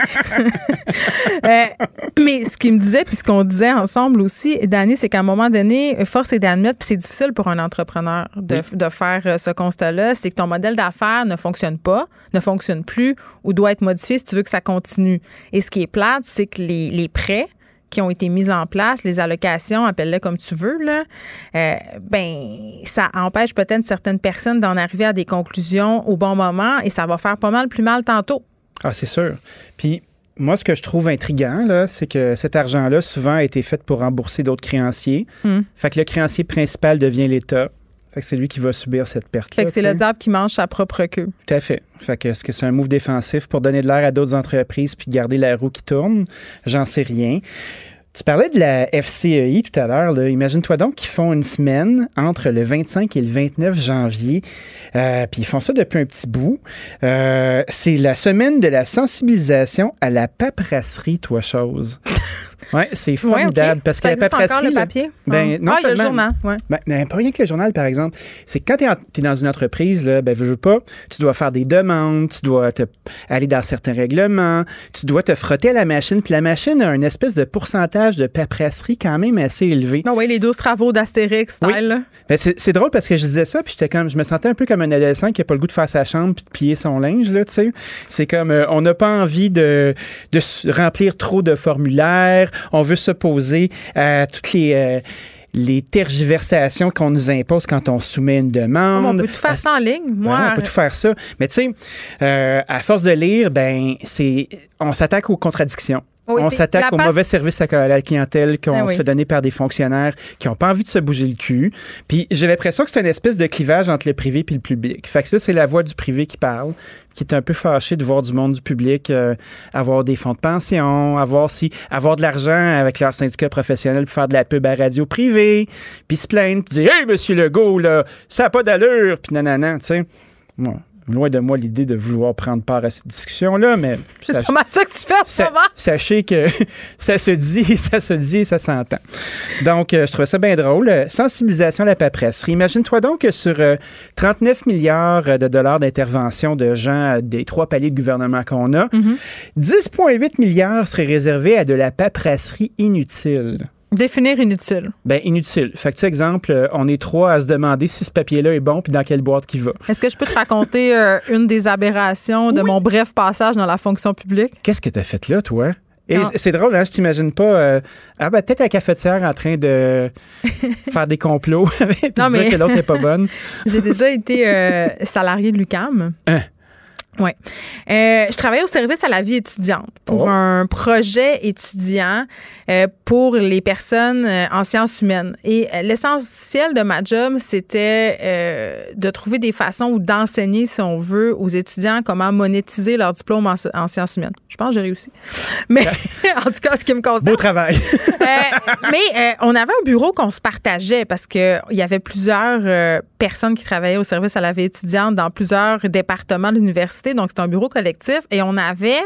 euh, mais ce qu'il me disait, puis ce qu'on disait ensemble aussi, Dany, c'est qu'à un moment donné, force est d'admettre, puis c'est difficile pour un entrepreneur de, oui. de faire ce constat-là, c'est que ton modèle d'affaires ne fonctionne pas, ne fonctionne plus ou doit être modifié si tu veux que ça continue. Et ce qui est plate, c'est que les, les prêts qui ont été mis en place, les allocations, appelle-les comme tu veux, là, euh, ben, ça empêche peut-être certaines personnes d'en arriver à des conclusions au bon moment et ça va faire pas mal plus mal tantôt. Ah, c'est sûr. Puis, moi, ce que je trouve intriguant, là, c'est que cet argent-là, souvent, a été fait pour rembourser d'autres créanciers. Mm. Fait que le créancier principal devient l'État. Fait que c'est lui qui va subir cette perte-là. Fait que c'est t'sais. Le diable qui mange sa propre queue. Tout à fait. Fait que est-ce que c'est un move défensif pour donner de l'air à d'autres entreprises puis garder la roue qui tourne? J'en sais rien. Tu Tu parlais de la F C E I tout à l'heure. Là. Imagine-toi donc qu'ils font une semaine entre le vingt-cinq et le vingt-neuf janvier. Euh, puis ils font ça depuis un petit bout. Euh, c'est la semaine de la sensibilisation à la paperasserie, toi, chose. Oui, c'est formidable. Ouais, okay. Parce que ça la paperasserie. Encore le papier? Ben, ah, non ah, il y a le journal. Ouais. Ben, ben, pas rien que le journal, par exemple. C'est que quand tu es dans une entreprise, là, ben, veux, veux pas, tu dois faire des demandes, tu dois te, aller dans certains règlements, tu dois te frotter à la machine. Puis la machine a une espèce de pourcentage de paperasserie quand même assez élevé. Non, oui, les douze travaux d'Astérix, style. Oui. Là. Ben, c'est, c'est drôle parce que je disais ça, puis j'étais comme, je me sentais un peu comme un adolescent qui n'a pas le goût de faire sa chambre puis de plier son linge, là, tu sais. C'est comme, euh, on n'a pas envie de, de remplir trop de formulaires, on veut s'opposer à toutes les... Euh, les tergiversations qu'on nous impose quand on soumet une demande. On peut tout faire ça en ligne. Moi, ben, on peut tout faire ça. Mais tu sais, euh, à force de lire, ben c'est, on s'attaque aux contradictions. Oui, on s'attaque au passe... mauvais service à la clientèle qu'on ben oui. se fait donner par des fonctionnaires qui n'ont pas envie de se bouger le cul. Puis j'ai l'impression que c'est une espèce de clivage entre le privé et le public. Fait que ça, c'est la voix du privé qui parle, qui est un peu fâché de voir du monde du public euh, avoir des fonds de pension, avoir si avoir de l'argent avec leur syndicat professionnel pour faire de la pub à radio privée, puis se plaindre, puis dire « Hey, monsieur Legault, là, ça n'a pas d'allure! » Puis nanana, tu sais. Moi, loin de moi l'idée de vouloir prendre part à cette discussion-là, mais... C'est sach- pas mal ça que tu fais en ce moment. Sachez que ça se dit, ça se dit et ça s'entend. Donc, euh, je trouvais ça bien drôle. Sensibilisation à la paperasserie. Imagine-toi donc que sur euh, trente-neuf milliards de dollars d'intervention de gens euh, des trois paliers de gouvernement qu'on a, mm-hmm. dix virgule huit milliards seraient réservés à de la paperasserie inutile. Définir inutile. Ben inutile. Fait que, tu sais, exemple, on est trois à se demander si ce papier-là est bon puis dans quelle boîte qu'il va. Est-ce que je peux te raconter euh, une des aberrations de oui. mon bref passage dans la fonction publique? Qu'est-ce que t'as fait là, toi? Et non. C'est drôle, hein? Je t'imagine pas... Euh, ah ben, peut-être à la cafetière en train de faire des complots et non, dire mais... que l'autre n'est pas bonne. J'ai déjà été euh, salarié de l'U Q A M. Hein? Oui. Euh, je travaillais au service à la vie étudiante pour oh. un projet étudiant euh, pour les personnes euh, en sciences humaines. Et euh, l'essentiel de ma job, c'était euh, de trouver des façons ou d'enseigner, si on veut, aux étudiants comment monétiser leur diplôme en, en sciences humaines. Je pense que j'ai réussi. Mais en tout cas, ce qui me concerne... Beau travail. euh, mais euh, on avait un bureau qu'on se partageait parce qu'il y avait plusieurs euh, personnes qui travaillaient au service à la vie étudiante dans plusieurs départements de l'université. Donc, c'est un bureau collectif et on avait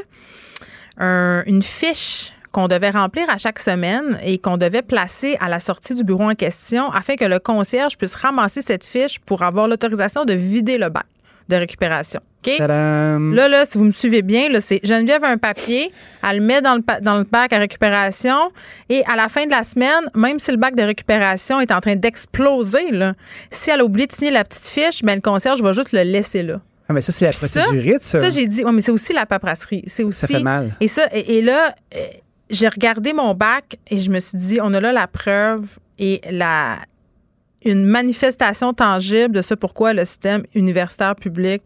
un, une fiche qu'on devait remplir à chaque semaine et qu'on devait placer à la sortie du bureau en question afin que le concierge puisse ramasser cette fiche pour avoir l'autorisation de vider le bac de récupération. OK? Tadam. Là, là, si vous me suivez bien, là, c'est Geneviève a un papier, elle le met dans le, dans le bac à récupération et à la fin de la semaine, même si le bac de récupération est en train d'exploser, là, si elle a oublié de signer la petite fiche, ben, le concierge va juste le laisser là. Ah, mais ça, c'est la procédurite, ça. Ça, j'ai dit, oui, mais c'est aussi la paperasserie. C'est aussi, ça fait mal. Et, ça, et, et là, euh, j'ai regardé mon bac et je me suis dit, on a là la preuve et la, une manifestation tangible de ce pourquoi le système universitaire public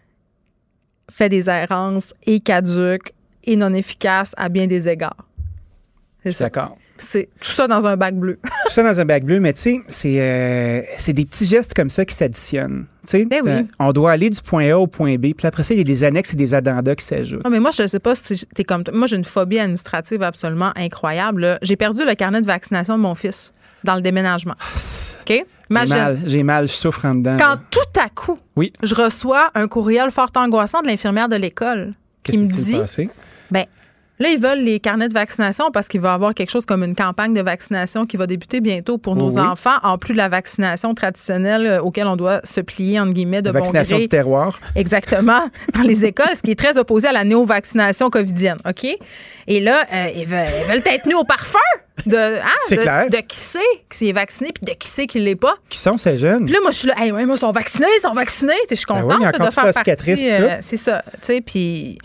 fait des errances et caduque et non efficace à bien des égards. C'est ça. D'accord. C'est tout ça dans un bac bleu. Tout ça dans un bac bleu, mais tu sais, c'est, euh, c'est des petits gestes comme ça qui s'additionnent. Tu sais, ben oui. euh, on doit aller du point A au point B, puis après ça, il y a des annexes et des addendas qui s'ajoutent. Non, mais moi, je sais pas si t'es comme moi, j'ai une phobie administrative absolument incroyable. Là. J'ai perdu le carnet de vaccination de mon fils dans le déménagement. OK? Imagine. J'ai mal, j'ai mal, je souffre en dedans. Quand là. tout à coup, oui. je reçois un courriel fort angoissant de l'infirmière de l'école qui Qu'est-ce me qui dit s'est passé? Ben, là, ils veulent les carnets de vaccination parce qu'il va y avoir quelque chose comme une campagne de vaccination qui va débuter bientôt pour nos oui. enfants, en plus de la vaccination traditionnelle auquel on doit se plier, entre guillemets, de la bon gré. Vaccination du terroir. Exactement, dans les écoles, ce qui est très opposé à la néo-vaccination covidienne, OK? Et là, euh, ils, veulent, ils veulent être tenus au parfum de, hein, c'est de, clair. de qui c'est qui est vacciné puis de qui c'est qui ne l'est pas. Qui sont ces jeunes? Puis là, moi, je suis là, hey, moi, ils sont vaccinés, ils sont vaccinés. Je suis contente ben oui, de faire partie. Euh, c'est ça, tu sais, puis...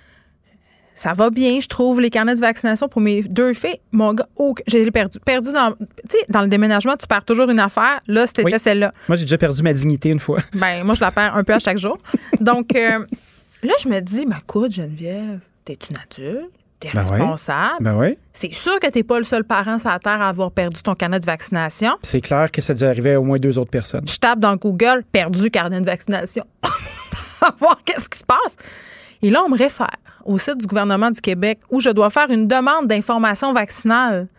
Ça va bien, je trouve, les carnets de vaccination pour mes deux filles. Mon gars, oh, j'ai perdu. Perdu dans. Tu sais, dans le déménagement, tu perds toujours une affaire. Là, c'était oui. celle-là. Moi, j'ai déjà perdu ma dignité une fois. Ben, moi, je la perds un peu à chaque jour. Donc, euh, là, je me dis, ben, écoute, Geneviève, t'es une adulte, t'es ben responsable. Oui. Ben oui. C'est sûr que t'es pas le seul parent sur la Terre à avoir perdu ton carnet de vaccination. C'est clair que ça a dû arriver à au moins deux autres personnes. Je tape dans Google, perdu carnet de vaccination. On va voir qu'est-ce qui se passe. Et là, on me réfère au site du gouvernement du Québec où je dois faire une demande d'information vaccinale.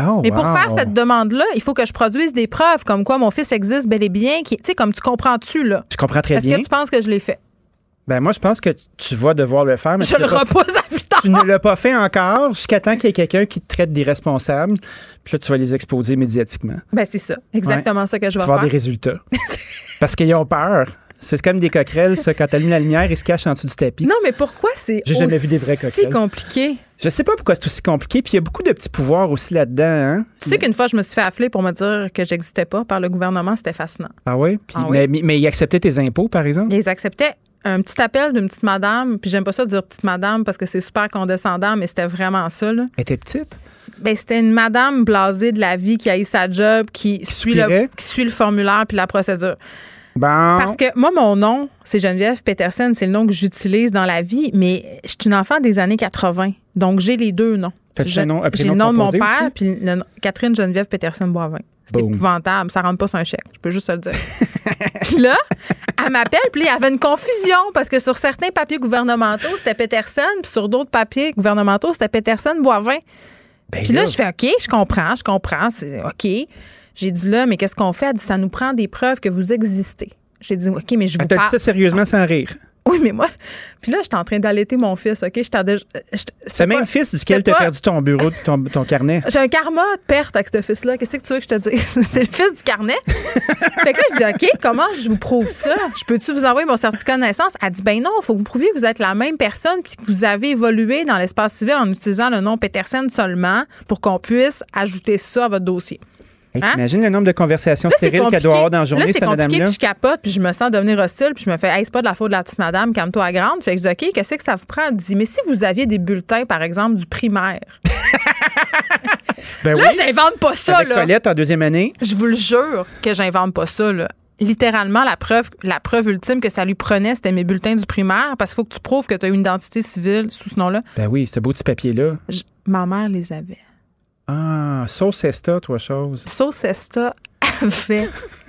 Oh, Mais wow. pour faire cette demande-là, il faut que je produise des preuves comme quoi mon fils existe bel et bien. Tu sais, comme tu comprends-tu, là? Je comprends très Est-ce bien. que tu penses que je l'ai fait? Ben moi, je pense que tu vas devoir le faire. Mais je le pas... repose à plus tard. Tu ne l'as pas fait encore jusqu'à temps qu'il y ait quelqu'un qui te traite d'irresponsable. Puis là, tu vas les exposer médiatiquement. Ben c'est ça. Exactement ouais. ça que je vais tu vas faire. avoir des résultats. Parce qu'ils ont peur. C'est comme des coquerelles, ça. Quand tu allumes la lumière, ils se cachent en dessous du tapis. Non, mais pourquoi c'est J'ai jamais vu des vrais coquerelles. si compliqué? Je sais pas pourquoi c'est aussi compliqué. Puis il y a beaucoup de petits pouvoirs aussi là-dedans. Hein? Tu sais qu'une fois, je me suis fait appeler pour me dire que j'existais pas par le gouvernement. C'était fascinant. Ah oui? Puis, ah mais, oui? mais ils acceptaient tes impôts, par exemple? Ils acceptaient un petit appel d'une petite madame. Puis j'aime pas ça dire petite madame parce que c'est super condescendant, mais c'était vraiment ça. Là. Elle était petite? Ben, c'était une madame blasée de la vie qui a eu sa job, qui, qui, suit, le, qui suit le formulaire puis la procédure. Bon. Parce que moi, mon nom, c'est Geneviève Peterson. C'est le nom que j'utilise dans la vie, mais je suis une enfant des années quatre-vingt. Donc, j'ai les deux noms. J'ai le nom, le nom de mon père, puis le, Catherine Geneviève Peterson Boivin. C'est Boom. Épouvantable. Ça rentre pas sur un chèque. Je peux juste te le dire. Puis là, elle m'appelle, puis il y avait une confusion parce que sur certains papiers gouvernementaux, c'était Peterson, puis sur d'autres papiers gouvernementaux, c'était Peterson Boivin. Ben puis là, là, je fais OK, je comprends, je comprends, c'est OK. J'ai dit là, mais qu'est-ce qu'on fait? Elle dit, ça nous prend des preuves que vous existez. J'ai dit, OK, mais je vous Elle t'a parle. dit ça sérieusement sans rire? Oui, mais moi, puis là, j'étais en train d'allaiter mon fils, OK? J'étais déjà. C'est le même fils duquel tu as perdu ton bureau, ton, ton carnet. J'ai un karma de perte avec ce fils-là. Qu'est-ce que tu veux que je te dise? C'est le fils du carnet. Fait que là, je dis, OK, comment je vous prouve ça? Je peux-tu vous envoyer mon certificat de naissance? Elle dit, ben non, il faut que vous prouviez que vous êtes la même personne puis que vous avez évolué dans l'espace civil en utilisant le nom Peterson seulement pour qu'on puisse ajouter ça à votre dossier. Hey, hein? T'imagines le nombre de conversations là, stériles qu'elle doit avoir dans la journée, là, cette madame-là? Puis je capote, puis je me sens devenir hostile, puis je me fais, hey, c'est pas de la faute de la petite madame, calme-toi à grande. Fait que je dis, OK, qu'est-ce que ça vous prend? Elle dit, mais si vous aviez des bulletins, par exemple, du primaire. ben là, oui. J'invente pas ça, Avec là. Colette en deuxième année. Je vous le jure que j'invente pas ça, là. Littéralement, la preuve, la preuve ultime que ça lui prenait, c'était mes bulletins du primaire, parce qu'il faut que tu prouves que tu as une identité civile sous ce nom-là. Ben oui, ce beau petit papier-là. Je, ma mère les avait. Ah, Sauce Esta, toi, chose. Sauce Esta avait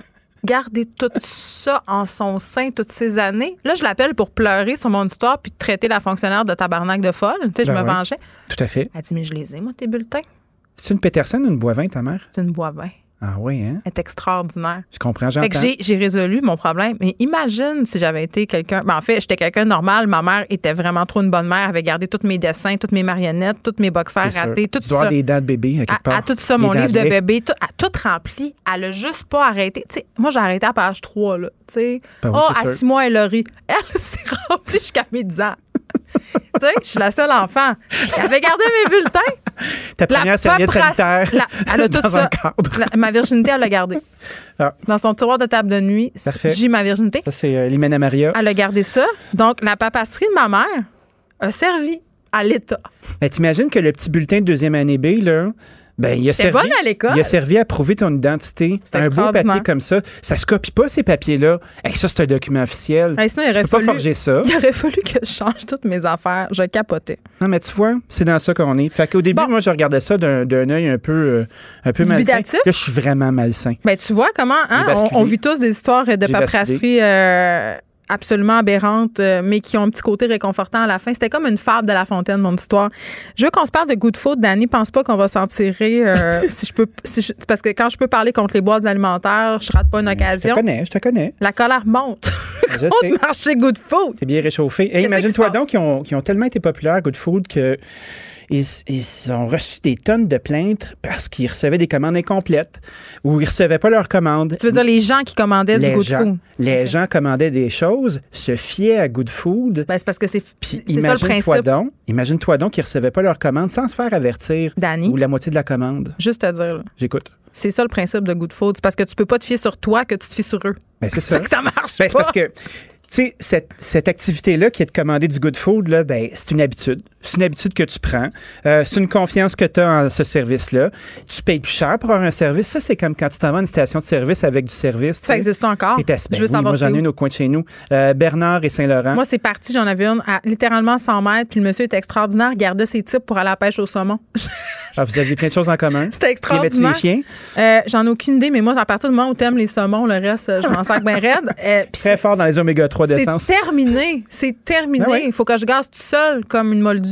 gardé tout ça en son sein toutes ces années. Là, je l'appelle pour pleurer sur mon histoire puis traiter la fonctionnaire de tabarnak de folle. Tu sais, je ben me oui. vengeais. Tout à fait. Elle dit, mais je les ai, moi, tes bulletins. C'est une Peterson ou une Boivin, ta mère? C'est une Boivin. Ah oui, hein? Elle est extraordinaire. Je comprends, j'entends. Fait que j'ai, j'ai résolu mon problème. Mais imagine si j'avais été quelqu'un... Ben en fait, j'étais quelqu'un de normal. Ma mère était vraiment trop une bonne mère. Elle avait gardé tous mes dessins, toutes mes marionnettes, tous mes boxers ratés, tout tu dois ça. avoir des dents de bébé, à quelque part. À, à tout ça, mon livre de bébé, tout, à tout rempli. Elle a juste pas arrêté. T'sais, moi, j'ai arrêté à page trois, là. Tu sais, ben oui, oh, à sûr. six mois, elle a ri. Elle s'est remplie jusqu'à mes dix ans. Tu sais, je suis la seule enfant. Elle avait gardé mes bulletins. Ta première serviette sanitaire. La, elle a tout dans ça. Un cadre. La, ma virginité, elle l'a gardée. Ah. Dans son tiroir de table de nuit, Parfait. J'ai ma virginité. Ça, c'est euh, l'Hymen Maria. Elle a gardé ça. Donc, la papasserie de ma mère a servi à l'État. Ben, t'imagines que le petit bulletin de deuxième année B, là, ben, il a servi, bonne à l'école. Il a servi à prouver ton identité. C'est un beau papier comme ça. Ça se copie pas, ces papiers-là. Hey, ça, c'est un document officiel. Hey, sinon, il aurait tu peux fallu, pas forger ça. Il aurait fallu que je change toutes mes affaires. Je capotais. Non, mais tu vois, c'est dans ça qu'on est. Fait qu'au début, bon. moi, je regardais ça d'un, d'un œil un peu, euh, un peu malsain. Là, je suis vraiment malsain. Ben, tu vois comment, hein, on, on vit tous des histoires de paperasserie euh, absolument aberrantes, euh, mais qui ont un petit côté réconfortant à la fin. C'était comme une fable de La Fontaine, mon histoire. Je veux qu'on se parle de Good Food. Dani, pense pas qu'on va s'en tirer. Euh, si je peux, si je, parce que quand je peux parler contre les boîtes alimentaires, je rate pas une occasion. Je te connais, je te connais. La colère monte. Je contre sais. le marché Good Food. C'est bien réchauffé. Et imagine-toi donc qu'ils ont, qu'ils ont tellement été populaires, Good Food, que Ils, ils ont reçu des tonnes de plaintes parce qu'ils recevaient des commandes incomplètes ou ils recevaient pas leurs commandes. Tu veux dire les gens qui commandaient les du Good gens, Food? Les okay. gens commandaient des choses, se fiaient à Good Food. Ben, c'est parce que c'est, Puis c'est ça le principe. Imagine-toi donc, imagine-toi donc qu'ils recevaient pas leurs commandes sans se faire avertir. Dani, ou la moitié de la commande. Juste te dire. Là. J'écoute. C'est ça le principe de Good Food. C'est parce que tu peux pas te fier sur toi que tu te fies sur eux. Ben, c'est ça. C'est que ça marche ben, pas. C'est parce que tu sais, cette, cette activité-là qui est de commander du Good Food, là, ben, c'est une habitude. C'est une habitude que tu prends. Euh, c'est une confiance que tu as en ce service-là. Tu payes plus cher pour avoir un service. Ça, c'est comme quand tu t'en vas à une station de service avec du service. Ça existe encore? T'es assis. Ben, Je veux oui, savoir moi, j'en ai où. une au coin de chez nous. Euh, Bernard et Saint-Laurent. Moi, c'est parti. J'en avais une à littéralement cent mètres. Puis le monsieur était extraordinaire. Il gardait ses types pour aller à la pêche au saumon. Ah, vous aviez plein de choses en commun. C'était extraordinaire. Les chiens? Euh, j'en ai aucune idée, mais moi, à partir du moment où t'aimes les saumons, le reste, je m'en sac bien raide. Euh, Très fort dans les oméga trois d'essence. C'est terminé. C'est terminé. Ben oui. Il faut que je gaze tout seul comme une moldue.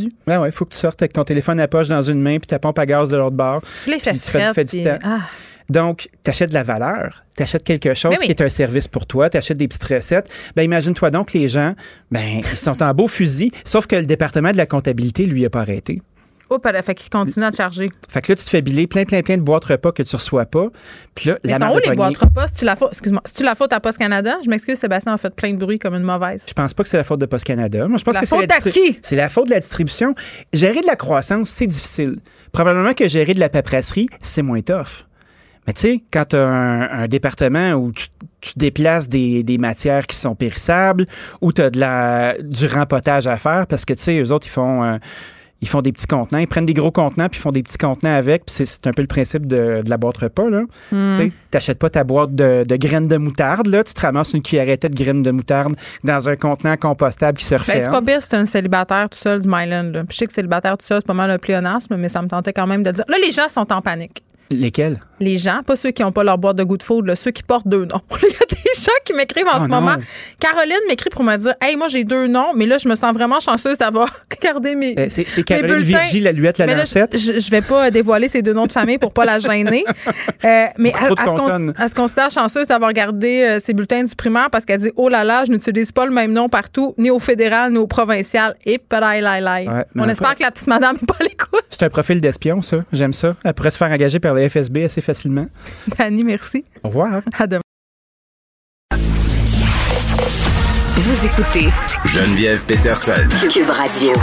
perdu. Ouais, ouais, il faut que tu sortes avec ton téléphone à poche dans une main puis ta pompe à gaz de l'autre bord. Puis là, il fait tu fais, fais du puis... temps. Ah. Donc, tu achètes de la valeur, tu achètes quelque chose oui. qui est un service pour toi, tu achètes des petites recettes. Ben imagine-toi donc les gens, ben ils sont en beau fusil, sauf que le département de la comptabilité, lui, n'a pas arrêté. Oh, fait qu'il continue à te charger. Fait que là, tu te fais biler plein, plein, plein de boîtes repas que tu reçois pas. Puis là, mais la sont où les pognée... boîtes repas? C'est-tu la faute, excuse-moi, c'est-tu la faute à Post Canada? Je m'excuse, Sébastien a fait plein de bruit comme une mauvaise. Je pense pas que c'est la faute de Post Canada. Moi, je pense la que faute c'est la à qui? C'est la faute de la distribution. Gérer de la croissance, c'est difficile. Probablement que gérer de la paperasserie, c'est moins tough. Mais tu sais, quand tu as un, un département où tu, tu déplaces des, des matières qui sont périssables, où tu as de la, du rempotage à faire, parce que tu sais, eux autres, ils font, euh, ils font des petits contenants, ils prennent des gros contenants, puis ils font des petits contenants avec, puis c'est, c'est un peu le principe de, de la boîte repas, là. Mm. Tu sais, t'achètes pas ta boîte de, de graines de moutarde, là, tu te ramasses une cuillerette de graines de moutarde dans un contenant compostable qui se referme. Ben, c'est pas pire, c'est un célibataire tout seul du Myland, là. Puis je sais que célibataire tout seul, c'est pas mal un pléonasme, mais ça me tentait quand même de dire. Là, les gens sont en panique. Lesquels? Les gens, pas ceux qui n'ont pas leur boîte de Good Food, là, ceux qui portent deux noms. Il y a des gens qui m'écrivent en oh ce non. moment. Caroline m'écrit pour me dire « Hey, moi, j'ai deux noms, mais là, je me sens vraiment chanceuse d'avoir gardé mes euh, C'est, c'est Caroline mes bulletins. Virgie, la Luette, la mais là, Lancette. Je, je vais pas dévoiler ces deux noms de famille pour pas la gêner. Euh, mais elle, elle, se elle se considère chanceuse d'avoir gardé euh, ses bulletins du primaire parce qu'elle dit « Oh là là, je n'utilise pas le même nom partout, ni au fédéral, ni au provincial. » Et padaïlaïlaï. Ouais, on espère après, que la petite madame n'est pas à l'écoute. C'est un profil d'espion, ça. J'aime ça. Elle pourrait se faire engager par le F S B assez facilement. Dani, merci. Au revoir. À demain. Vous écoutez Geneviève Peterson. Cube Radio.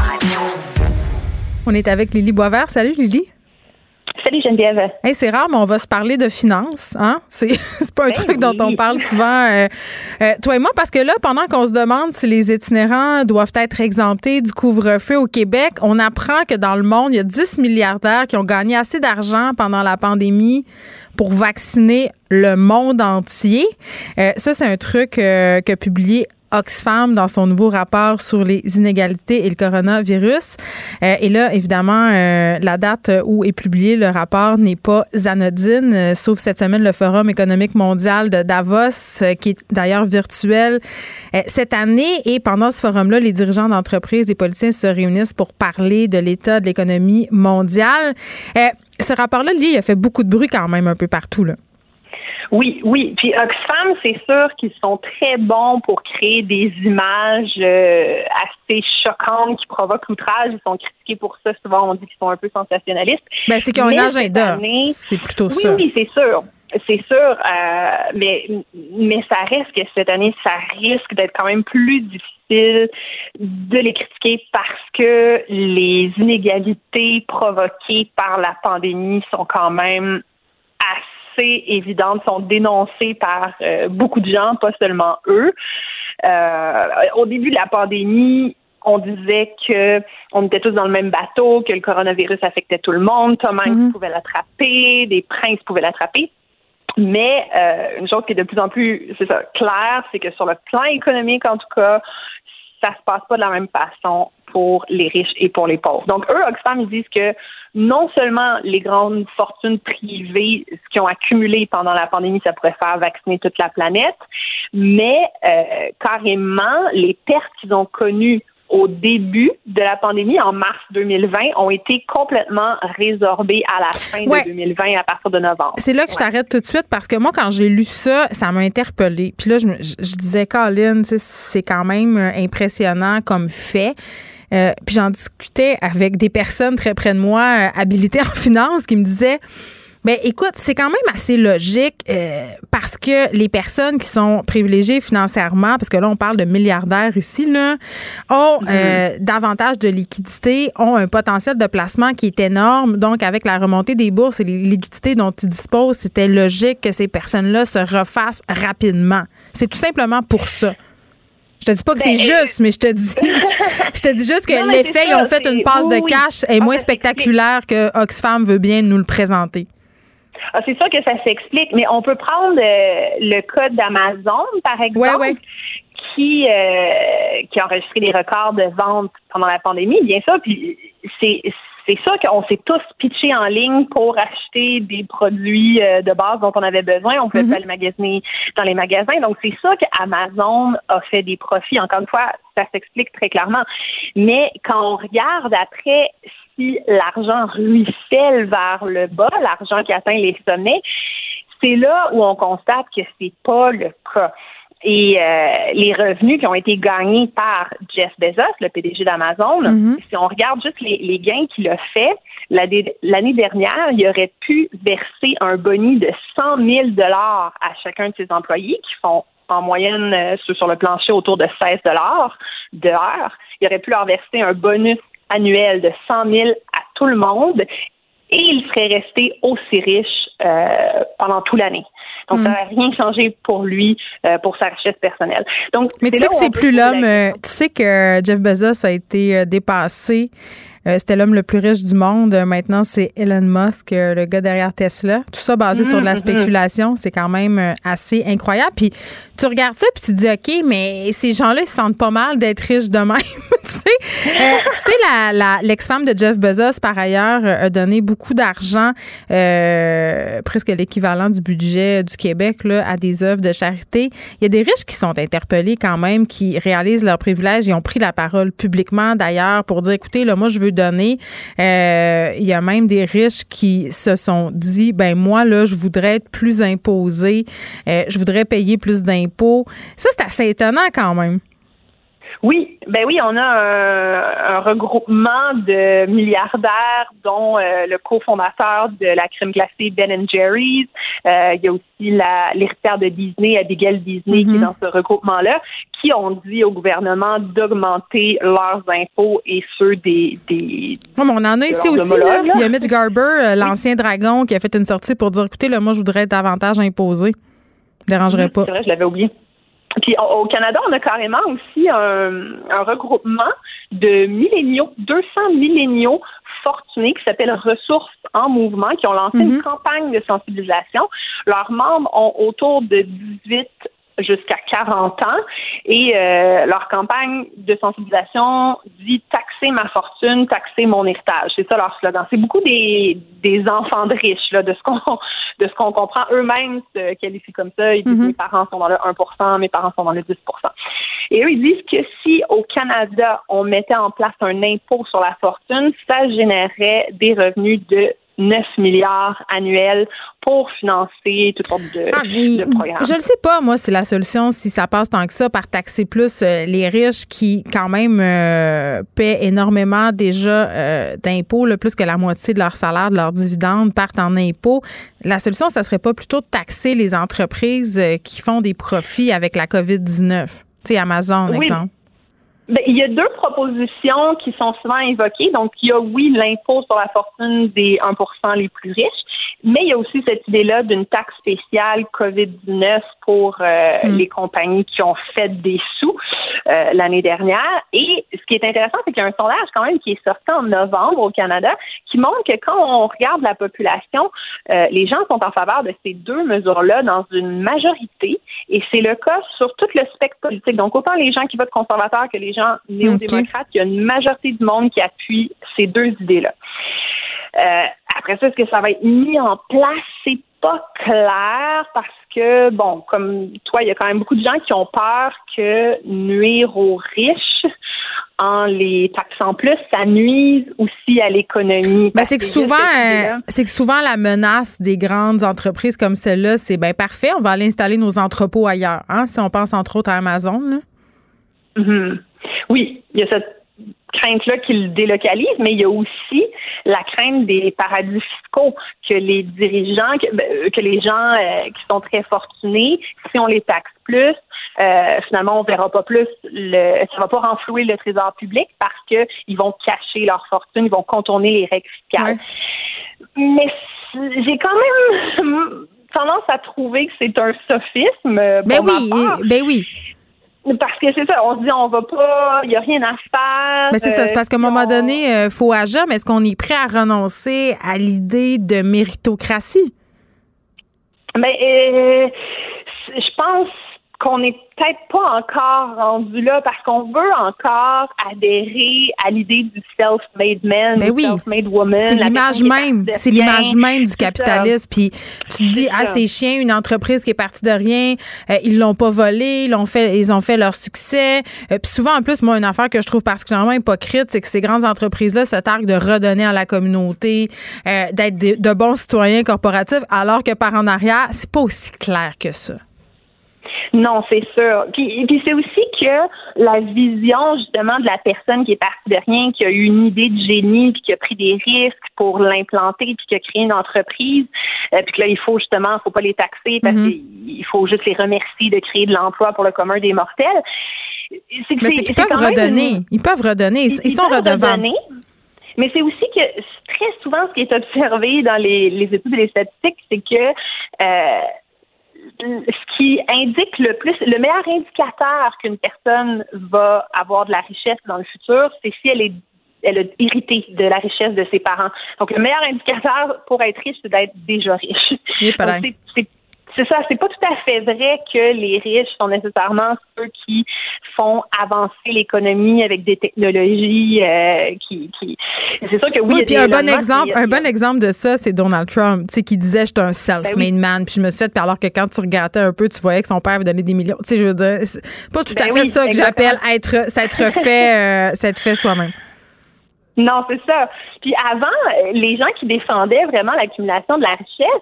On est avec Lily Boisvert. Salut, Lily. Salut Geneviève. Hey, c'est rare, mais on va se parler de finances. Hein? C'est, c'est pas un ben truc oui. dont on parle souvent, euh, euh, toi et moi, parce que là, pendant qu'on se demande si les itinérants doivent être exemptés du couvre-feu au Québec, on apprend que dans le monde, il y a dix milliardaires qui ont gagné assez d'argent pendant la pandémie pour vacciner le monde entier. Euh, ça, c'est un truc euh, qu'a publié Oxfam dans son nouveau rapport sur les inégalités et le coronavirus. Euh, et là, évidemment, euh, la date où est publié le rapport n'est pas anodine, euh, sauf cette semaine le Forum économique mondial de Davos, euh, qui est d'ailleurs virtuel euh, cette année. Et pendant ce forum-là, les dirigeants d'entreprises et politiciens se réunissent pour parler de l'état de l'économie mondiale. Euh, ce rapport-là, lui, il a fait beaucoup de bruit quand même un peu partout, là. Oui, oui. Puis Oxfam, c'est sûr qu'ils sont très bons pour créer des images euh, assez choquantes qui provoquent l'outrage. Ils sont critiqués pour ça. Souvent, on dit qu'ils sont un peu sensationnalistes. Ben, c'est qu'ils ont mais un agenda. Année, c'est plutôt oui, ça. Oui, oui, c'est sûr. C'est sûr. Euh, mais, mais ça reste que cette année, ça risque d'être quand même plus difficile de les critiquer parce que les inégalités provoquées par la pandémie sont quand même assez évidentes, sont dénoncées par euh, beaucoup de gens, pas seulement eux. Euh, au début de la pandémie, on disait que on était tous dans le même bateau, que le coronavirus affectait tout le monde, Tom Hanks mm-hmm. pouvait l'attraper, des princes pouvaient l'attraper. Mais euh, une chose qui est de plus en plus, c'est ça, claire, c'est que sur le plan économique, en tout cas, ça se passe pas de la même façon pour les riches et pour les pauvres. Donc, eux, Oxfam, ils disent que non seulement les grandes fortunes privées, ce qu'ils ont accumulé pendant la pandémie, ça pourrait faire vacciner toute la planète, mais euh, carrément, les pertes qu'ils ont connues au début de la pandémie, en mars deux mille vingt, ont été complètement résorbées à la fin ouais. de deux mille vingt, à partir de novembre. C'est là que ouais. je t'arrête tout de suite, parce que moi, quand j'ai lu ça, ça m'a interpellée. Puis là, je, je, je disais, Colin, c'est quand même impressionnant comme fait. Euh, puis j'en discutais avec des personnes très près de moi, euh, habilitées en finance, qui me disaient, ben écoute, c'est quand même assez logique euh, parce que les personnes qui sont privilégiées financièrement, parce que là on parle de milliardaires ici, là, ont mmh. euh, davantage de liquidités, ont un potentiel de placement qui est énorme. Donc avec la remontée des bourses et les liquidités dont ils disposent, c'était logique que ces personnes-là se refassent rapidement. C'est tout simplement pour ça. Je te dis pas que ben, c'est juste, mais je te dis je te dis juste que non, l'effet, ils ont fait une passe oui, de cash est oui. moins spectaculaire que Oxfam veut bien nous le présenter. Ah, c'est sûr que ça s'explique, mais on peut prendre euh, le cas d'Amazon, par exemple, ouais, ouais. qui euh, qui a enregistré des records de vente pendant la pandémie, bien ça, puis c'est c'est sûr qu'on s'est tous pitchés en ligne pour acheter des produits euh, de base dont on avait besoin. On pouvait mm-hmm. pas les magasiner dans les magasins. Donc, c'est sûr qu'Amazon a fait des profits. Encore une fois, ça s'explique très clairement. Mais quand on regarde après si l'argent ruisselle vers le bas, l'argent qui atteint les sommets, c'est là où on constate que c'est pas le cas. Et euh, les revenus qui ont été gagnés par Jeff Bezos, le P D G d'Amazon, mm-hmm. si on regarde juste les, les gains qu'il a fait, l'année, l'année dernière, il aurait pu verser un boni de cent mille dollars à chacun de ses employés qui font en moyenne euh, sur le plancher autour de seize dollars de l'heure. Il aurait pu leur verser un bonus annuel de cent mille à tout le monde et il serait resté aussi riche euh, pendant toute l'année. Donc, mm. ça n'a rien changé pour lui, euh, pour sa richesse personnelle. Donc, mais tu sais que c'est plus l'homme. Euh, tu sais que Jeff Bezos a été euh, dépassé. Euh, c'était l'homme le plus riche du monde. Euh, maintenant, c'est Elon Musk, euh, le gars derrière Tesla. Tout ça basé mm-hmm. sur de la spéculation. C'est quand même euh, assez incroyable. Puis, tu regardes ça puis tu te dis, OK, mais ces gens-là, ils se sentent pas mal d'être riches de même. tu sais, euh, tu sais la, la, l'ex-femme de Jeff Bezos, par ailleurs, euh, a donné beaucoup d'argent, euh, presque l'équivalent du budget du Québec, là, à des œuvres de charité. Il y a des riches qui sont interpellés quand même, qui réalisent leurs privilèges. Ils ont pris la parole publiquement, d'ailleurs, pour dire, écoutez, là, moi, je veux donner. Euh, il y a même des riches qui se sont dit, ben moi, là, je voudrais être plus imposé, euh, je voudrais payer plus d'impôts. Ça, c'est assez étonnant quand même. Oui, ben oui, on a un, un regroupement de milliardaires, dont euh, le cofondateur de la crème glacée Ben and Jerry's. Euh, il y a aussi la, l'héritière de Disney, Abigail Disney, mm-hmm. qui est dans ce regroupement-là, qui ont dit au gouvernement d'augmenter leurs impôts et ceux des... des oh, mais on en a ici aussi, là. Il y a Mitch Garber, l'ancien oui. dragon, qui a fait une sortie pour dire, écoutez, là, moi, je voudrais être davantage imposé. Ça ne dérangerait mmh, pas. C'est vrai, je l'avais oublié. Puis au Canada, on a carrément aussi un, un regroupement de milléniaux, deux cents milléniaux fortunés qui s'appelle Ressources en mouvement, qui ont lancé mm-hmm. une campagne de sensibilisation. Leurs membres ont autour de dix-huit jusqu'à quarante ans et euh, leur campagne de sensibilisation dit « taxer ma fortune, taxer mon héritage ». C'est ça leur slogan. C'est beaucoup des, des enfants de riches, là, de ce qu'on de ce qu'on comprend. Eux-mêmes se qualifient comme ça. Ils disent mm-hmm. « mes parents sont dans le un pour cent, mes parents sont dans le dix pour cent ». Et eux, ils disent que si au Canada, on mettait en place un impôt sur la fortune, ça générerait des revenus de neuf milliards annuels pour financer toutes sortes de, ah, de programmes. Je ne sais pas, moi, si la solution, si ça passe tant que ça, par taxer plus euh, les riches qui, quand même, euh, paient énormément déjà euh, d'impôts, là, plus que la moitié de leur salaire, de leurs dividendes partent en impôts. La solution, ça serait pas plutôt de taxer les entreprises euh, qui font des profits avec la covid dix-neuf? Tu sais, Amazon, oui. exemple. Ben, il y a deux propositions qui sont souvent évoquées. Donc, il y a, oui, l'impôt sur la fortune des un pour cent les plus riches, mais il y a aussi cette idée-là d'une taxe spéciale covid dix-neuf pour euh, mm. les compagnies qui ont fait des sous euh, l'année dernière. Et ce qui est intéressant, c'est qu'il y a un sondage quand même qui est sorti en novembre au Canada qui montre que quand on regarde la population, euh, les gens sont en faveur de ces deux mesures-là dans une majorité. Et c'est le cas sur tout le spectre politique. Donc, autant les gens qui votent conservateurs que les gens néo-démocrates, okay. Il y a une majorité du monde qui appuie ces deux idées-là. Euh, après ça, est-ce que ça va être mis en place? C'est pas clair parce que, bon, comme toi, il y a quand même beaucoup de gens qui ont peur que nuire aux riches en les taxant plus, ça nuise aussi à l'économie. Ben, c'est que souvent, euh, c'est que souvent la menace des grandes entreprises comme celle-là, c'est bien parfait, on va aller installer nos entrepôts ailleurs, hein, si on pense entre autres à Amazon, là. Mm-hmm. Oui, il y a cette crainte-là qu'ils délocalisent, mais il y a aussi la crainte des paradis fiscaux, que les dirigeants, que, que les gens euh, qui sont très fortunés, si on les taxe plus, euh, finalement, on verra pas plus, le, ça va pas renflouer le trésor public parce que ils vont cacher leur fortune, ils vont contourner les règles fiscales. Ouais. Mais j'ai quand même tendance à trouver que c'est un sophisme. Ben oui, ben oui. Parce que c'est ça, on se dit on va pas, il y a rien à faire. Mais c'est ça, c'est parce qu'à un moment donné, il euh, faut agir, mais est-ce qu'on est prêt à renoncer à l'idée de méritocratie? Ben, euh, je pense qu'on n'est peut-être pas encore rendu là parce qu'on veut encore adhérer à l'idée du self-made man, ben du oui. self-made woman. C'est l'image même, c'est l'image même du capitalisme. Puis tu te dis, c'est ah, ça. c'est chiant, une entreprise qui est partie de rien, euh, ils l'ont pas volé, ils l'ont fait, ils ont fait leur succès. Euh, puis souvent, en plus, moi, une affaire que je trouve particulièrement hypocrite, c'est que ces grandes entreprises-là se targuent de redonner à la communauté, euh, d'être de, de bons citoyens corporatifs, alors que par en arrière, c'est pas aussi clair que ça. Non, c'est sûr. Puis, puis c'est aussi que la vision, justement, de la personne qui est partie de rien, qui a eu une idée de génie, puis qui a pris des risques pour l'implanter, puis qui a créé une entreprise, euh, puis que là, il faut justement, il faut pas les taxer parce mm-hmm. qu'il faut juste les remercier de créer de l'emploi pour le commun des mortels. C'est que mais c'est, c'est qu'ils c'est peuvent redonner. Une... Ils peuvent redonner. Ils, ils, ils sont redevables. Redonner. Mais c'est aussi que très souvent, ce qui est observé dans les, les études et les statistiques, c'est que euh, ce qui indique le plus, le meilleur indicateur qu'une personne va avoir de la richesse dans le futur, c'est si elle est elle a hérité de la richesse de ses parents. Donc, le meilleur indicateur pour être riche, c'est d'être déjà riche. Oui, Donc, c'est, c'est, c'est ça, c'est pas tout à fait vrai que les riches sont nécessairement ceux qui font avancer l'économie avec des technologies euh, qui, qui... C'est sûr que oui, oui, il y puis a un des bon exemple, un bon exemple de ça, c'est Donald Trump, tu sais, qui disait j'étais un self-made ben oui. man, puis je me suis fait, puis alors que quand tu regardais un peu, tu voyais que son père avait donné des millions. Tu sais, je veux dire, c'est pas tout ben à fait oui, ça que exactement. J'appelle être, s'être fait, euh, s'être fait soi-même. Non, c'est ça. Puis avant, les gens qui défendaient vraiment l'accumulation de la richesse,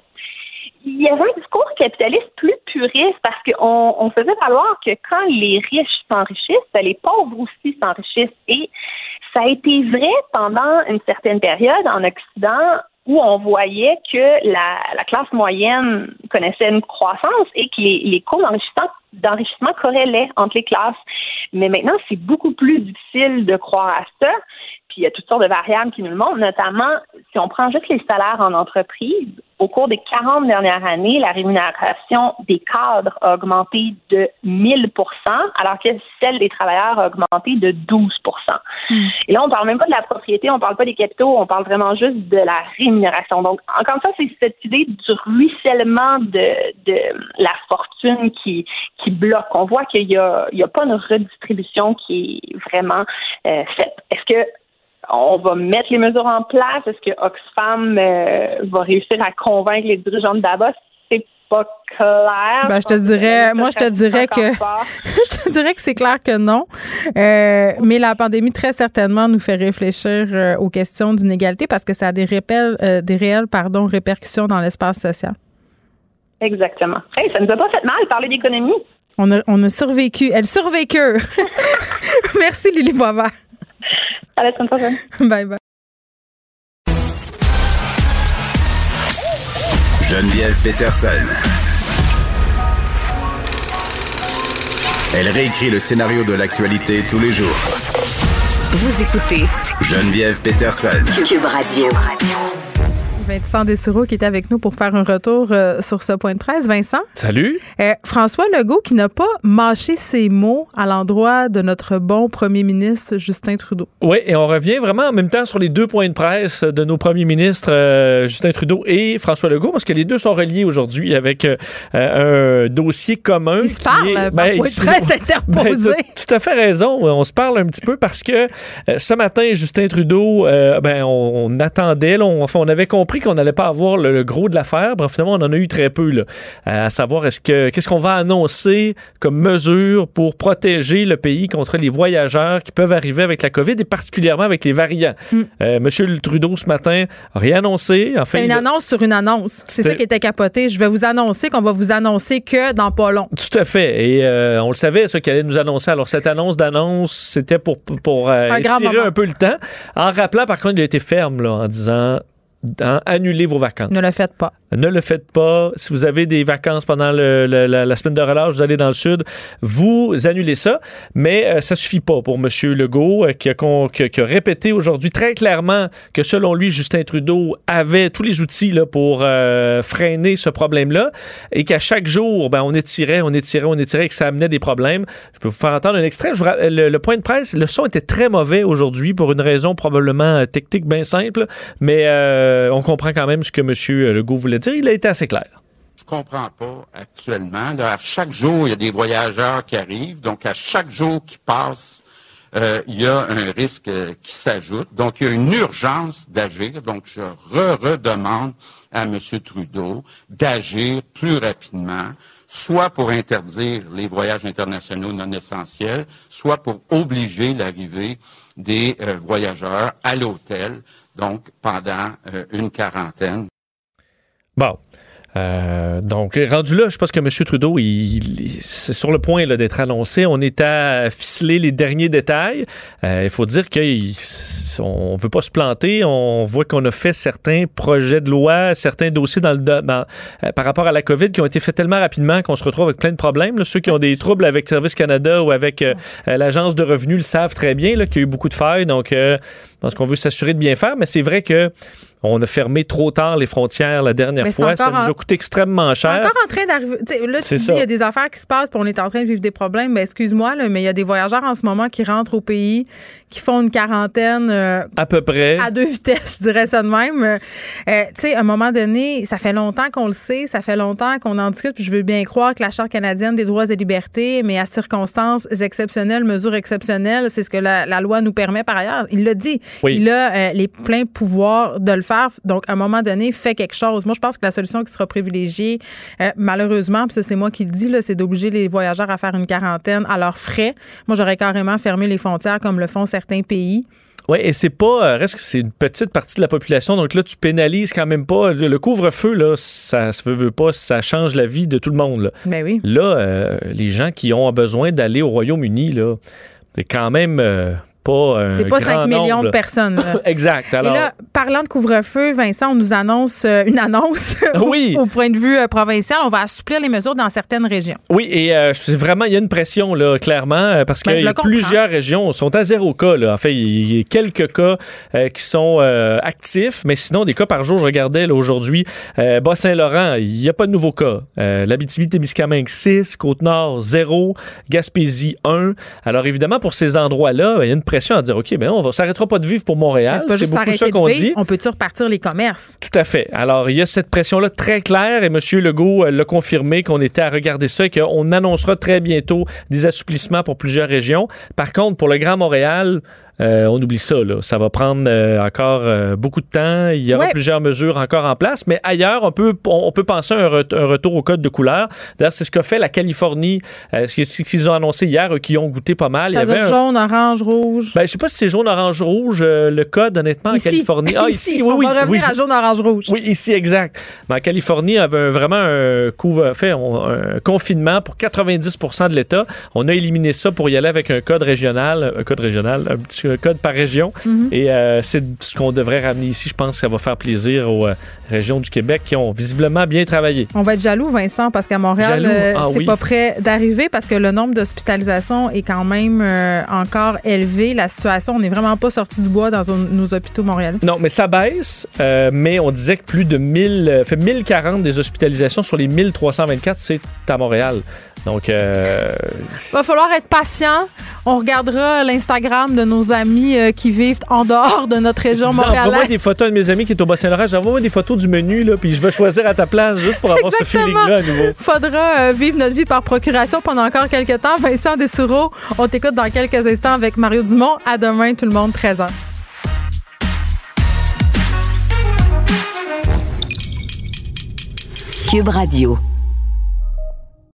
il y avait un discours capitaliste plus puriste parce qu'on on faisait valoir que quand les riches s'enrichissent, les pauvres aussi s'enrichissent. Et ça a été vrai pendant une certaine période en Occident où on voyait que la, la classe moyenne connaissait une croissance et que les, les cours d'enrichissement, d'enrichissement corrélaient entre les classes. Mais maintenant, c'est beaucoup plus difficile de croire à ça. Puis il y a toutes sortes de variables qui nous le montrent, notamment si on prend juste les salaires en entreprise, au cours des quarante dernières années, la rémunération des cadres a augmenté de mille pour cent, alors que celle des travailleurs a augmenté de douze pour cent. Mm. Et là, on parle même pas de la propriété, on parle pas des capitaux, on parle vraiment juste de la rémunération. Donc, encore une fois, c'est cette idée du ruissellement de, de la fortune qui, qui bloque. On voit qu'il y a, il y a pas une redistribution qui est vraiment euh, faite. Est-ce que on va mettre les mesures en place? Est-ce que Oxfam euh, va réussir à convaincre les dirigeants de Davos? C'est pas clair. Ben, je te dirais, moi, je te dirais que, je te dirais que c'est clair que non. Euh, mais la pandémie, très certainement, nous fait réfléchir euh, aux questions d'inégalité parce que ça a des, répel, euh, des réelles, pardon, répercussions dans l'espace social. Exactement. Hey, ça nous a pas fait mal parler d'économie. On a, on a survécu. Elle survécu. Merci, Lily Boisvert. À la semaine prochaine. Bye bye. Geneviève Peterson. Elle réécrit le scénario de l'actualité tous les jours. Vous écoutez Geneviève Peterson. Cube Radio. Vincent Dessureau qui est avec nous pour faire un retour euh, sur ce point de presse. Vincent? Salut. Euh, François Legault qui n'a pas mâché ses mots à l'endroit de notre bon premier ministre Justin Trudeau. Oui, et on revient vraiment en même temps sur les deux points de presse de nos premiers ministres euh, Justin Trudeau et François Legault parce que les deux sont reliés aujourd'hui avec euh, un dossier commun. Ils se parlent est, par ben, point de presse interposé. Ben, tu as fait raison. On se parle un petit peu parce que euh, ce matin, Justin Trudeau, euh, ben, on, on attendait, là, on, enfin, on avait compris qu'on n'allait pas avoir le, le gros de l'affaire. Bref, finalement, on en a eu très peu, là, à savoir est-ce que qu'est-ce qu'on va annoncer comme mesure pour protéger le pays contre les voyageurs qui peuvent arriver avec la COVID et particulièrement avec les variants. Mm. Euh, Monsieur Trudeau, ce matin, a rien annoncé. En fait, c'est une il... annonce sur une annonce. C'est C'était... ça qui était capoté. Je vais vous annoncer qu'on va vous annoncer que dans pas long. Tout à fait. Et euh, on le savait, ça, qu'il allait nous annoncer. Alors, cette annonce d'annonce, c'était pour, pour euh, un étirer un peu le temps. En rappelant, par contre, il a été ferme là, en disant... Hein, annulez vos vacances. Ne le faites pas. Ne le faites pas. Si vous avez des vacances pendant le, le, la, la semaine de relâche, vous allez dans le sud, vous annulez ça. Mais euh, ça suffit pas pour M. Legault, euh, qui, a, qui, a, qui a répété aujourd'hui très clairement que selon lui, Justin Trudeau avait tous les outils là, pour euh, freiner ce problème-là et qu'à chaque jour, ben, on étirait, on étirait, on étirait et que ça amenait des problèmes. Je peux vous faire entendre un extrait. Je vous, le, le point de presse, le son était très mauvais aujourd'hui pour une raison probablement technique bien simple, mais euh, on comprend quand même ce que M. Legault voulait dire. Il a été assez clair. comprends pas actuellement. Là, à chaque jour, il y a des voyageurs qui arrivent. Donc, à chaque jour qui passe, euh, il y a un risque euh, qui s'ajoute. Donc, il y a une urgence d'agir. Donc, je re-redemande à M. Trudeau d'agir plus rapidement, soit pour interdire les voyages internationaux non essentiels, soit pour obliger l'arrivée des euh, voyageurs à l'hôtel, donc pendant euh, une quarantaine. Bon. Euh, donc, rendu là, je pense que M. Trudeau, il, il, c'est sur le point là, d'être annoncé. On est à ficeler les derniers détails. Euh, il faut dire qu'on ne veut pas se planter. On voit qu'on a fait certains projets de loi, certains dossiers dans le, dans, euh, par rapport à la COVID qui ont été faits tellement rapidement qu'on se retrouve avec plein de problèmes. Là. Ceux qui ont des troubles avec Service Canada ou avec euh, l'Agence de revenus le savent très bien là, qu'il y a eu beaucoup de failles. Donc, euh, je pense qu'on veut s'assurer de bien faire. Mais c'est vrai que on a fermé trop tard les frontières la dernière mais fois. Ça nous a coûté extrêmement cher. C'est encore en train d'arriver. T'sais, là, tu dis il y a des affaires qui se passent puis on est en train de vivre des problèmes. Mais excuse-moi, là, mais il y a des voyageurs en ce moment qui rentrent au pays, qui font une quarantaine. Euh, à peu près. À deux vitesses, je dirais ça de même. Euh, tu sais, à un moment donné, ça fait longtemps qu'on le sait, ça fait longtemps qu'on en discute. Puis je veux bien croire que la Charte canadienne des droits et libertés, mais à circonstances exceptionnelles, mesures exceptionnelles, c'est ce que la, la loi nous permet par ailleurs. Il l'a dit. Oui. Il a euh, les pleins pouvoirs de le faire. Donc, à un moment donné, fait quelque chose. Moi, je pense que la solution qui sera privilégiée, euh, malheureusement, puis ça, c'est moi qui le dis, là, c'est d'obliger les voyageurs à faire une quarantaine à leurs frais. Moi, j'aurais carrément fermé les frontières comme le font certains pays. Oui, et c'est pas, reste que c'est une petite partie de la population, donc là, tu pénalises quand même pas. Le couvre-feu, là, ça se veut, veut pas, ça change la vie de tout le monde, là. Ben oui. Là, euh, les gens qui ont besoin d'aller au Royaume-Uni, là, c'est quand même... Euh, Pas un c'est pas cinq millions nombre. De personnes. Exact. Alors... Et là, parlant de couvre-feu, Vincent, on nous annonce euh, une annonce oui. au, au point de vue euh, provincial. On va assouplir les mesures dans certaines régions. Oui, et euh, c'est vraiment, il y a une pression, là, clairement, parce que ben, plusieurs régions sont à zéro cas. Là. En fait, il y a quelques cas euh, qui sont euh, actifs, mais sinon, des cas par jour, je regardais là, aujourd'hui, euh, Bas-Saint-Laurent, il n'y a pas de nouveaux cas. Euh, L'Abitibi-Témiscamingue, six, Côte-Nord, zéro, Gaspésie, un. Alors, évidemment, pour ces endroits-là, il y a une pression à dire, OK, ben on ne s'arrêtera pas de vivre pour Montréal. C'est, pas c'est beaucoup ça qu'on dit. On peut-tu repartir les commerces? Tout à fait. Alors, il y a cette pression-là très claire et M. Legault l'a confirmé qu'on était à regarder ça et qu'on annoncera très bientôt des assouplissements pour plusieurs régions. Par contre, pour le Grand Montréal, Euh, on oublie ça, là. Ça va prendre euh, encore euh, beaucoup de temps. Il y aura ouais. plusieurs mesures encore en place. Mais ailleurs, on peut, on peut penser à un, re- un retour au code de couleur. D'ailleurs, c'est ce qu'a fait la Californie. Euh, ce qu'ils ont annoncé hier, eux, qui ont goûté pas mal. Ça il y avait un... jaune, orange, rouge. Ben, je sais pas si c'est jaune, orange, rouge, euh, le code, honnêtement, ici. en Californie. Ah, ici, ici oui, on oui. va revenir oui. à jaune, orange, rouge. Oui, ici, exact. Mais en Californie, il y avait un, vraiment un, couvre, fait, un, un confinement pour quatre-vingt-dix pour cent de l'État. On a éliminé ça pour y aller avec un code régional, un code régional, un petit code par région. Mm-hmm. Et euh, c'est ce qu'on devrait ramener ici. Je pense que ça va faire plaisir aux euh, régions du Québec qui ont visiblement bien travaillé. On va être jaloux, Vincent, parce qu'à Montréal, euh, ah, c'est oui. pas prêt d'arriver parce que le nombre d'hospitalisations est quand même euh, encore élevé. La situation, on n'est vraiment pas sorti du bois dans un, nos hôpitaux montréalais. Non, mais ça baisse. Euh, mais on disait que plus de mille, euh, fait mille quarante des hospitalisations sur les mille trois cent vingt-quatre, c'est à Montréal. Donc, euh, va falloir être patient. On regardera l'Instagram de nos amis euh, qui vivent en dehors de notre région montréalaise. Envoie-moi des photos de mes amis qui est au Bas-Saint-Laurent. J'envoie-moi des photos du menu, là, puis je vais choisir à ta place juste pour avoir ce feeling-là à nouveau. Faudra euh, vivre notre vie par procuration pendant encore quelques temps. Vincent Dessoureau, on t'écoute dans quelques instants avec Mario Dumont. À demain, tout le monde, treize heures. Cube Radio.